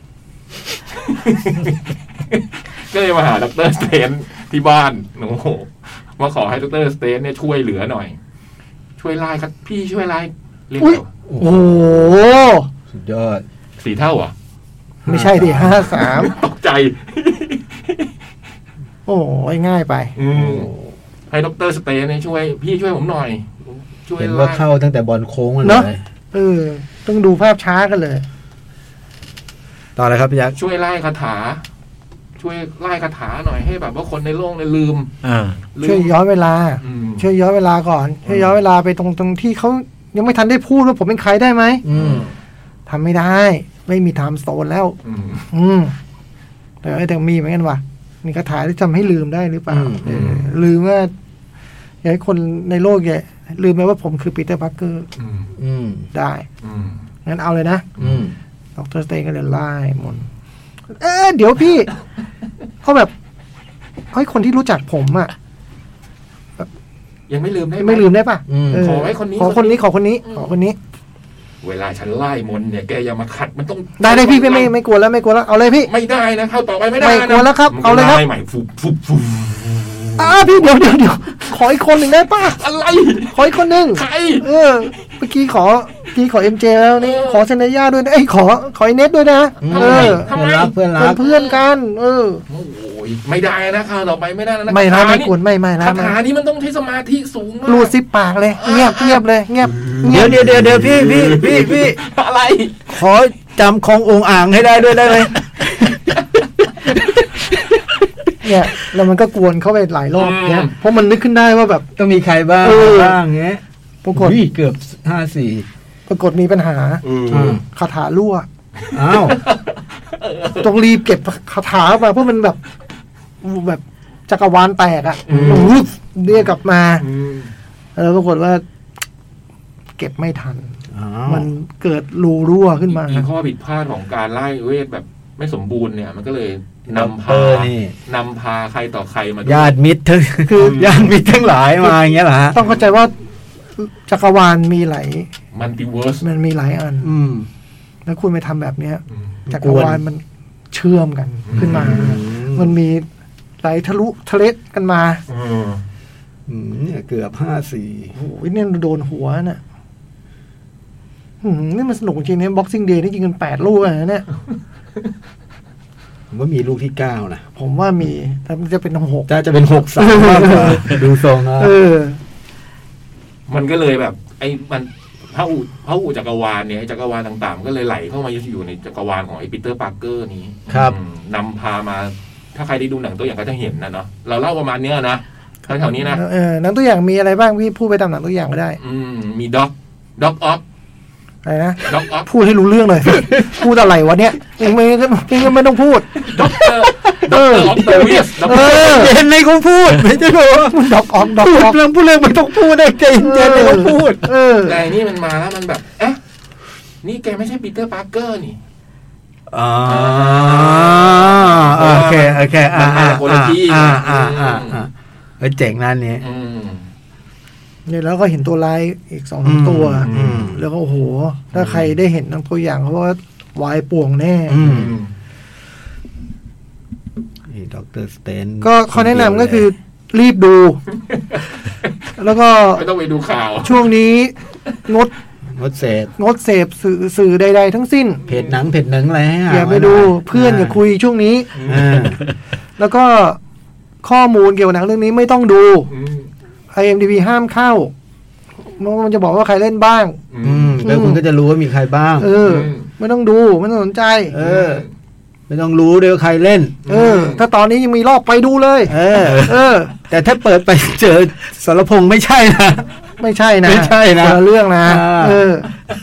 ก็เลยมาหาด็อกเตอร์สเตนที่บ้านโอ้โหมาขอให้ด็อกเตอร์สเตนเนี่ยช่วยเหลือหน่อย ช่วยไล่ครับพี่ช่วยไล่เรียกอุ๊ยเดี๋ยวโอ้โหสุดยอดสี่เท่าเหรอ่ะไม่ใช่ดิห้าสามตกใจโอ้ยง่ายไปอืมให้ด็อกเตอร์สเตนเนี่ยช่วย พี่ช่วยผมหน่อย ช่วยเห็นว่าไล่เข้าตั้งแต่บอลโค้งเลเนอะยเออ ต้องดูภาพช้ากันเลยต่อเลยครับพี่ยักษ์ช่วยไล่คาถา ช่วยไล่คาถาหน่อยให้แบบว่าคนในโลกเนี่ยลืมอ่าลืช่วยมย้อนเวลาอืมช่วยย้อนเวลาก่อน ช่วยย้อนเวลาไปตรงตรงที่เขายังไม่ทันได้พูดว่าผมเป็นใครได้ไหมอืมทำไม่ได้ ไม่มีไทม์โซนแล้วอืมอืมแต่เออแต่มีเหมือนกันว่ะมีคาถาที่ทำให้ลืมได้หรือเปล่าอืมเออลืมว่าอยากให้คนในโลกแกลืมไปว่าผมคือปีเตอร์พาร์เกอร์อืมอืมได้อืมงั้นเอาเลยนะอืมดรสเตนก็เลยไล่มนต์เอ๊ะเดี๋ยวพี่ เขาแบบเฮ้ยคนที่รู้จักผมอ่ะยังไม่ลืมได้หไม่ลืมได้ปะอืมเขอให้คนนี้ขอคนนี้ขอคนนี้ ขอคนนี้เวลาฉันไล่มนต์เนี่ยแกอย่ามาขัดมันต้องได้ได้พี่ไม่ไม่ไม่กลัวแล้วไม่กลัวแล้วเอาเลยพี่ไม่ได้นะเข้าต่อไปไม่ได้ไม่นะกลัวแล้วครับมันก็เอาเลยครับไล่ใหม่ฟุบฟุบฟุบอ้าพี่เดี๋ยวเดี๋ยวเดี๋ยวขออีกคนหนึ่งได้ปะอะไรขออีกคนหนึ่งใครเออเมื่อกี้ขอเมื่อกี้ขอเอ็มเจแล้วนี่เออขอเซนย่าด้วยนะเอ้ยขอขอไอเน็ตด้วยนะอืมเออทำไมเพื่อนรักเพื่อนรัเป็นกเพื่อนกัน เออโอ้ยไม่ได้นะเข้าต่อไปไม่ได้นะไม่นะคาถาไม่นี่ควรไม่ไม่นะคาไม่ถานี้มันต้องใช้สมาธิสูงมากรูดซิปปากเลย เงียบเงียบเลย เงียบเงีเดี๋ยยวบเดี๋ยวเดี๋ยวเดี๋ยวพี่พี่พี่พี่อะไรขอจำขององค์อ่างให้ได้ด้วยได้ไหมเนี่ยแล้วมันก็กวนเข้าไปหลายรอบเนี่ยเพราะมันนึกขึ้นได้ว่าแบบต้องมีใครบ้างเออบ้างเงี้ยปรากฏอุ้ยเกือบห้าสี่ปรากฏมีปัญหาอืมอืมคาถารั่วอ้าวต้องรีบเก็บคาถามาเพราะมันแบบแบบจักรวาลแตกอ่ะวึบเรียกกลับมาอืมแล้วปรากฏว่า เก็บไม่ทันอ้าวมันเกิดรูรั่วขึ้นมาอีกข้อผิดพลาดของการไล่เวทแบบไม่สมบูรณ์เนี่ย มันก็เลยนำเอพาอนี่นำพาใครต่อใครมาญาติมิตรทั้งคือญาติมิตรทั้งหลายมาอย่างเงี้ยเหรอฮะต้องเข้าใจว่าจักรวาลมีหลายมันติเวิร์สมันมีหลายอันอืมแล้วคุณไปทำแบบเนี้ยอืมจักรวาลมันเชื่อมกันขึ้นมา มันมีไหลทะลุทะเลกันมาอืมอืมเนี่ยเกือบห้าสี่โอ้โหเนี่ยโดนหัวน่ะหืมนี่มันสนุกจริงเนี่ยบ็อกซิ่งเดย์นี่ยิงกันแปดลูกอะเนี่ยผมว่ามีลูกที่เก้านะผมว่ามีแต่มันจะเป็นหกถ้าจะเป็นหกสามมากกว่าดูทรงนะเออมันก็เลยแบบ ไอ้มันพระอูพระอูจักรวาลเนี่ยไอ้จักรวาลต่างๆมันก็เลยไหลเข้ามาอยู่ในจักรวาลของไอ้ปีเตอร์ปาร์เกอร์นี้ครับอืมนำพามา ถ้าใครได้ดูหนังตัวอย่างก็จะเห็นนะเนาะเราเล่าประมาณเนี้ยนะแถวๆนี้นะเออหนังตัวอย่างมีอะไรบ้างพี่พูดไปตามหนังตัวอย่างก็ได้อืมมีด็อกด็อกออฟอะไรนะด็อกออฟพูดให้รู้เรื่องเลย พูดอะไรวะเนี่ยเองไม่เองไม่ต้องพูดด็อกเตอร์ด็อกเตอร์ออฟเดอะวิสด็อกเอเตอร์อเห็นไหมเขาพูดไม่ใช่เหรอด็อกออฟด็อกพูออดฟเรื่องพูดเรื่องไม่ต้องพูดได้ใจเย็นๆเลยเขาพูดเออแต่นี่มันมาแล้วมันแบบ เอ๊ะ นี่แกไม่ใช่ปีเตอร์ปาร์เกอร์นี่อ๋อโอเคโอเคอ่าอ่ามันมาคนละที่อ่าอ่าอ่าอ่าเออเจ๋งนั่นนี้อืมเนี่ยแล้วก็เห็นตัวลายอีกสองสามตัวอืมแล้วก็โอ้โห ถ้าใครได้เห็นทั้งตัวอย่างเขาว่าวายป่วงแน่อืมอืมนี่ด็อกเตอร์สเตนก็ข้อแนะนำก็คือรีบดู แล้วก็ไม่ต้องไปดูข่าวช่วงนี้งดงดเสพงดเสพสื่อสื่อใด ๆ ทั้งสิ้นเพจหนังเพจหนังอะไรให้หอย่าไปว้หน่ดูยเพื่อนอย่าคุยช่วงนี้อ่าแล้วก็ข้อมูลเกี่ยวกับหนังเรื่องนี้ไม่ต้องดูอืมไอ เอ็ม ดี บี ห้ามเข้าเพราะมันจะบอกว่าใครเล่นบ้างอืมแล้วคุณก็จะรู้ว่ามีใครบ้างเอออืมไม่ต้องดูไม่ต้องสนใจเออ ไม่ต้องรู้ด้วยว่าใครเล่นเออ ถ้าตอนนี้ยังมีรอบไปดูเลยเออเออแต่ถ้าเปิดไปเจอสรพงษ์ไม่ใช่นะไม่ใช่นะไม่ใช่นะคนละเรื่องนะอ่าเออ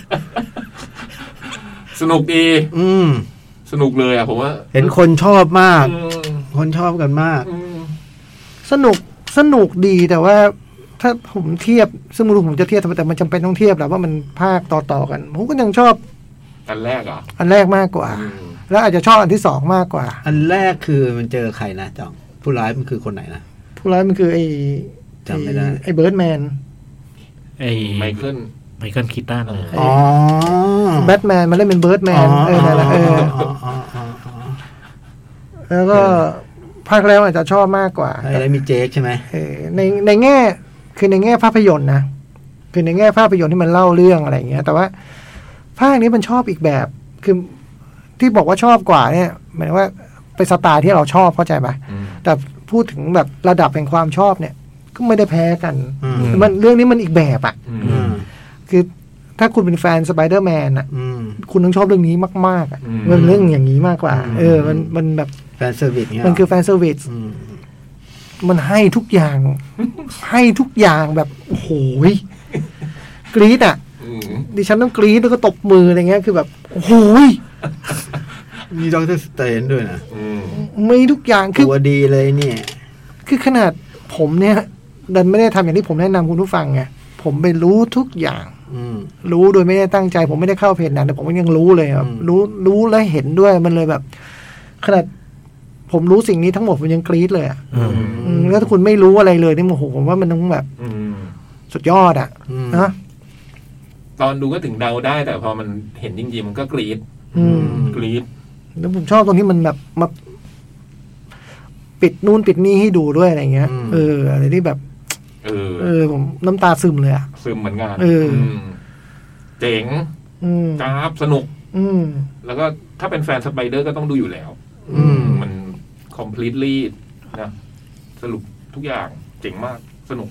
สนุกดีอืมสนุกเลยอ่ะผมว่าเห็นคนชอบมากอืมคนชอบกันมากอืมสนุกสนุกดีแต่ว่า ถ้าผมเทียบซึ่งไม่รู้ผมจะเทียบแต่มันจำเป็นต้องเทียบแหละว่ามันภาคต่อๆกัน ผมก็ยังชอบอันแรกเหรออันแรกมากกว่าอืมแล้วอาจจะชอบอันที่สองมากกว่าอันแรกคือมันเจอใครนะจองผู้ร้ายมันคือคนไหนนะผู้ร้ายมันคือไอ้จำไม่ได้ไอ้เบิร์ดแมนไอ้ไมเคิลไมเคิลคีตันอ๋อแบทแมนมันเล่นเป็นเบิร์ดแมนเออนั่นแหละเอออ๋ออ๋ออ๋ออ๋อแล้วก็ภาคแล้วอาจจะชอบมากกว่าไอ้แล้วมีเจคใช่ไหมเออในในแง่คือในแง่ภาพยนตร์นะคือในแง่ภาพยนตร์ที่มันเล่าเรื่องอะไรอย่างเงี้ย แต่ว่าภาคนี้มันชอบอีกแบบ คือที่บอกว่าชอบกว่าเนี่ยหมายถึงว่าเป็นสไตล์ที่เราชอบเข้าใจไหมอืมแต่พูดถึงแบบระดับแห่งความชอบเนี่ย ก็ไม่ได้แพ้กันอืมมันเรื่องนี้มันอีกแบบอะอือืมมคือถ้าคุณเป็นแฟนสไปเดอร์แมนอะอืมคุณต้องชอบเรื่องนี้มากๆอะอืมมันเรื่องอย่างนี้มากกว่าอืมเออ มันมันแบบแฟนเซอร์วิสเนี่ยมันคือแฟนเซอร์วิสอืมมันให้ทุกอย่าง ให้ทุกอย่างแบบโอ้โหยกรี๊ดอ่ะอืมดิฉันต้องกรี๊ดแล้วก็ตบมืออะไรเงี้ยคือแบบโอ้โหยมีด็อกเตอร์สเตนด้วยนะอืมมีทุกอย่างคือตัวดีเลยเนี่ยคือขนาดผมเนี่ยดันไม่ได้ทำอย่างที่ผมแนะนำคุณผู้ฟังไงผมไปรู้ทุกอย่างอืมรู้โดยไม่ได้ตั้งใจ ผมไม่ได้เข้าเพจนั้นแต่ผมก็ยังรู้เลยครับอืมรู้รู้และเห็นด้วยมันเลยแบบ ขนาดผมรู้สิ่งนี้ทั้งหมดผมยังกรี๊ดเลยอ่ะอืมอืมแล้วถ้าคุณไม่รู้อะไรเลยนี่โอ้โหผมว่ามันต้องแบบอืมสุดยอดอ่ะอืมนะตอนดูก็ถึงเดาได้ แต่พอมันเห็นจริงๆมันก็กรี๊ดอืมกรี๊ดแล้วผมชอบตรงที่มันแบบมาปิดนู่นปิดนี่ให้ดูด้วยอะไรเงี้ยอืมเอออะไรที่แบบเออเออ ผมน้ำตาซึมเลยอ่ะซึมเหมือนกันเอออืมเจ๋งอืมจ้าบสนุกอืมแล้วก็ถ้าเป็นแฟนสไปเดอร์ก็ต้องดูอยู่แล้วอืมมัน completely นะสรุปทุกอย่างเจ๋งมากสนุก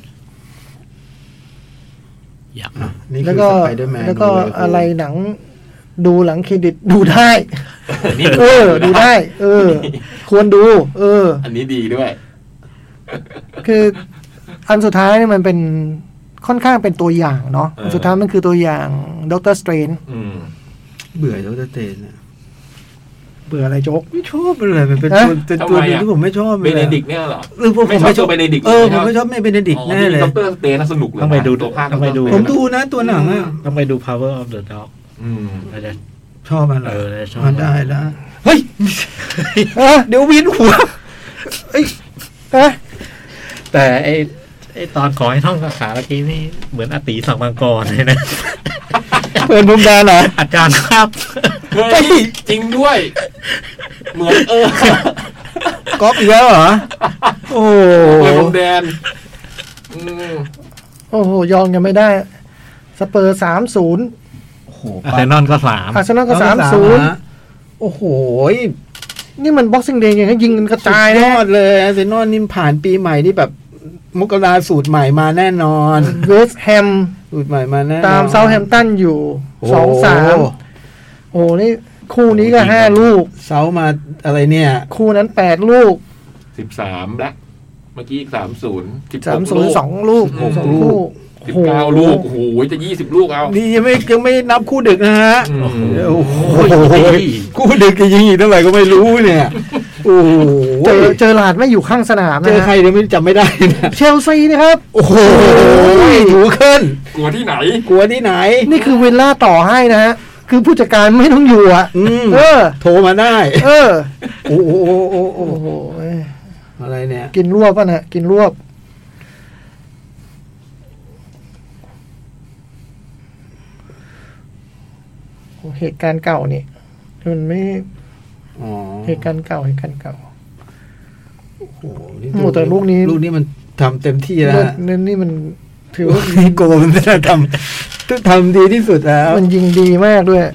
อยากอ่ะนี่แล้คืวอก็สไปเดอร์แมนแล้วก็อะไรหนัง ดูหลังเครดิตดูได้นี่เออ ดูได้ เออ ควรดู เอออันนี้ดีด้วยคืออันสุดท้ายเนี่ยมันเป็นค่อนข้างเป็นตัวอย่างเนาะเอออัอันสุดท้ายมันคือตัวอย่างด็อกเตอร์สเตรนอืมเบื่อด็อกเตอร์สเตนนะเบื่ออะไรโจ๊กไม่ชอบเลยมันเป็นฮะตัวเป็นตัวหนึงที่ผมไม่ชอบเบเลยเนดิกต์เนี่ยเหรอเออผมไม่ผมชอบไม่ชอบตัวเบเนดิกต์เออเลยผมไม่ชอบไม่เบเนดิกอ๋อแน่เลยด็อกเตอร์สเตนน่ะสนุกเลยต้องไปดูตัวภาคต้องไปดูผมดูนะตัวหนังอ่ะต้องไปดู power of the dog อืมเราจะชอบมันเหรเออชอบมันได้ได้เฮ้ยเอ้ยเดี๋ยววินหัวเอ้ยเอ้ยแต่ไอไอตอนขอให้ท่องคาถาเมื่อกี้นี่เหมือนอติสังมังกรเลยนะเปิดมุมแดนเหรออาจารย์ครับเฮ้ยจริงด้วย เหมือนเออก๊อปอีกแล้วเหรอโอ้เปิดผมแดนอืมโอ้โห ยองยังไม่ได้ สเปอร์สามศูนย์โอ้โหอาร์เซนอลก็สามอาร์เซนอลก็สามศูนย์โอ้โหนี่มันบ็อกซิ่งเดย์ยังให้ยิงกันกระจายสุดยนะอดเลยอาร์เซนอลนี่ผ่านปีใหม่นี่แบบมกราสูตรใหม่มาแน่นอนเวสต์แฮมสูตรใหม่มาแน่นอนตามเซาท์แฮมป์ตันอยู่โอ้สองสามโอ้โหนี่คู่นี้ก็ห้าลูกเซามาอะไรเนี่ยคู่นั้นแปดลูกสิบสามและเมื่อกี้อีกสามศูนย์สิบสามศูนย์สองลูกหกสองลูคู่กสิบเก้าลูกโอ้โหจะยี่สิบลูกเอานี่ยังไม่ยังไม่นับคู่ดึกนะฮะอืมโอ้โหคู่ดึกจะยิงอีกเท่าไหร่ก็ไม่รู้เนี่ย โอ้โหเจอเจอหลาดไม่อยู่ข้างสนามเจนะอใครเดี๋ยวไม่จำไม่ได้นะเชลซีนะครับโอ้โหหูขึ้นกลัวที่ไหนกลัวที่ไหนนี่คือวิลล่าต่อให้นะฮะ คือผู้จัดการไม่ต้องอยู่อ่ะอืมเออโทรมาได้เออโอ้โหโอ้โหโอ้โอ้โหโหเอ้ยอะไรเนี่ยกินรวบป่ะนะกินรวบ โอ้เหตุการณ์เก่านี่มันไม่อ๋อเหตุการณ์เก่าเหตุการณ์เก่าโอ้โหนี่โอ้แต่ลูกนี้ลูกนี้มันทำเต็มที่แล้วเลือดฮะนี่นี่มันถือว่านี่โกมันจะทำต้องทำดีที่สุดแล้วมันยิงดีมากด้วย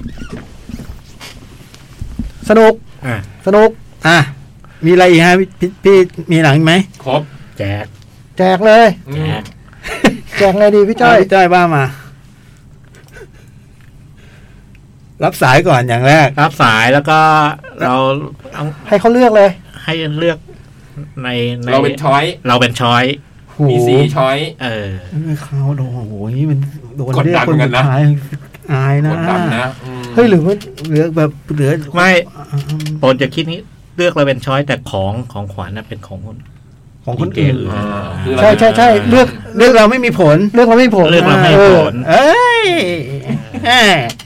สนุกอ่ะสนุกอ่ะมีอะไรอีกฮะพี่พี่พี่มีหนังอีกไหมครบแจกแจกเลยอืแจมกแจกไงดีพี่จ้อยะพี่จ้อยว่ามา เรับสายก่อนอย่างแรกรับสายแล้วก็เราเอาให้เขาเลือกเลยให้เลือกในในเราเป็นช้อยเราเป็นช้อยมีสี่ช้อยเออไม่เข้าโดนโอ้โหนี่มันโดนกดเรียดักนคนเหมือนกันนะสุดท้ายอายนะกดดันนะอืมเฮ้ยหรือว่าเหลือแบบเหลือไม่ปนจะคิดนี้เลือกเราเป็นช้อยแต่ของของขวัญน่ะเป็นของคนของคนอื่นอ่าคือเราใช่ใช่ใช่เลือกเรื่องเราไม่มีผลเลือกเราไม่ผลเลือกเราไม่เอผอลเอ้ยแหม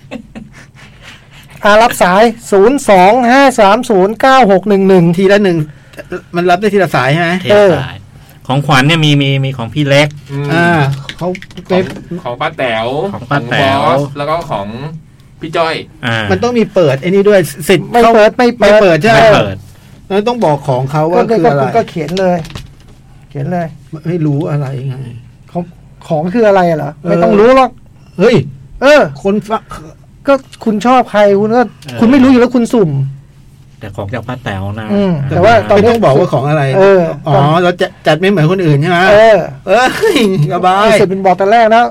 อ่ารับสายศูนย์สองห้าสามศูนย์เก้าหกหนึ่งหนึ่งทีละหนึ่งมันรับได้ทีละสายใช่ไหมเทสายของขวัญเนี่ยมีมีมีของพี่เล็กอืมอ่าเขาขเว็องบของป้าแต๋วของป้าแต๋วบอสแล้วก็ของพี่จ้อยอ่ามันต้องมีเปิดไอ้นี่ด้วยสิทธิ์ไม่เข้าเปิดไม่ไม่เปิดเปิดใช่ไหมไม่เปิดแล้วต้องบอกของเขาก็ว่าก็คือก็อะไรก็เขียนเลย เขียนเลยไม่รู้อะไรไงของของคืออะไรอะเหรอเออไม่ต้องรู้หรอกเฮ้ยเออคนฟังก็คุณชอบใครคุณก็คุณไม่รู้อยู่แล้วคุณสุ่มแต่ของจากป้าแต๋วนะอืมแต่ว่าตอนไม่นี้ต้องบอกว่าของอะไรเอออ๋อเราจะจัดไม่เหมือนคนอื่นใช่ไหมเออเอ้ยสบายเสร็จเป็นบอกแต่แรกแล้ว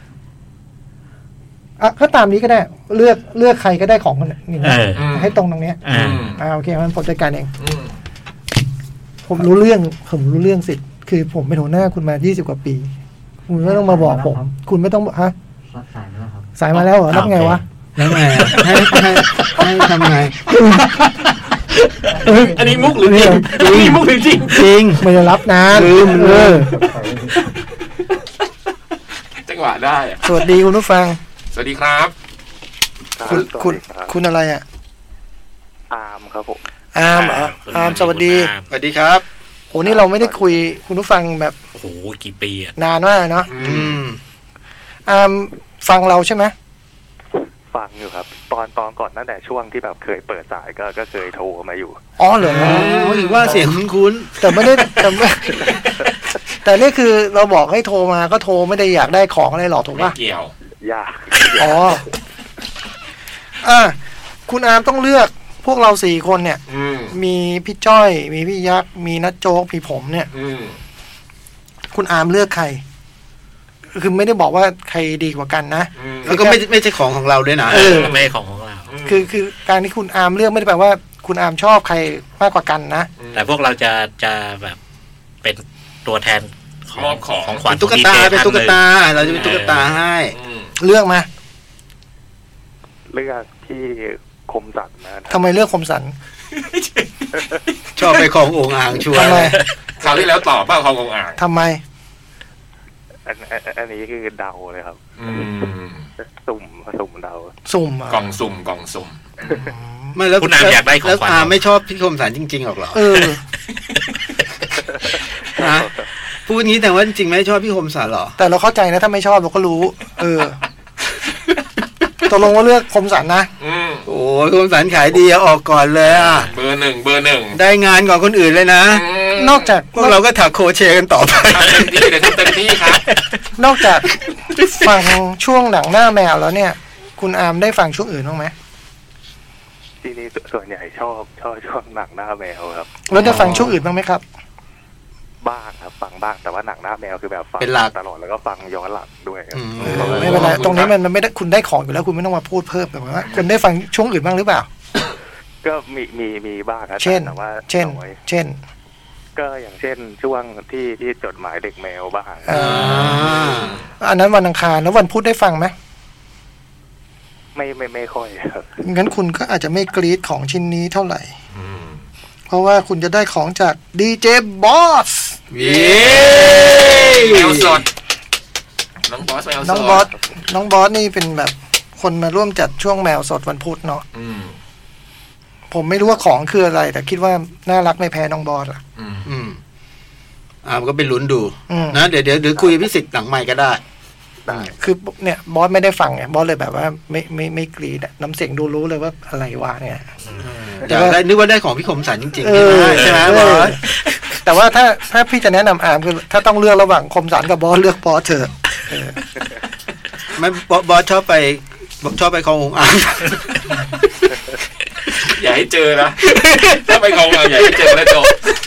อ่ะก็ตามนี้ก็ได้ เลือกเลือกใครก็ได้ของคนนี้เอออืมให้ตรงตรงเนี้ยอ่าอ่าโอเคมันผมจัดการเองอืมผมรู้เรื่องผมรู้เรื่องสิทธิ์คือผมเป็นหัวหน้าคุณมายี่สิบกว่าปี คุณไม่ต้องมาบอกผม คุณไม่ต้องฮะรับสายแล้วครับสายมาแล้วเหรอรับไงวะแล้วไงอ่ะให้ให้ให้ทำไงอันนี้มุกหรือจริงอันนี้มุกหรือจริงจริงไม่ได้รับนานลืมเออจังหวะได้อะสวัสดีคุณผู้ฟังสวัสดีครับคุณคุณคุณอะไรอ่ะอาร์มครับผมอาร์มเหรออาร์มสวัสดีสวัสดีครับโหนี่เราไม่ได้คุยคุณผู้ฟังแบบโอ้โหกี่ปีอ่ะนานมากเนาะอืมอาร์มฟังเราใช่ไหมฟังอยู่ครับ ตอนตอนก่อนตั้งแต่ช่วงที่แบบเคยเปิดสายก็ก็เคยโทรมาอยู่อ๋อเหรออ๋อถึงว่าเสียงคุ้นแต่ไม่ได้แต่ไม่แต่นี่คือเราบอกให้โทรมาก็โทรไม่ได้อยากได้ของอะไรหรอกถูกไม่ป่ะเกี่ยวยากอ๋ออ่ะคุณอาร์มต้องเลือกพวกเราสี่คนเนี่ยอืมมีพี่จ้อย มีพี่ยักษ์มีนัทโจ๊กมีผมเนี่ยอืมคุณอาร์มเลือกใคร คือไม่ได้บอกว่าใครดีกว่ากันนะอืมๆแล้วก็ไม่ไม่ใช่ของของเราด้วยนะเออไม่ใช่ของของเราคือคือการที่คุณอาร์มเลือกไม่ได้แปลว่า คุณอาร์มชอบใครมากกว่ากันนะแต่พวกเราจะจะแบบเป็นตัวแทนของมอบของของขวัญเป็นตุ๊กตาของเป็นตุ๊กท่ตา เราจะเป็นตุ๊กตาให้อืมเลือกมาเลือกที่คมสันนะทำไมเลือกคมสันชอบไปของโอ่งอ่างชัวร์ทำไมคราวที่แล้วตอบเปล่าขององอ่างทำไมอันอันอันนี้คือเดาเลยครับอืมสุ่มสุ่มเดาสุ่มเหรกล่องสุ่มกล่องสุ่มไม่แล้วคุณอาร์มอยากได้ของแล้วขวัญอาร์มไม่ชอบพี่คมสันจริงๆหรอกเหรอเออฮะพูดงี้แต่ว่าจริงๆไม่ชอบพี่คมสันเหรอแต่เราเข้าใจนะถ้าไม่ชอบเราก็รู้ เออตกลงว่าเลือกคมสันนะอืมโอ้ยคมสันขายดีอะออกก่อนเลยอ่ะเบอร์หนึ่งเบอร์หนึ่งได้งานก่อนคนอื่นเลยนะมนอกจากพวกเราก็ถักโครเชต์กันต่อไปทำเต็มที่เดี๋ยวทำเต็มที่ครับนอกจากฟังช่วงหนังหน้าแมวแล้วเนี่ย คุณอาร์มได้ฟังช่วงอื่นบ้างไหมทีนี้ส่วนใหญ่ชอบชอบช่วงหนังหน้าแมวครับแล้วได้ฟังช่วงอื่นบ้างไหมครับบ้างครับฟังบ้างแต่ว่าหนังหน้าแมวคือแบบฟังเป็นหลักตลอดแล้วก็ฟังย้อนหลังด้วยครับอืมเออไม่เป็นไรตรงนี้มันมันไม่ได้คุณได้ของอยู่แล้วคุณไม่ต้องมาพูดเพิ่มแบบว่าคุณได้ฟังช่วงอื่นบ้างหรือเปล่าก็มีมีมีบ้างครับเช่นแต่ว่าเช่นน้อยเช่นก็อย่างเช่นช่วงที่ที่จดหมายเด็กแมวบ้างอ่า อันนั้นวันอังคารแล้ววันพุธได้ฟังไหมไม่ไม่ไม่ค่อยครับงั้นคุณก็อาจจะไม่กรี๊ดของชิ้นนี้เท่าไหร่อืมเพราะว่าคุณจะได้ของจากดีเจบอสเย้แมวสดน้องบอสแมวสดน้องบอสน้องบอสนี่เป็นแบบคนมาร่วมจัดช่วงแมวสดวันพุธเนาะอืมผมไม่รู้ว่าของคืออะไร แต่คิดว่าน่ารักไม่แพ้น้องบอสล่ะอืมอืมอ่ามันก็ไปลุ้นดูอืมนะเดี๋ยวเดี๋ยวเดี๋ยวคุยกับพี่สิทธิ์หลังไมค์ก็ได้ได้คือเนี่ยบอสไม่ได้ฟังไงบอสเลยแบบว่าไม่ไม่ไม่กรีดอะน้ำเสียงดูรู้เลยว่าอะไรวะเนี่ยอยากได้นึกว่าได้ของพี่คมสันจริงเอๆอใช่ไหมเอบออสแต่ว่าถ้าถ้าพี่จะแนะนำอาร์มคือถ้าต้องเลือกระหว่างคมสันกับบอสเลือกบอสเถอะเออไม่บอสบอสชอบไปบอสชอบไปขององค์อ่างอย่าให้เจอนะถ้าไปของเราอย่าให้เจอแล้วจบ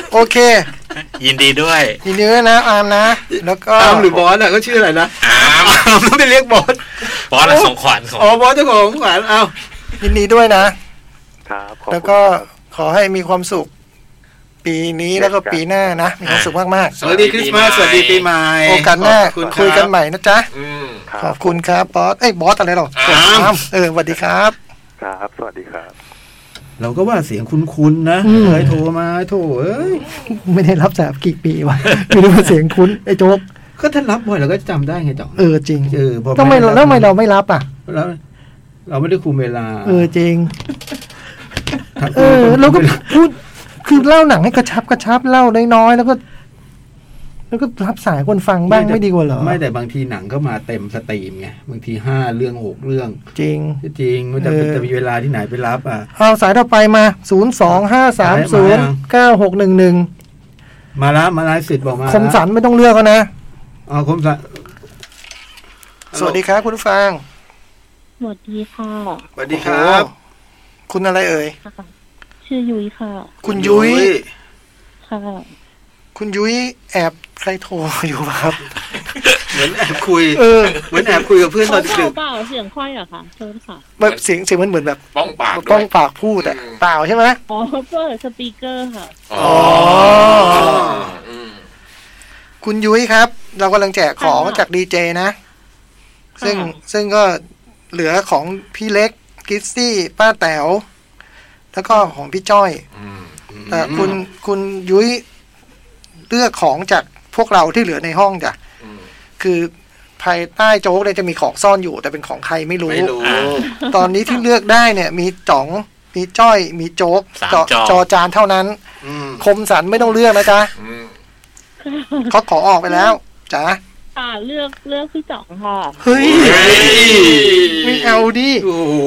โอเคยินดีด้วยยินดีด้วยนะอาร์มนะแล้วก็อาร์มหรือบอสอ่ะเขาชื่ออะไรนะอาร์มอาร์มต้องไปเรียกบอสบอสของขวัญของอ๋อบอสเจ้าของขวัญเอายินดีด้วยนะครับขอบคุณแล้วก็ขอให้มีความสุข ปีนี้แล้วก็ปีหน้านะมีความสุขมากๆสวัสดีคริสต์มาสสวัสดีปีใหม่โอกาสหน้าขอบคุณคุยกันใหม่นะจ๊ะอืมครับขอบคุณครับบอสเอ้ยบอสอะไรหรออาร์มอาร์มเออสวัสดีครับครับ สวัสดีครับเราก็ว่าเสียงคุ้นๆนะอืมเคยโทรมาโทรเอ้ยไม่ได้รับสายกี่ปีวะ ไม่รู้ว่าเสียงคุ้นไอ้โจ๊กก็ถ้ารับบ่อยเราก็จำได้ไงจ่องเออจริงเออพอต้องไม่รับแล้วทำไมเราไม่รับอ่ะแล้วเราไม่ได้คุมเวลาเออจริงครับเออแล้วก็พูดคือเล่าหนังให้กระชับกระชับเล่าน้อยๆแล้วก็ แล้วก็รับสายคนฟังบ้างไม่ดีกว่าเหรอไม่แต่บางทีหนังก็มาเต็มสตรีมไงบางทีห้าเรื่องหกเรื่องจริงจริงมันจะเออจะมีเวลาที่ไหนไปรับอ่ะเอาสายต่อไปมาศูนย์สองห้าสามศูนย์เก้าหกหนึ่งหนึ่งมาละมาละสิทธิ์บอกมาคมสันไม่ต้องเลือกเขานะอ๋อคมสันสวัสดีครับคุณผู้ฟังสวัสดีค่ะสวัสดีครับโอ้โหคุณอะไรเอ่ยชื่อยุ้ยค่ะคุณยุ้ยค่ะคุณยุ้ยแอบใครโทรอยู่ปะครับเหมือนแอบคุยเออเหมือนแอบคุยกับเพื่อนตอนเปล่าดึกเปล่าเสียงค่อยเหรอคะเชิญค่ะแบบเสียงเสียงมันเหมือนแบบป้องปากป้องปากพูดอะเปล่าใช่ไหมอ๋อเปิดสปีกเกอร์ค่ะอ๋ออืมคุณยุ้ยครับ เรากำลังแจกของจากดีเจนะ ซึ่งซึ่งก็เหลือของพี่เล็กกิซซี่ป้าแต๋วแล้วก็ของพี่จ้อยอืมแต่คุณคุณยุ้ยเลือกของจากพวกเราที่เหลือในห้องจ้ะอืมคือภายใต้โจ๊กเนี่ยจะมีของซ่อนอยู่ แต่เป็นของใครไม่รู้ไม่รู้ตอนนี้ที่เลือกได้เนี่ย มีจ๋องมีจ้อย มีโจ๊กสามจอจอจอจานเท่านั้นอืมคมสันไม่ต้องเลือกนะจ๊ะอืมเขาขอออกไปแล้วจ้ะค่ะเลือกเลือกพี่จ่องค่ะเฮ้ยไม่เอาดิโอ้โห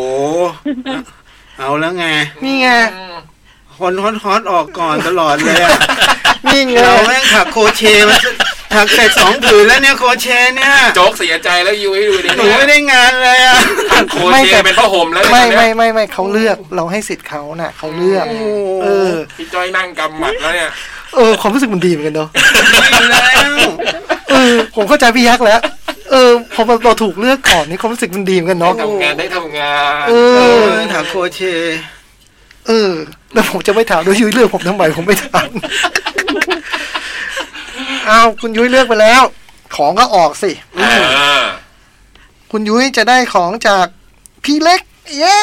เอาแล้วไงนี่ไงคนฮอตฮอตออกก่อนตลอดเลยอะนี่ไงเราแม่งถักโคเชมันถักเสร็จสองผืนแล้วเนี่ยโคเชเนี่ยโจ๊กเสียใจแล้วยุ้ยดูดิหนูไม่ได้งานเลยอ่ะโคเชเป็นผ้าห่มแล้วไม่เนี่ยไม่ไม่ไม่เขาเลือกเราให้สิทธิ์เขาน่ะเขาเลือก เออพี่จ้อยนั่งกำหมัดแล้วเนี่ยเออความรู้สึกมันดีเหมือนกันเนาะดีแล้วเออผมเข้าใจพี่ยักษ์แล้ว เออพอเราถูกเลือกก่อนนี่ความรู้สึกมันดีเหมือนกันได้เนาะทำงานได้ทำงานเอเอออถักโคเชเออ แล้วผมจะไม่ถามด้วยยุ้ยเลือกผมทำไมผมไม่ถาม เอาคุณยุ้ยเลือกไปแล้ว ของก็ออกสิเออคุณยุ้ยจะได้ของจากพี่เล็ก เย้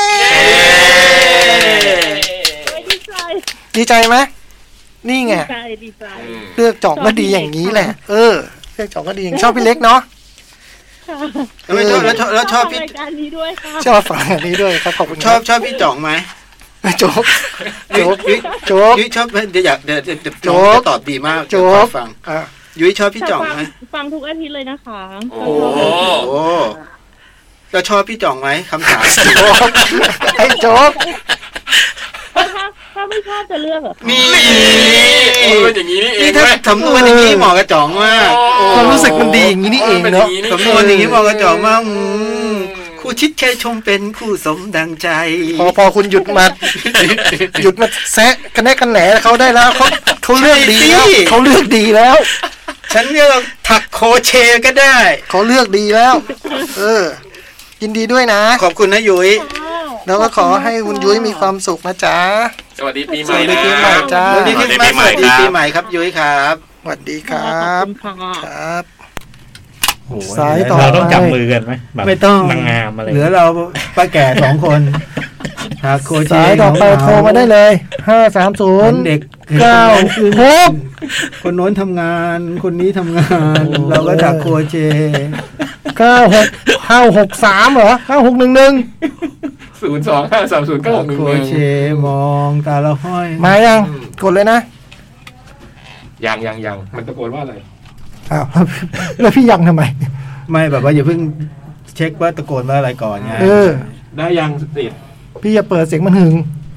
ดีใจดีใจไหมนี่ไงดีใจดีใจอืมเลือกจ่องก็ดีอย่างนี้แหละ เออเลือกจ่องก็ดีอย่างชอบพี่เล็กเนาะค่ะแล้วไม่ชอบแล้วชอบแล้วชอบพี่รายการนี้ด้วยค่ะชอบฟังอันนี้ด้วยครับขอบคุณชอบชอบพี่จ่องไหมโจ๊กโจ๊กยุ้ยโจ๊กยุ้ยชอบเดี๋ยวอยากเดี๋ยวเดี๋ยวเดี๋ยวโจ๊น้องกจะตอบดีมากโจ๊เดี๋ยวกขอฟังอ่ะยุ้ยชอบพี่จ่องไหมฟังฟังทุกอาทิตย์เลยนะคะโอ้โอ้แล้วชอบพี่จ่องไหมคำถามโจ๊กไอ้โจ๊กถ้าถ้าถ้าไม่ชอบจะเลือกเหรอคะนี่เออเป็นอย่างนี้นี่เอนี่งถ้าเว้ยสำนวนอย่างนี้เหมาะกับจ่องมากความรู้สึกมันดีอย่างนี้นี่เองเนาะสำนวนอย่างนี้เหมาะกับจ่องมากอืมคู่ชิดแค่ชมเป็นคู่สมดังใจพอพอคุณหยุดมา หยุดมาแซะกันแนกกันแหนเขาได้แล้วเขาเขาเลือกดีแล้วเขาเลือกดีแล้วฉันเลือกถักโคเชก็ได้เขาเลือกดีแล้ว เออ ยินดีด้วยนะขอบคุณนะยุ้ยแล้วก็ขอให้คุณยุ้ยมีความสุขนะจ๊ะสวัสดีปีใหสม่วัสดีนะปีใหม่จ้าสวัสดีคริสต์มาสสวัสดีปีใหม่ครับยุ้ยครับสวัสดีครับขอบคุณค่ะครับโอ้โหสายต่อเราต้องจับมือกันไหมแบบไม่ต้องนางงามอะไรเหลือเราป้าแก่สองคนถักโคเชสายต่อไปโทรมาได้เลยห้าสามศูนย์เด็กเก้าหกคนโน้นทำงาน คนนี้ทำงานโอ้เราก็ถักโคเชเก้าหกห้าหกสามเหรอห้าหกหนึ่งหนึ่งศูนย์สองห้าสามศูนย์เก้าหกหนึ่งโคหนึ่งเชมองตาละห้อยมายัง กดเลยนะยังยังยังมันตะโกนว่าอะไรอ้าวแล้วพี่ยังทำไมไม่แบบว่าอย่าเพิ่งเช็คว่าตะโกนว่าอะไรก่อนไงเออได้ยังติดพี่จะเปิดเสียงมันหึง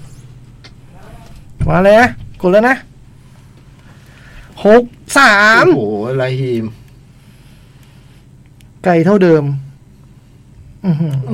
มาเลยนะกดแล้วนะหกสามโอ้โหลายฮีมไก่เท่าเดิม อือหือ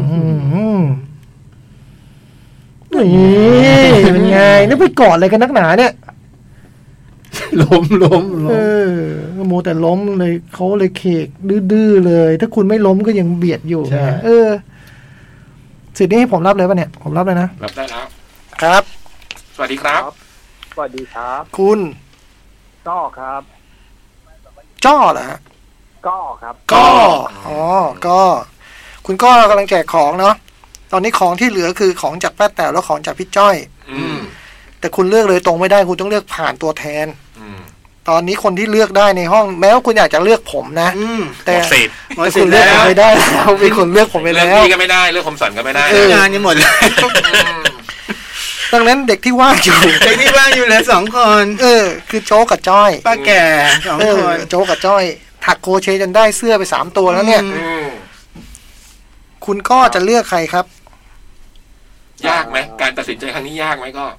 นี่เป็นไงนี่ไปกอดอะไรกันนักหนาเนี่ยล้มล้มล้เอมอโมแต่ล้มเลยเขาเลยเคกดื้อๆเลย ถ้าคุณไม่ล้มก็ยังเบียดอยู่ใช่เออสิทธิ์นี้ให้ผมรับเลยป่ะเนี่ยผมรับเลยนะรับได้แล้วครับสวัสดีครับสวัสดีครับคุณก้อครับจ้อเหรอฮะก้อครับก็อ๋อก็ คุณก็กำลังแจกของเนาะตอนนี้ของที่เหลือคือของจากป้าแต๋วแล้วของจากพี่จ้อยอืมแต่คุณเลือกเลยตรงไม่ได้คุณต้องเลือกผ่านตัวแทนอืมตอนนี้คนที่เลือกได้ในห้อง แม้ว่าคุณอยากจะเลือกผมนะอืมแต่หมดสิทธิ์แต่คุณเลือกผมไม่ได้แล้วมีคนเลือกผมไปเลือกแล้วพี่ก็ไม่ได้เลือกคมสันก็ไม่ได้เอองานกันหมดเลยดังนั้นเด็กที่ว่างอยู่เด็กที่ว่างอยู่เหลือสองคนเออ คือโจ๊กกับจ้อยป้าแก่สองเออคนโจ๊กกับจ้อย ถักโครเชต์จนได้เสื้อไปสามตัวแล้วเนี่ยอืมคุณก็จะเลือกใครครับยากไหมการตัดสินใจครั้งนี้ยากไหมก็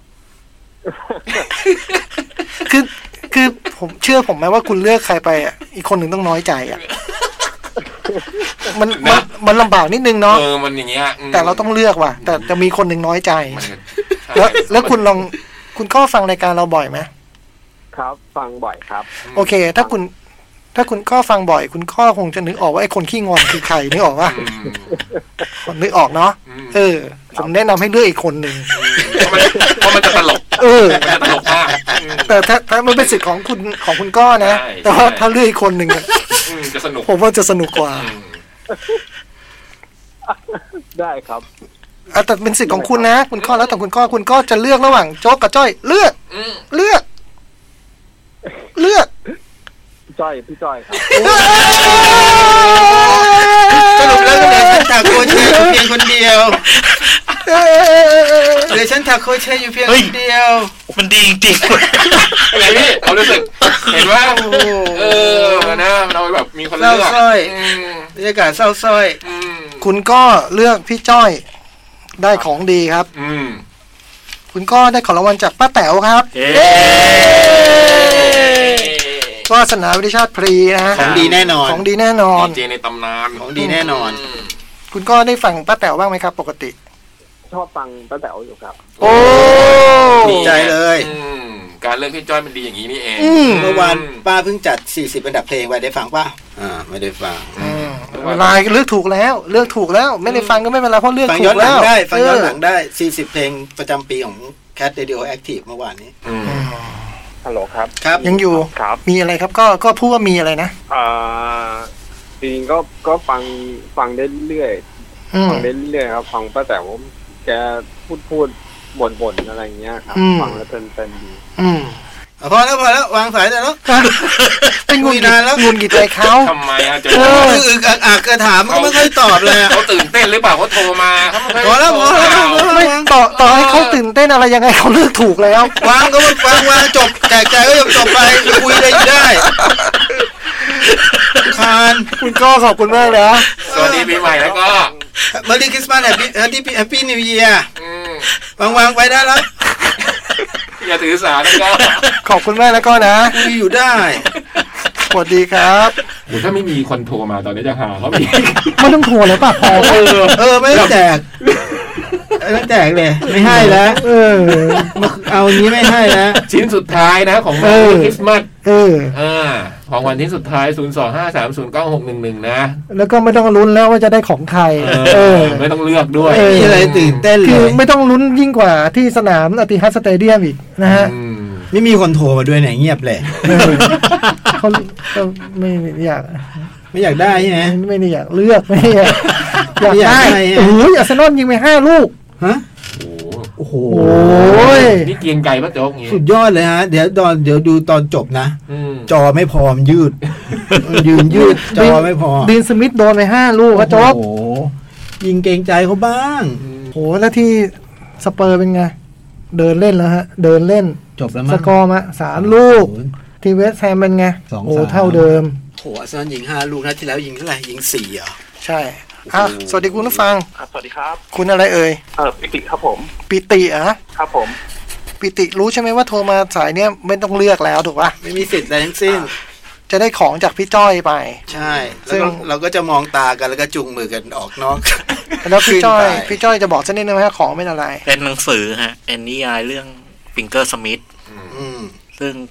คือคือผมเชื่อผมไหมว่าคุณเลือกใครไปอ่ะอีกคนหนึ่งต้องน้อยใจอ่ะมันมันนะมันลำบากนิดนึงเนาะเออมันอย่างเงี้ยอืมแต่เราต้องเลือกว่ะ แต่จะมีคนหนึ่งน้อยใจมันใช่แล้วแล้วคุณลองคุณก็ฟังรายการเราบ่อยไหมครับ ฟังบ่อยครับโอเค ถ้าคุณ ถ้าคุณก็ฟังบ่อย คุณก็คงจะนึกออกว่าไอ้คนขี้งอนคือใครนึกออกว่าอืมคนนึกออกเนาะอืมเออ ผมแนะนำให้เลือกอีกคนหนึ่งเพราะมันเพราะมันจะตลกเออมันจะตลกมากอืมแต่ถ้าถ้ามันเป็นสิทธิ์ของคุณของคุณก้อนะใช่แต่ว่าใช่ถ้าเลือกอีกคนหนึ่งอะอืมจะสนุกผมว่าจะสนุกกว่าอืมได้ครับอ่ะแต่เป็นสิทธิ์ของคุณนะ คุณก้อแล้วแต่คุณก้อคุณก้อจะเลือกระหว่างโจ๊กกับจ้อย เลือกอืมเลือก เลือกพี่จ้อย พี่จ้อยครับสรุปแล้วก็เหลือฉันถักโครเชต์อยู่เพียงคนเดียวเหลือฉันถักโครเชต์อยู่เพียงคนเดียวมันดีจริงเป็นไงพี่เขารู้สึกเห็นว่าเออนะเราแบบมีคนเศร้าเลือกสร้อยอืมบรรยากาศเศร้าสร้อยอืมคุณก็เลือกพี่จ้อยได้ของดีครับอืมคุณก็ได้ของรางวัลจากป้าแต๋วครับเอ๊ะวาสนาวิริชาติพรีนะฮะของดีแน่นอนของดีแน่นอนดีเจในตำนานของดีแน่นอนมคุณก็ได้ฟังป้าแต๋วบ้างไหมครับ ปกติชอบฟังป้าแต๋วอยู่ครับโอ้ดีใจเลยอืมการเลือกพี่จ้อยมันดีอย่างนี้นี่เองอืมเมื่อวานป้าเพิ่งจัดสี่สิบอันดับเพลงไว้ได้ฟังป่ะอ่าไม่ได้ฟังอืมเวลาเลือกถูกแล้ว เลือกถูกแล้ว ไม่ได้ฟังก็ไม่เป็นไรเพราะเลือกฟังถูย้อก นหลัแล้งวได้ฟังย้อนหลังเได้สี่สิบเพลงประจำปีของ Cat Radio Active เมื่อวานนี้อืมออฮัลโหลครับครับยังอยู่ครับมีอะไรครับ ก็ก็พูดว่ามีอะไรนะอ่าจริงๆก็ ก็ฟัง ฟังได้เรื่อยอืมฟังได้เรื่อยครับ ฟังป้าแต๋วแกพูดพูดบ่นบ่นอะไรเงี้ยครับอืมฟังแล้วเพลินเพลินดีอืมเอาพอแล้วพอแล้ววางสายได้แล้วเป็นงุนคุยกินาดนแล้วงุนกิดอะไรเขาทำไมอะเจเอออึกอักอักก็ถามก็ไม่ค่อยตอบเลยอะเขาตื่นเต้นหรือเปล่าเขาโทรมาเขาไม่พอแล้วพอแล้วพอแล้วไม่ต่อต่อให้เขาตื่นเต้นอะไรยังไงเขาเลือกถูกแล้ววางก็วางวางจบแจกแจกก็ยังจบไปคุยอะไรอยู่ได้คานคุณก็ขอบคุณมากเลยนะสวัสดีปีใหม่แล้วก็เมอร์รี่คริสต์มาสแฮปปี้แฮปปี้แฮปปี้นิวเยียร์อืมวางวางไปได้แล้วอย่าถือสาแล้วก็ขอบคุณมากแล้วก็นะคุยอยู่ได้สวัสดีครับโอ้ถ้าไม่มีคนโทรมาตอนนี้จะหาเขาอีกไม่ต้องโทรแล้วป่ะพอเออเออไม่ต้องแจกไม่ต้องแจกเลยไม่ให้แล้วเออเอานี้ไม่ให้แล้วชิ้นสุดท้ายนะของเอวันอคริสต์มาสเอออ่าของวันที่สุดท้าย ศูนย์ สอง ห้า สาม ศูนย์ เก้า หก หนึ่ง หนึ่ง นะแล้วก็ไม่ต้องลุ้นแล้วว่าจะได้ของใครเอเอออไม่ต้องเลือกด้วยเออมีอะไรตื่นเต้นเลคือย ไม่ต้องลุ้นยิ่งกว่าที่สนามอติฮัดสเตเดียมอีกนะฮะอืมไม่มีคนโทรมาด้วยเนี่ยเงียบเลยเออเขาก็ไม่อยากไม่อยากได้ใช่ไหมไม่ได้อยากเลือกไม่ได้อยากอยากไม่อยากได้ได้อะโอ้ยอาร์เซนอลยิงไปห้าลูกฮะโอ้โหโอ้โหโอ้ยนี่เกรียงไก่ปะโจ๊กอย่างงี้สุดยอดเลยฮะ เดี๋ยวตอนเดี๋ยวดูตอนจบนะอืมจอไม่พอมนยืด ยืนยืด จอไม่พอดีนสมิธโดนไปห้าลูกครับโจ๊กโอ้โหยิงเกรงใจเขาบ้างโหแล้วที่สเปอร์เป็นไง เดินเล่นแล้วฮะ เดินเล่นจบแล้วสมั้งกอร์มาสามลูก ที่เวสต์แฮมเป็นไงสองโอ้สามเท่าเดิมโหอาร์เซนอลยิงห้าลูกนะที่แล้วยิงเท่าไหร่ยิงสี่เหรอใช่อ่ะสวัสดีคุณผู้ฟังครับ สวัสดีครับคุณอะไรเอ่ยเออปิติครับผมปิติเหรอะครับผมปิติรู้ใช่ไหมว่าโทรมาสายเนี้ยไม่ต้องเลือกแล้วถูกปะไม่มีสิทธิ์อะไรทั้งสิ้นจะได้ของจากพี่จ้อยไปใช่ซึ่แล้วงก็เราก็จะมองตากันแล้วก็จูงมือกันออกนอกแล้วพี่จ้อยขึ้นไปพี่จ้อยจะบอกสักนิดนึงไหมว่าของเป็นอะไรเป็นหนังสือฮะเป็นนิยายเรื่องฟิงเกอร์สมิธอืมซึ่ง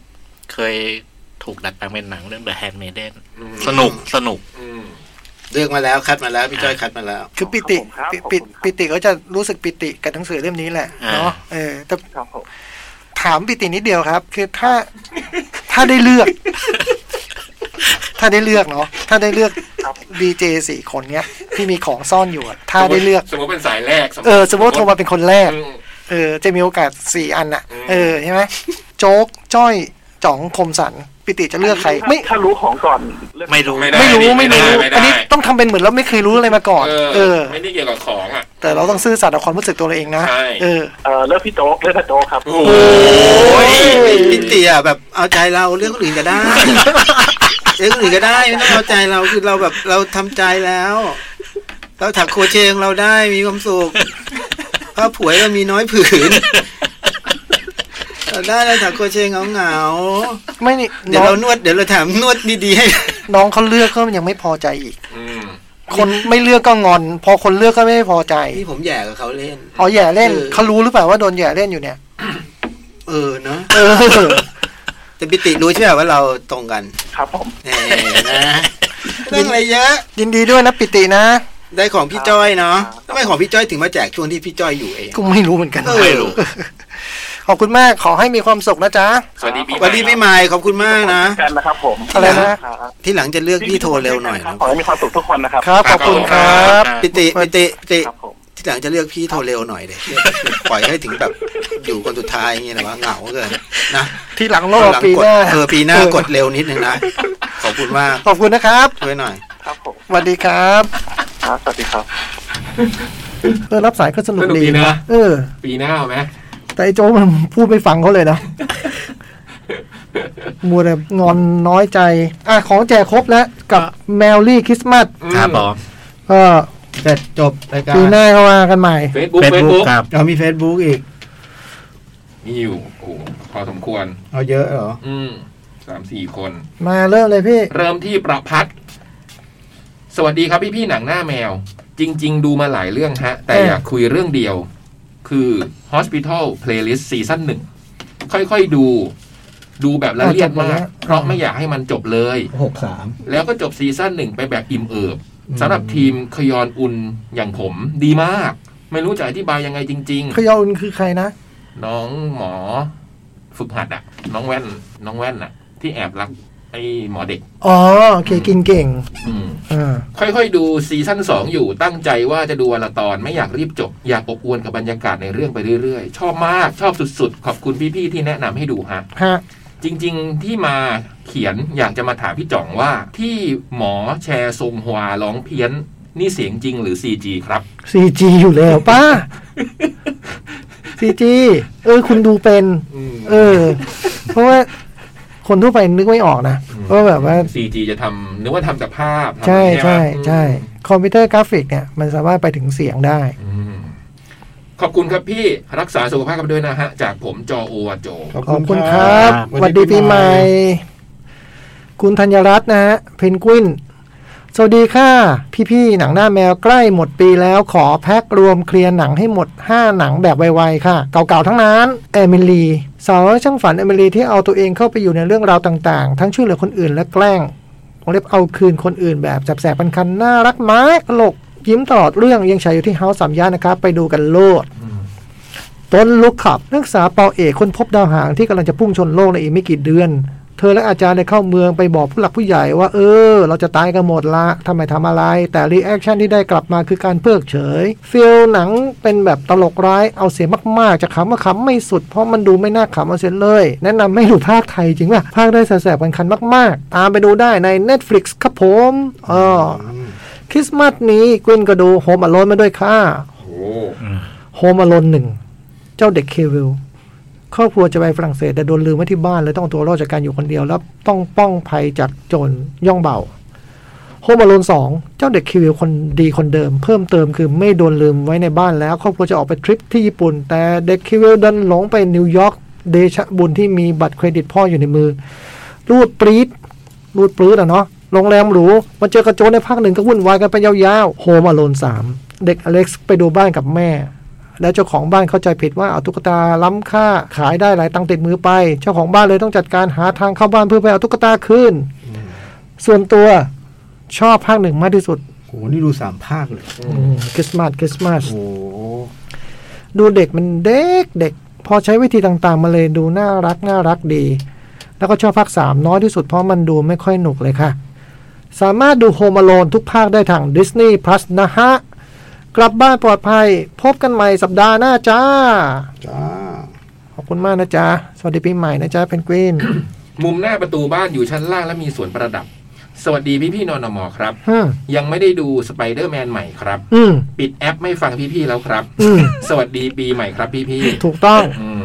เคยถูกดัดแปลงเป็นหนังเรื่อง The Handmaiden สนุกสนุกเลือกมาแล้วคัดมาแล้วพี่จ้อยคัดมาแล้วคือปิติปิปิติก็จะรู้สึกปิติกับหนังสือเล่มนี้แหละเนาะเออแต่ถามปิตินิดเดียวครับคือถ้าถ้าได้เลือกถ้าได้เลือกเนาะถ้าได้เลือกดีเจสี่คนเนี้ยที่มีของซ่อนอยู่อะถ้าได้เลือกสมมติเป็นสายแรกเออสมมติโทรมาเป็นคนแรกเออจะมีโอกาสสี่อันอะเออใช่ไหมโจ๊กจ้อยจ๋องคมสันปิติจะเลือกใครไม่ถ้ารู้ของก่อนไม่รู้ไม่รู้ไม่รู้อันนี้ต้องทำเป็นเหมือนเราไม่เคยรู้อะไรมาก่อนเออไม่ได้เกี่ยวกับของอ่ะแต่เราต้องซื่อสัตย์กับความรู้สึกตัวเราเองนะเออเออเลือกพี่โจ๊กเลือกพี่โจ๊กครับโอ้ยปิติอ่ะแบบเอาใจเราเรื่องคนอื่นก็ได้เรื่องคนอื่นก็ได้ไม่ต้องเอาใจเราคือเราแบบเราทำใจแล้วเราถักโคเชงเราได้มีความสุขผ้าผุยเรามีน้อยผืนได้เลยถักโคเชงเหงาๆไม่นี่เดี๋ยวเรานวดเดี๋ยวเราถามนวดดีๆให้น้องเขาเลือกก็ยังไม่พอใจอีกคนไม่เลือกก็งอนพอคนเลือกก็ไม่พอใจที่ผมแย่กับเขาเล่นอ๋อแย่เล่นเขารู้หรือเปล่าว่าโดนแย่เล่นอยู่เนี่ยเออเนาะเออแต่ปิติรู้ใช่ไหมว่าเราตรงกันครับผมเออนะเรื่องอะไรเยอะยินดีด้วยนะปิตินะได้ของพี่จ้อยเนาะทำไมของพี่จ้อยถึงมาแจกช่วงที่พี่จ้อยอยู่เองก็ไม่รู้เหมือนกันไม่รู้ขอบคุณมากขอให้มีความสุขนะจ๊ะสวัสดีพี่สวัสดีพี่ใหม่ขอบคุณมากนะกันนะครับผมอะไรนะที่หลังจะเลือกพี่โทรเร็วหน่อยขอให้มีความสุขทุกคนนะครับครับขอบคุณครับปิติปิติปิติที่หลังจะเลือกพี่โทรเร็วหน่อยเลยปล่อยให้ถึงแบบอยู่คนสุดท้ายอย่างเงี้ยนะว่าเหงาเกินนะที่หลังรอบปีหน้าเออปีหน้ากดเร็วนิดนึงนะขอบคุณมากขอบคุณนะครับช่วยหน่อยครับผมสวัสดีครับครับสวัสดีครับเออรับสายก็สนุกดีนะเออปีหน้าไหมแต่ไอ้โจ้มันพูดไม่ฟังเขาเลยนะมัวแต่งอนน้อยใจอ่ะของแจกครบแล้วกับแมวลี่คริสต์มาสครับผมก็เสร็จจบรายการปีหน้าเข้ามากันใหม่ Facebook Facebook ครับเรามี Facebook อีกมีอยู่โอ้พอสมควรเอาเยอะเหรออืมสามสี่คนมาเริ่มเลยพี่เริ่มที่ประพัฒน์สวัสดีครับพี่พี่หนังหน้าแมวจริงๆดูมาหลายเรื่องฮะแต่อยากคุยเรื่องเดียวคือ Hospital Playlist ซีซั่นหนึ่งค่อยๆดูดูแบบละเอียดมากเพราะไม่อยากให้มันจบเลยหกสามแล้วก็จบซีซั่นหนึ่งไปแบบอิ่มเอิบสำหรับทีมขยอนอุนอย่างผมดีมากไม่รู้จะอธิบายยังไงจริงๆขยอนอุนคือใครนะน้องหมอฝึกหัดอ่ะน้องแว่นน้องแว่นอ่ะที่แอบรักไอ้หมอเด็กอ๋อโอเคกินเก่งอ่าค่อยๆดูซีซั่นสองอยู่ตั้งใจว่าจะดูวันละตอนไม่อยากรีบจบอยากอบอวลกับบรรยากาศในเรื่องไปเรื่อยๆชอบมากชอบสุดๆขอบคุณพี่ๆที่แนะนำให้ดูฮะฮะจริงๆที่มาเขียนอยากจะมาถามพี่จ่องว่าที่หมอแชร์ทรงฮวาร้องเพี้ยนนี่เสียงจริงหรือ ซี จี ครับซี จี อยู่แล้วป้า ซี จี เออคุณดูเป็นเออเพราะว่าคนทั่วไปนึกไม่ออกนะเพราะแบบว่าซี จี จะทำนึกว่าทำจากภาพใช่ใช่ใช่คอมพิวเตอร์กราฟิกเนี่ยมันสามารถไปถึงเสียงได้ขอบคุณครับพี่รักษาสุขภาพกันด้วยนะฮะจากผมจอโอวาโจขอบคุณครับสวัสดีปีใหม่คุณธัญรัตน์นะฮะเพนกวินสวัสดีค่ะพี่ๆหนังหน้าแมวใกล้หมดปีแล้วขอแพ็ครวมเคลียร์หนังให้หมดห้าหนังแบบไวๆค่ะเก่าๆทั้งนั้นเอมิลีสาวช่างฝันเอมิลีที่เอาตัวเองเข้าไปอยู่ในเรื่องราวต่างๆทั้งช่วยเหลือคนอื่นและแกล้งผมเรียกเอาคืนคนอื่นแบบแสบๆคันๆน่ารักมากตลกยิ้มตลอดเรื่องยังฉายอยู่ที่เฮาส์สามย่านนะครับไปดูกันโลดต้นลุกขับนักศึกษาปอเอกคนพบดาวหางที่กำลังจะพุ่งชนโลกในอีกไม่กี่เดือนเธอและอาจารย์ได้เข้าเมืองไปบอกผู้หลักผู้ใหญ่ว่าเออเราจะตายกันหมดละทำไมทำอะไรแต่รีแอคชั่นที่ได้กลับมาคือการเพิกเฉยฟีลหนังเป็นแบบตลกร้ายเอาเสียมากๆจะขำก็ขำไม่สุดเพราะมันดูไม่น่าขำเอาเสียเลยแนะนำไม่ดูภาคไทยจริงป่ะภาคได้แสบๆกันคันมากๆตามไปดูได้ใน Netflix ครับผมอ๋อคริสต์มาสนี้กวินก็ดูโฮมอโลนมาด้วยค่ะโฮมอโลนหนึ่งเจ้าเด็กเควิลครอบครัวจะไปฝรั่งเศสแต่โดนลืมไว้ที่บ้านเลยต้องตัวรอดจากการอยู่คนเดียวแล้วต้องป้องภัยจากโจรย่องเบาโฮมอโลนสองเจ้าเด็กเควิลคนดีคนเดิมเพิ่มเติมคือไม่โดนลืมไว้ในบ้านแล้วครอบครัวจะออกไปทริปที่ญี่ปุ่นแต่เด็กเควิลดันหลงไปนิวยอร์กเดชะบุญที่มีบัตรเครดิตพ่ออยู่ในมือรูดปรี๊ดรูดปรี๊ดอ่ะเนาะโรงแรมหรูมาเจอกระโจนในภาคหนึ่งก็วุ่นวายกันไปยาวๆโฮมอโลนสามเด็กอเล็กซ์ไปดูบ้านกับแม่แล้วเจ้าของบ้านเข้าใจผิดว่าเอาตุ๊กตาล้ำค่าขายได้หลายตังค์ติดมือไปเจ้าของบ้านเลยต้องจัดการหาทางเข้าบ้านเพื่อไปเอาตุ๊กตาคืนส่วนตัวชอบภาคหนึ่งมากที่สุดโอ้โหนี่ดูสามภาคเลยคริสต์มาสคริสต์มาสโอ้ดูเด็กมันเด็กเด็กพอใช้วิธีต่างๆมาเลยดูน่ารักน่ารักดีแล้วก็ชอบภาคสามน้อยที่สุดเพราะมันดูไม่ค่อยหนุกเลยค่ะสามารถดูโฮมอโลนทุกภาคได้ทาง Disney Plus นะฮะกลับบ้านปลอดภัยพบกันใหม่สัปดาห์หน้าจ้าจ้าขอบคุณมากนะจ๊ะสวัสดีปีใหม่นะจ๊ะเพนกวินมุมหน้าประตูบ้านอยู่ชั้นล่างและมีสวนประดับสวัสดีพี่ๆนนม.ครับยังไม่ได้ดูสไปเดอร์แมนใหม่ครับปิดแอปไม่ฟังพี่ๆแล้วครับสวัสดีปีใหม่ครับพี่ๆถูกต้อง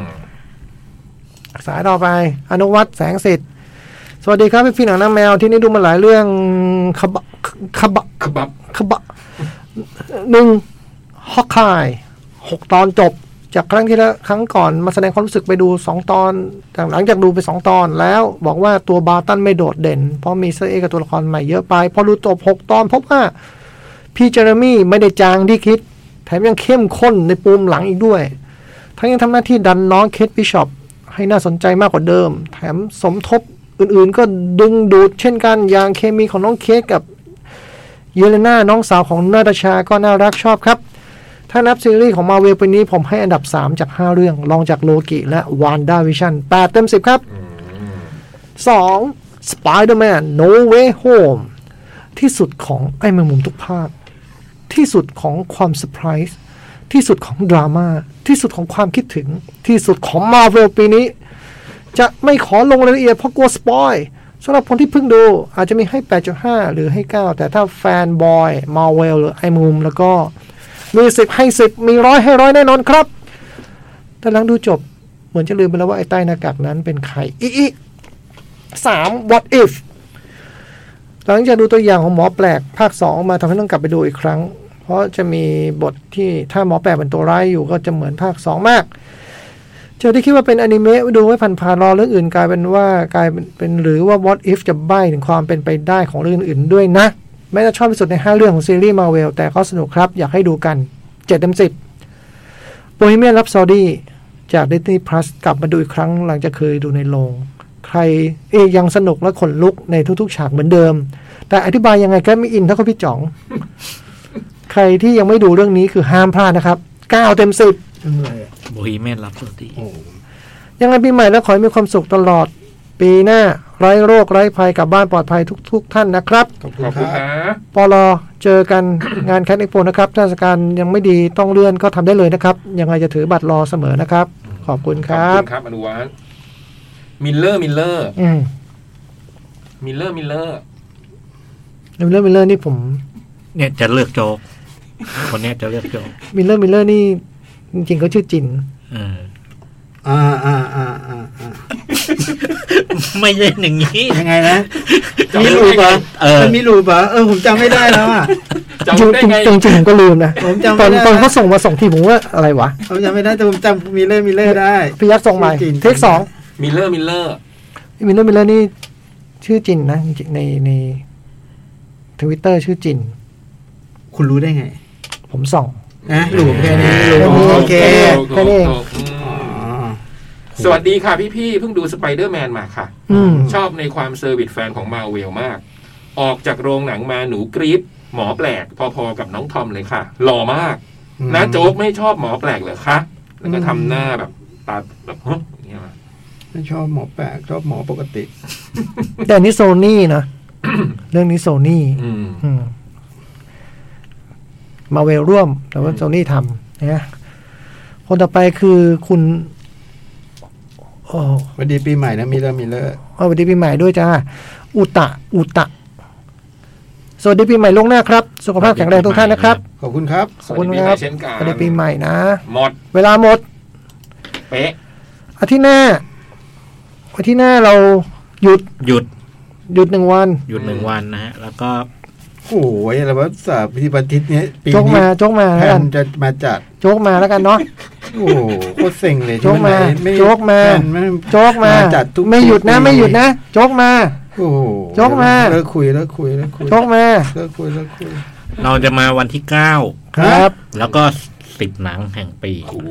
สายต่อไปอนุวัฒน์แสงสิทธิ์สวัสดีครับพี่ๆหนังหน้าแมวที่นี่ดูมาหลายเรื่องขบขบขบับขบหนึ่งฮอกคายหกตอนจบจากครั้งที่แล้วครั้งก่อนมาแสดงความรู้สึกไปดูสองตอนหลังจากดูไปสองตอนแล้วบอกว่าตัวบาร์ตันไม่โดดเด่นเพราะมีเซอร์เอกับตัวละครใหม่เยอะไปพอดูจบหกตอนพบว่าพี่เจอร์มี่ไม่ได้จางที่คิดแถมยังเข้มข้นในปูมหลังอีกด้วยทั้งยังทำหน้าที่ดันน้องเคทบิชอปให้น่าสนใจมากกว่าเดิมแถมสมทบอื่นๆก็ดึงดูดเช่นกันอย่างเคมีของน้องเคทกับเยเลน่าน้องสาวของนาตาชาก็น่ารักชอบครับถ้านับซีรีส์ของ Marvel ปีนี้ผมให้อันดับสามจากห้าเรื่องรองจากโลกิและ WandaVision แปดเต็มสิบครับสอง Spider-Man No Way Home ที่สุดของไอ้แมงมุมทุกภาคที่สุดของความเซอร์ไพรส์ที่สุดของดราม่าที่สุดของความคิดถึงที่สุดของ Marvel ปีนี้จะไม่ขอลงรายละเอียดเพราะกลัวสปอยสำหรับคนที่เพิ่งดูอาจจะมีให้ แปดจุดห้า หรือให้เก้าแต่ถ้าแฟนบอย Marvel หรือไอ้แมงมุมแล้วก็มีสิบให้สิบมีร้อยให้ร้อยแน่นอนครับแต่หลังดูจบเหมือนจะลืมไปแล้วว่าไอ้ใต้หน้ากากนั้นเป็นใครอีอีสาม What if หลังจากดูตัวอย่างของหมอแปลกภาคสองออกมาทำให้ต้องกลับไปดูอีกครั้งเพราะจะมีบทที่ถ้าหมอแปลกเป็นตัวร้ายอยู่ก็จะเหมือนภาคสองมากเจอที่คิดว่าเป็นอนิเมะดูไว้ผ่านๆรอเรื่องอื่นกลายเป็นว่ากลายเป็นหรือว่า What if จะใบ้ถึงความเป็นไปได้ของเรื่องอื่นด้วยนะแม้จะชอบที่สุดในห้าเรื่องของซีรีส์ Marvel แต่ก็สนุกครับอยากให้ดูกันเจ็ดเต็มสิบ Bohemian Rhapsody จาก Disney Plus กลับมาดูอีกครั้งหลังจากเคยดูในโรงใครเองยังสนุกและขนลุกในทุกๆฉากเหมือนเดิมแต่อธิบายยังไงก็ไม่อินเท่ากับพี่จ๋อง ใครที่ยังไม่ดูเรื่องนี้คือห้ามพลาดนะครับเก้าเต็มสิบ Bohemian Rhapsody ยังไงปีใหม่แล้วขอให้มีความสุขตลอดปีหน้าไร้โรคไร้ภัยกลับบ้านปลอดภัยทุกๆท่านนะครับขอบคุณครับปลอเจอกันงานแคทเอ็กโปนะครับเทศกาลยังไม่ดีต้องเลื่อนก็ทำได้เลยนะครับยังไงจะถือบัตรรอเสมอนะครับขอบคุณครับขอบคุณครับอนุวัฒน์มิลเลอร์มิลเลอร์มิลเลอร์มิลเลอร์มิลเลอร์มิลเลอร์นี่ผมเนี่ยจะเลือกโจ๊กคนนี้จะเลือกโจ๊กมิลเลอร์มิลเลอร์นี่จริงๆเขาชื่อจินอ่าอ่าอ่าอ่าอ่าไม่เล่นอย่างนี้ยังไงนะมีรูปะเออมีรูปะเออผมจำไม่ได้แล้วอ่ะจำได้ไงจริงๆผมก็ลืมนะผมจำตอนตอนเขาส่งมาส่งที่ผมว่าอะไรวะผมจำไม่ได้แต่ผมจำมิลเลอร์มิลเลอร์ได้พี่ยักษ์ส่งมาเทคสองมิลเลอร์มิลเลอร์มิลเลอร์มิลเลอร์นี่ชื่อจินนะในในทวิตเตอร์ชื่อจินคุณรู้ได้ไงผมส่องนะหลูแค่นี้โอเคแค่นี้สวัสดีค่ะพี่ๆเพิ่งดูสไปเดอร์แมนมาค่ะชอบในความเซอร์วิสแฟนของมาเวลมากออกจากโรงหนังมาหนูกรี๊ดหมอแปลกพอๆกับน้องทอมเลยค่ะหล่อมากนะโจ๊กไม่ชอบหมอแปลกเหรอคะแล้วก็ทำหน้าแบบตาแบบเฮ้ยอย่างเงี้ยไม่ชอบหมอแปลกชอบหมอปกติแต่นี่โซนี่นะ เรื่องนี้โซนี่มาเวลร่วมแต่ว่าโซนี่ทำนะคนต่อไปคือคุณสวัสดีปีใหม่นะมิลเลอร์มิลเลอร์สวัสดีปีใหม่ด้วยจ้าอุตะอุตะสวัสดีปีใหม่ล่วงหน้าครับสุขภาพแข็งแรงทุกท่านนะครับขอบคุณครับขอบคุณครับสวัสดีปีใหม่นะหมดเวลาหมดเป๊ะอาทิตย์หน้าอาทิตย์หน้าเราหยุดหยุดหยุดหนึ่งวันหยุดหนึ่งวันนะฮะแล้วก็โอ้ยอะไรวะสามพิธีอาทิตย์นี้ปีนี้โจ๊กมาโจ๊กมาแล้วกันจะมาจัดโจ๊กมาแล้วกันเนาะโอ้โคตรเซ็งเลยโจ๊กมาโจ๊กมาโจ๊กมาไม่หยุดนะไม่หยุดนะโจ๊กมาโอ้โจ๊กมาเลิกคุยเลิกคุยเลิกคุยโจ๊กมาเลิกคุยเลิกคุยเราจะมาวันที่เก้าครับแล้วก็สิบหนังแห่งปีโอ้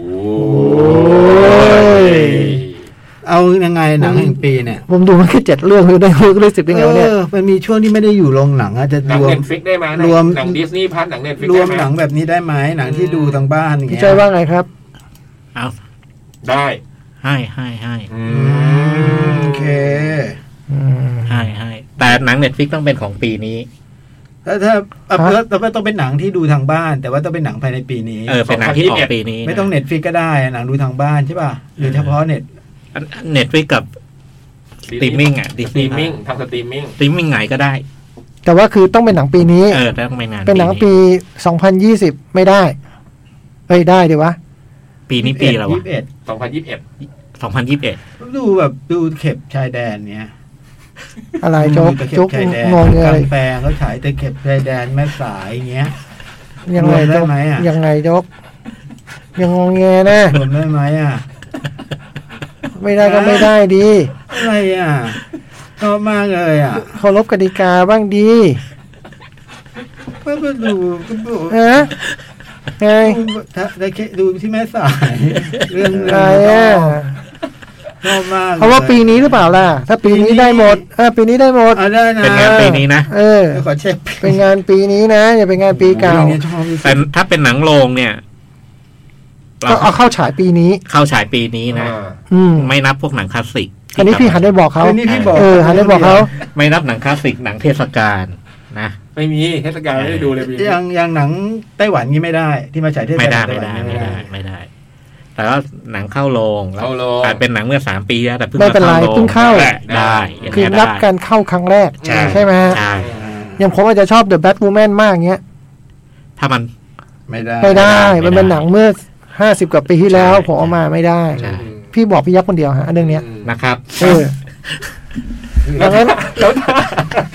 ยเอายังไงหนังแห่งปีเนี่ยผมดูมันแค่เจ็ดเรื่องเลยได้เรื่องได้สิบได้ไงวะเนี่ยออมันมีช่วงที่ไม่ได้อยู่โรงหนังอาจจะหนังรวมเน็ตฟิกได้ไหมรวมหนังดิสนีย์พัทหนังเน็ตฟิกรวมได้ไหมหนังแบบนี้ได้ไหมหนังที่ดูทางบ้านอย่างพี่เงี้ยจ้อยว่าไงครับเอาได้ให้ให้ให้อือืมมโอเคอืมให้ให้แต่หนังเน็ตฟิกต้องเป็นของปีนี้ถ้าถ้าเอาฮะแล้วแต่ว่าต้องเป็นหนังที่ดูทางบ้าน แต่ว่าต้องเป็นหนังภายในปีนี้เออเป็นหนังที่ออกปีนี้ไม่ต้องเน็ตฟิกก็ได้หนังดูทางบ้านใช่ป่ะหรือเฉพาะเน็ตเน็ตฟิกกับสตรีมมิ่งอ่ะดิสสตรีนีย์มมิ่งทำสตรีมมิ่งสตรีมมิ่งไหนก็ได้แต่ว่าคือต้องเป็นหนังปีนี้เออต้องเป็นงานเป็นหนังปีสองพันยี่สิบไม่ได้เอ้ยได้ดีวะปีนี้ปีแล้วยี่วะสิบเอ็ดสองพันยี่สิบเอ็ดสองพันยี่สิบเอ็ดดูแบบดูเข็บชายแดนเนี้ยอะไรโจ๊กดูตะเข็บโจ๊กชายแดนงงอะไรกำแพงเขาฉายตะเข็บชายแดนแม่สายอย่างเงี้ยยังไงรวมได้โจ๊กไหมอะยังไงโจ๊กยังงงแงนะรวมได้ไหมอ่ะไม่ได้ก็ไม่ได้ดีอะไรอ่ะชอบมากเลยอ่ะเคารพกติกาบ้างดีก็ไปดูก็ดูฮะไงดูถ้าได้แค่ดูที่แม่สายเรื่องอะไรอ่ะชอบมากเพราะว่าปีนี้หรือเปล่าล่ะ ถ้าปีนี้ได้หมดเออปีนี้ได้หมดเอาได้นะเป็นงานปีนี้นะเออขอเช็คเป็นงานปีนี้นะอย่าเป็นงานปีเก่าปีนี้ชอบที่สุแต่ดถ้าเป็นหนังโรงเนี่ยเราก็เอาเข้าฉายปีนี้เข้าฉายปีนี้นะอ่าอืมไม่นับพวกหนังคลาสสิกอันนี้พี่หันได้บอกเขาอันนี้พี่บอกเออหันได้บอกเขาไม่นับหนังคลาสสิกหนังเทศกาลนะไม่มีเทศกาลไม่ได้ดูเลยปีนี้อย่างอย่างหนังไต้หวันงี้ไม่ได้ ที่มาฉายเทศไม่กาได้ลไม่ไต้หวันได้ไม่ได้ไม่ได้ แต่ว่าหนังเข้าโรงแล้วเข้าโรงอาจเป็นหนังเมื่อสามปีแล้วแต่เพิ่งไม่เป็นไรมาเพิ่งเข้าได้ได้อย่างคือเงี้ยนับได้การเข้าครั้งแรกใช่ใช่ไหมฮะใช่อย่างผมอาจจะชอบ The Batwoman มากเงี้ยถ้ามันไม่ได้ไม่ได้ไม่ได้มันเป็นหนังเมื่อห้าสิบกว่าปีที่แล้วใช่ผมเอามาไม่ได้ใช่พี่บอกพี่ยักษ์คนเดียวฮะเรื่องเนี้ยนะครับเออดังนั้นแล้วถ้า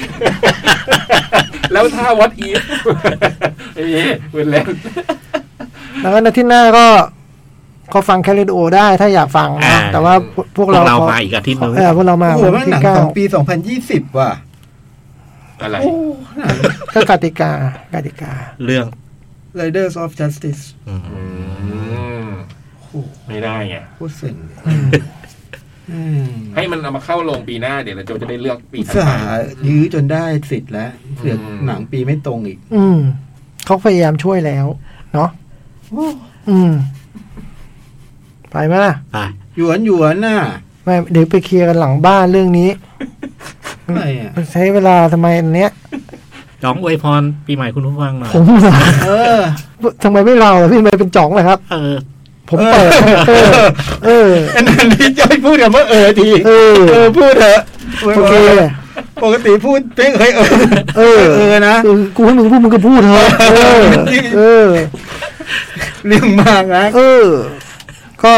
แล้วถ้าวัดอีฟไม่มีเป็นเล่นดังนั้นอาที่หน้าก็ก็ฟังแคลิโอได้ถ้าอยากฟังอ่านะแต่ว่าพวกพวกพวเรากเรามาอีกอาทิตย์หนึงเออพวกเรามาโอ้โหวัมันนหนัที่งเก้าของปีสองพันยี่สิบว่ะอะไรโอ้หนังก็กติกากติกาเรื่อง Riders of Justice อืมอืมโอ้โหไม่ได้ไงโคตรเซ็งอืมให้มันเอามาเข้าโรงปีหน้าเดี๋ยวเราโจจะได้เลือกปีอุตถัดส่าไปห์ยื้อจนได้สิทธิ์แล้วเสือกอืมหนังปีไม่ตรงอีกอืมเขาพยายามช่วยแล้ว เนาะอืม ไปไหมล่ะไปหยวนหยวนน่ะไม่เดี๋ยวไปเคลียร์กันหลังบ้านเรื่องนี้อะไรอ่ะมันใช้เวลาทำไมอันเนี้ยจ้องอวยพรปีใหม่คุณผู้ฟังหน่อยผมเหรอเออทำไมไม่เราล่ะพี่ทำไมเป็นจ่องล่ะครับเออผมเปิดเออ เอออันนั้นที่จะให้พูดกับว่าเออทีเออเออพูดเถอะโอเคปกติพูดไม่เคยเออเออเออนะเออกูให้มึงพูดมึงก็พูดเถอะเออ เออเรื่องมากนะเออ ก็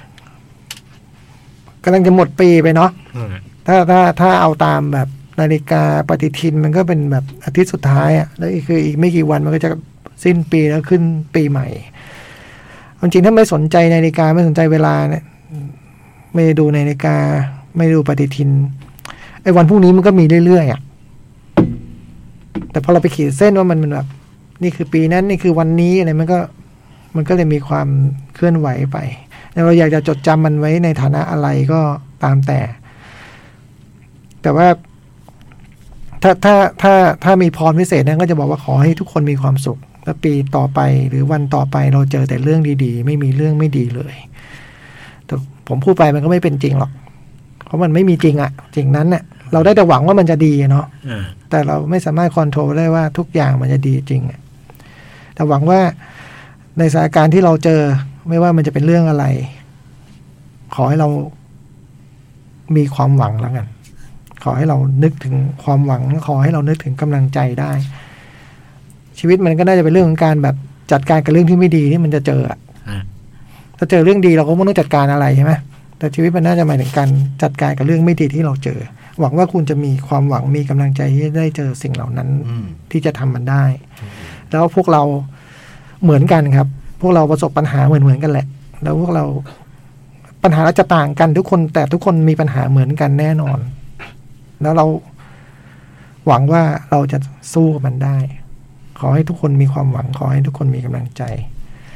กำลังจะหมดปีไปเนาะอืมถ้าถ้าถ้าเอาตามแบบนาฬิกาปฏิทินมันก็เป็นแบบอาทิตย์สุดท้ายอะ่ะแล้วอีกคืออีกไม่กี่วันมันก็จะสิ้นปีแล้วขึ้นปีใหม่จริงๆถ้าไม่สนใจนาฬิกาไม่สนใจเวลาเนี่ยไม่ดูนาฬิกา ไม่ดูปฏิทินไอ้วันพรุ่งนี้มันก็มีเรื่อยๆอะ่ะแต่พอเราไปขีดเส้นว่ามันมันแบบ นี่คือปีนั้นนี่คือวันนี้อะไรมันก็มันก็เลยมีความเคลื่อนไหวไปแล้วเราอยากจะจดจำมันไว้ในฐานะอะไรก็ตามแต่ แต่ว่า ถ้าถ้าถ้าถ้ามีพรพิเศษนั้นก็จะบอกว่าขอให้ทุกคนมีความสุขและปีต่อไปหรือวันต่อไปเราเจอแต่เรื่องดีๆ ไม่มีเรื่องไม่ดีเลย แต่ผมพูดไปมันก็ไม่เป็นจริงหรอกเพราะมันไม่มีจริงอะจริงนั้นเนี่ยเราได้แต่หวังว่ามันจะดีเนาะอ่าแต่เราไม่สามารถคอนโทรลได้ว่าทุกอย่างมันจะดีจริงอะแต่หวังว่าในสถานการณ์ที่เราเจอไม่ว่ามันจะเป็นเรื่องอะไร ขอให้เรามีความหวังแล้วกัน ขอให้เรานึกถึงความหวังขอให้เรานึกถึงกำลังใจได้ ชีวิตมันก็น่าจะเป็นเรื่องของการแบบจัดการกับเรื่องที่ไม่ดีที่มันจะเจออะอ่าถ้าเจอเรื่องดีเราก็ไม่ต้องจัดการอะไรใช่ไหมแต่ชีวิตมันน่าจะหมายถึงการจัดการกับเรื่องไม่ดีที่เราเจอ หวังว่าคุณจะมีความหวังมีกำลังใจที่ได้เจอสิ่งเหล่านั้นอืมที่จะทำมันได้ แล้วพวกเราเหมือนกันครับ พวกเราประสบปัญหาเหมือนเหมือนกันแหละ แล้วพวกเราปัญหาเราจะต่างกันทุกคนแต่ทุกคนมีปัญหาเหมือนกันแน่นอน แล้วเราหวังว่าเราจะสู้กับมันได้ ขอให้ทุกคนมีความหวัง ขอให้ทุกคนมีกำลังใจ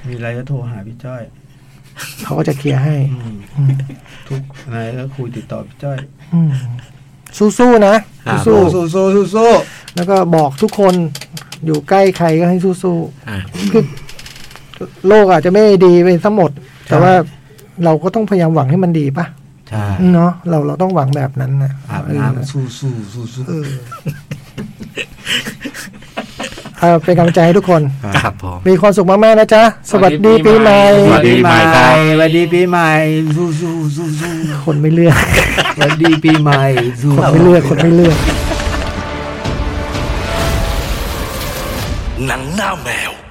มีอะไรก็โทรหาพี่จ้อยเขาก็จะเคลียร์ให้อืมอืมทุกอะไรก็คุยติดต่อพี่จ้อยอืมสู้ๆนะสู้สู้สู้สู้สู้ๆแล้วก็บอกทุกคนอยู่ใกล้ใครก็ให้สู้อ่ะๆคือโลกอาจจะไม่ดีไปทั้งหมด แต่ว่าเราก็ต้องพยายามหวังให้มันดีป่ะใช่เนาะเราเราต้องหวังแบบนั้นนะอาบน้ำสู้สู้สู้สู้เออเอาเป็นกำลังใจให้ทุกคนครับผมมีความสุขมากๆนะจ๊ะ สวัสดีปีใหม่สวัสดีปีใหม่สวัสดีปีใหม่สู้สู้สู้สู้คนไม่เลือกสวัสดีปีใหม่สู้คนไม่เลือกคนไม่เลือกหนังหน้าแมว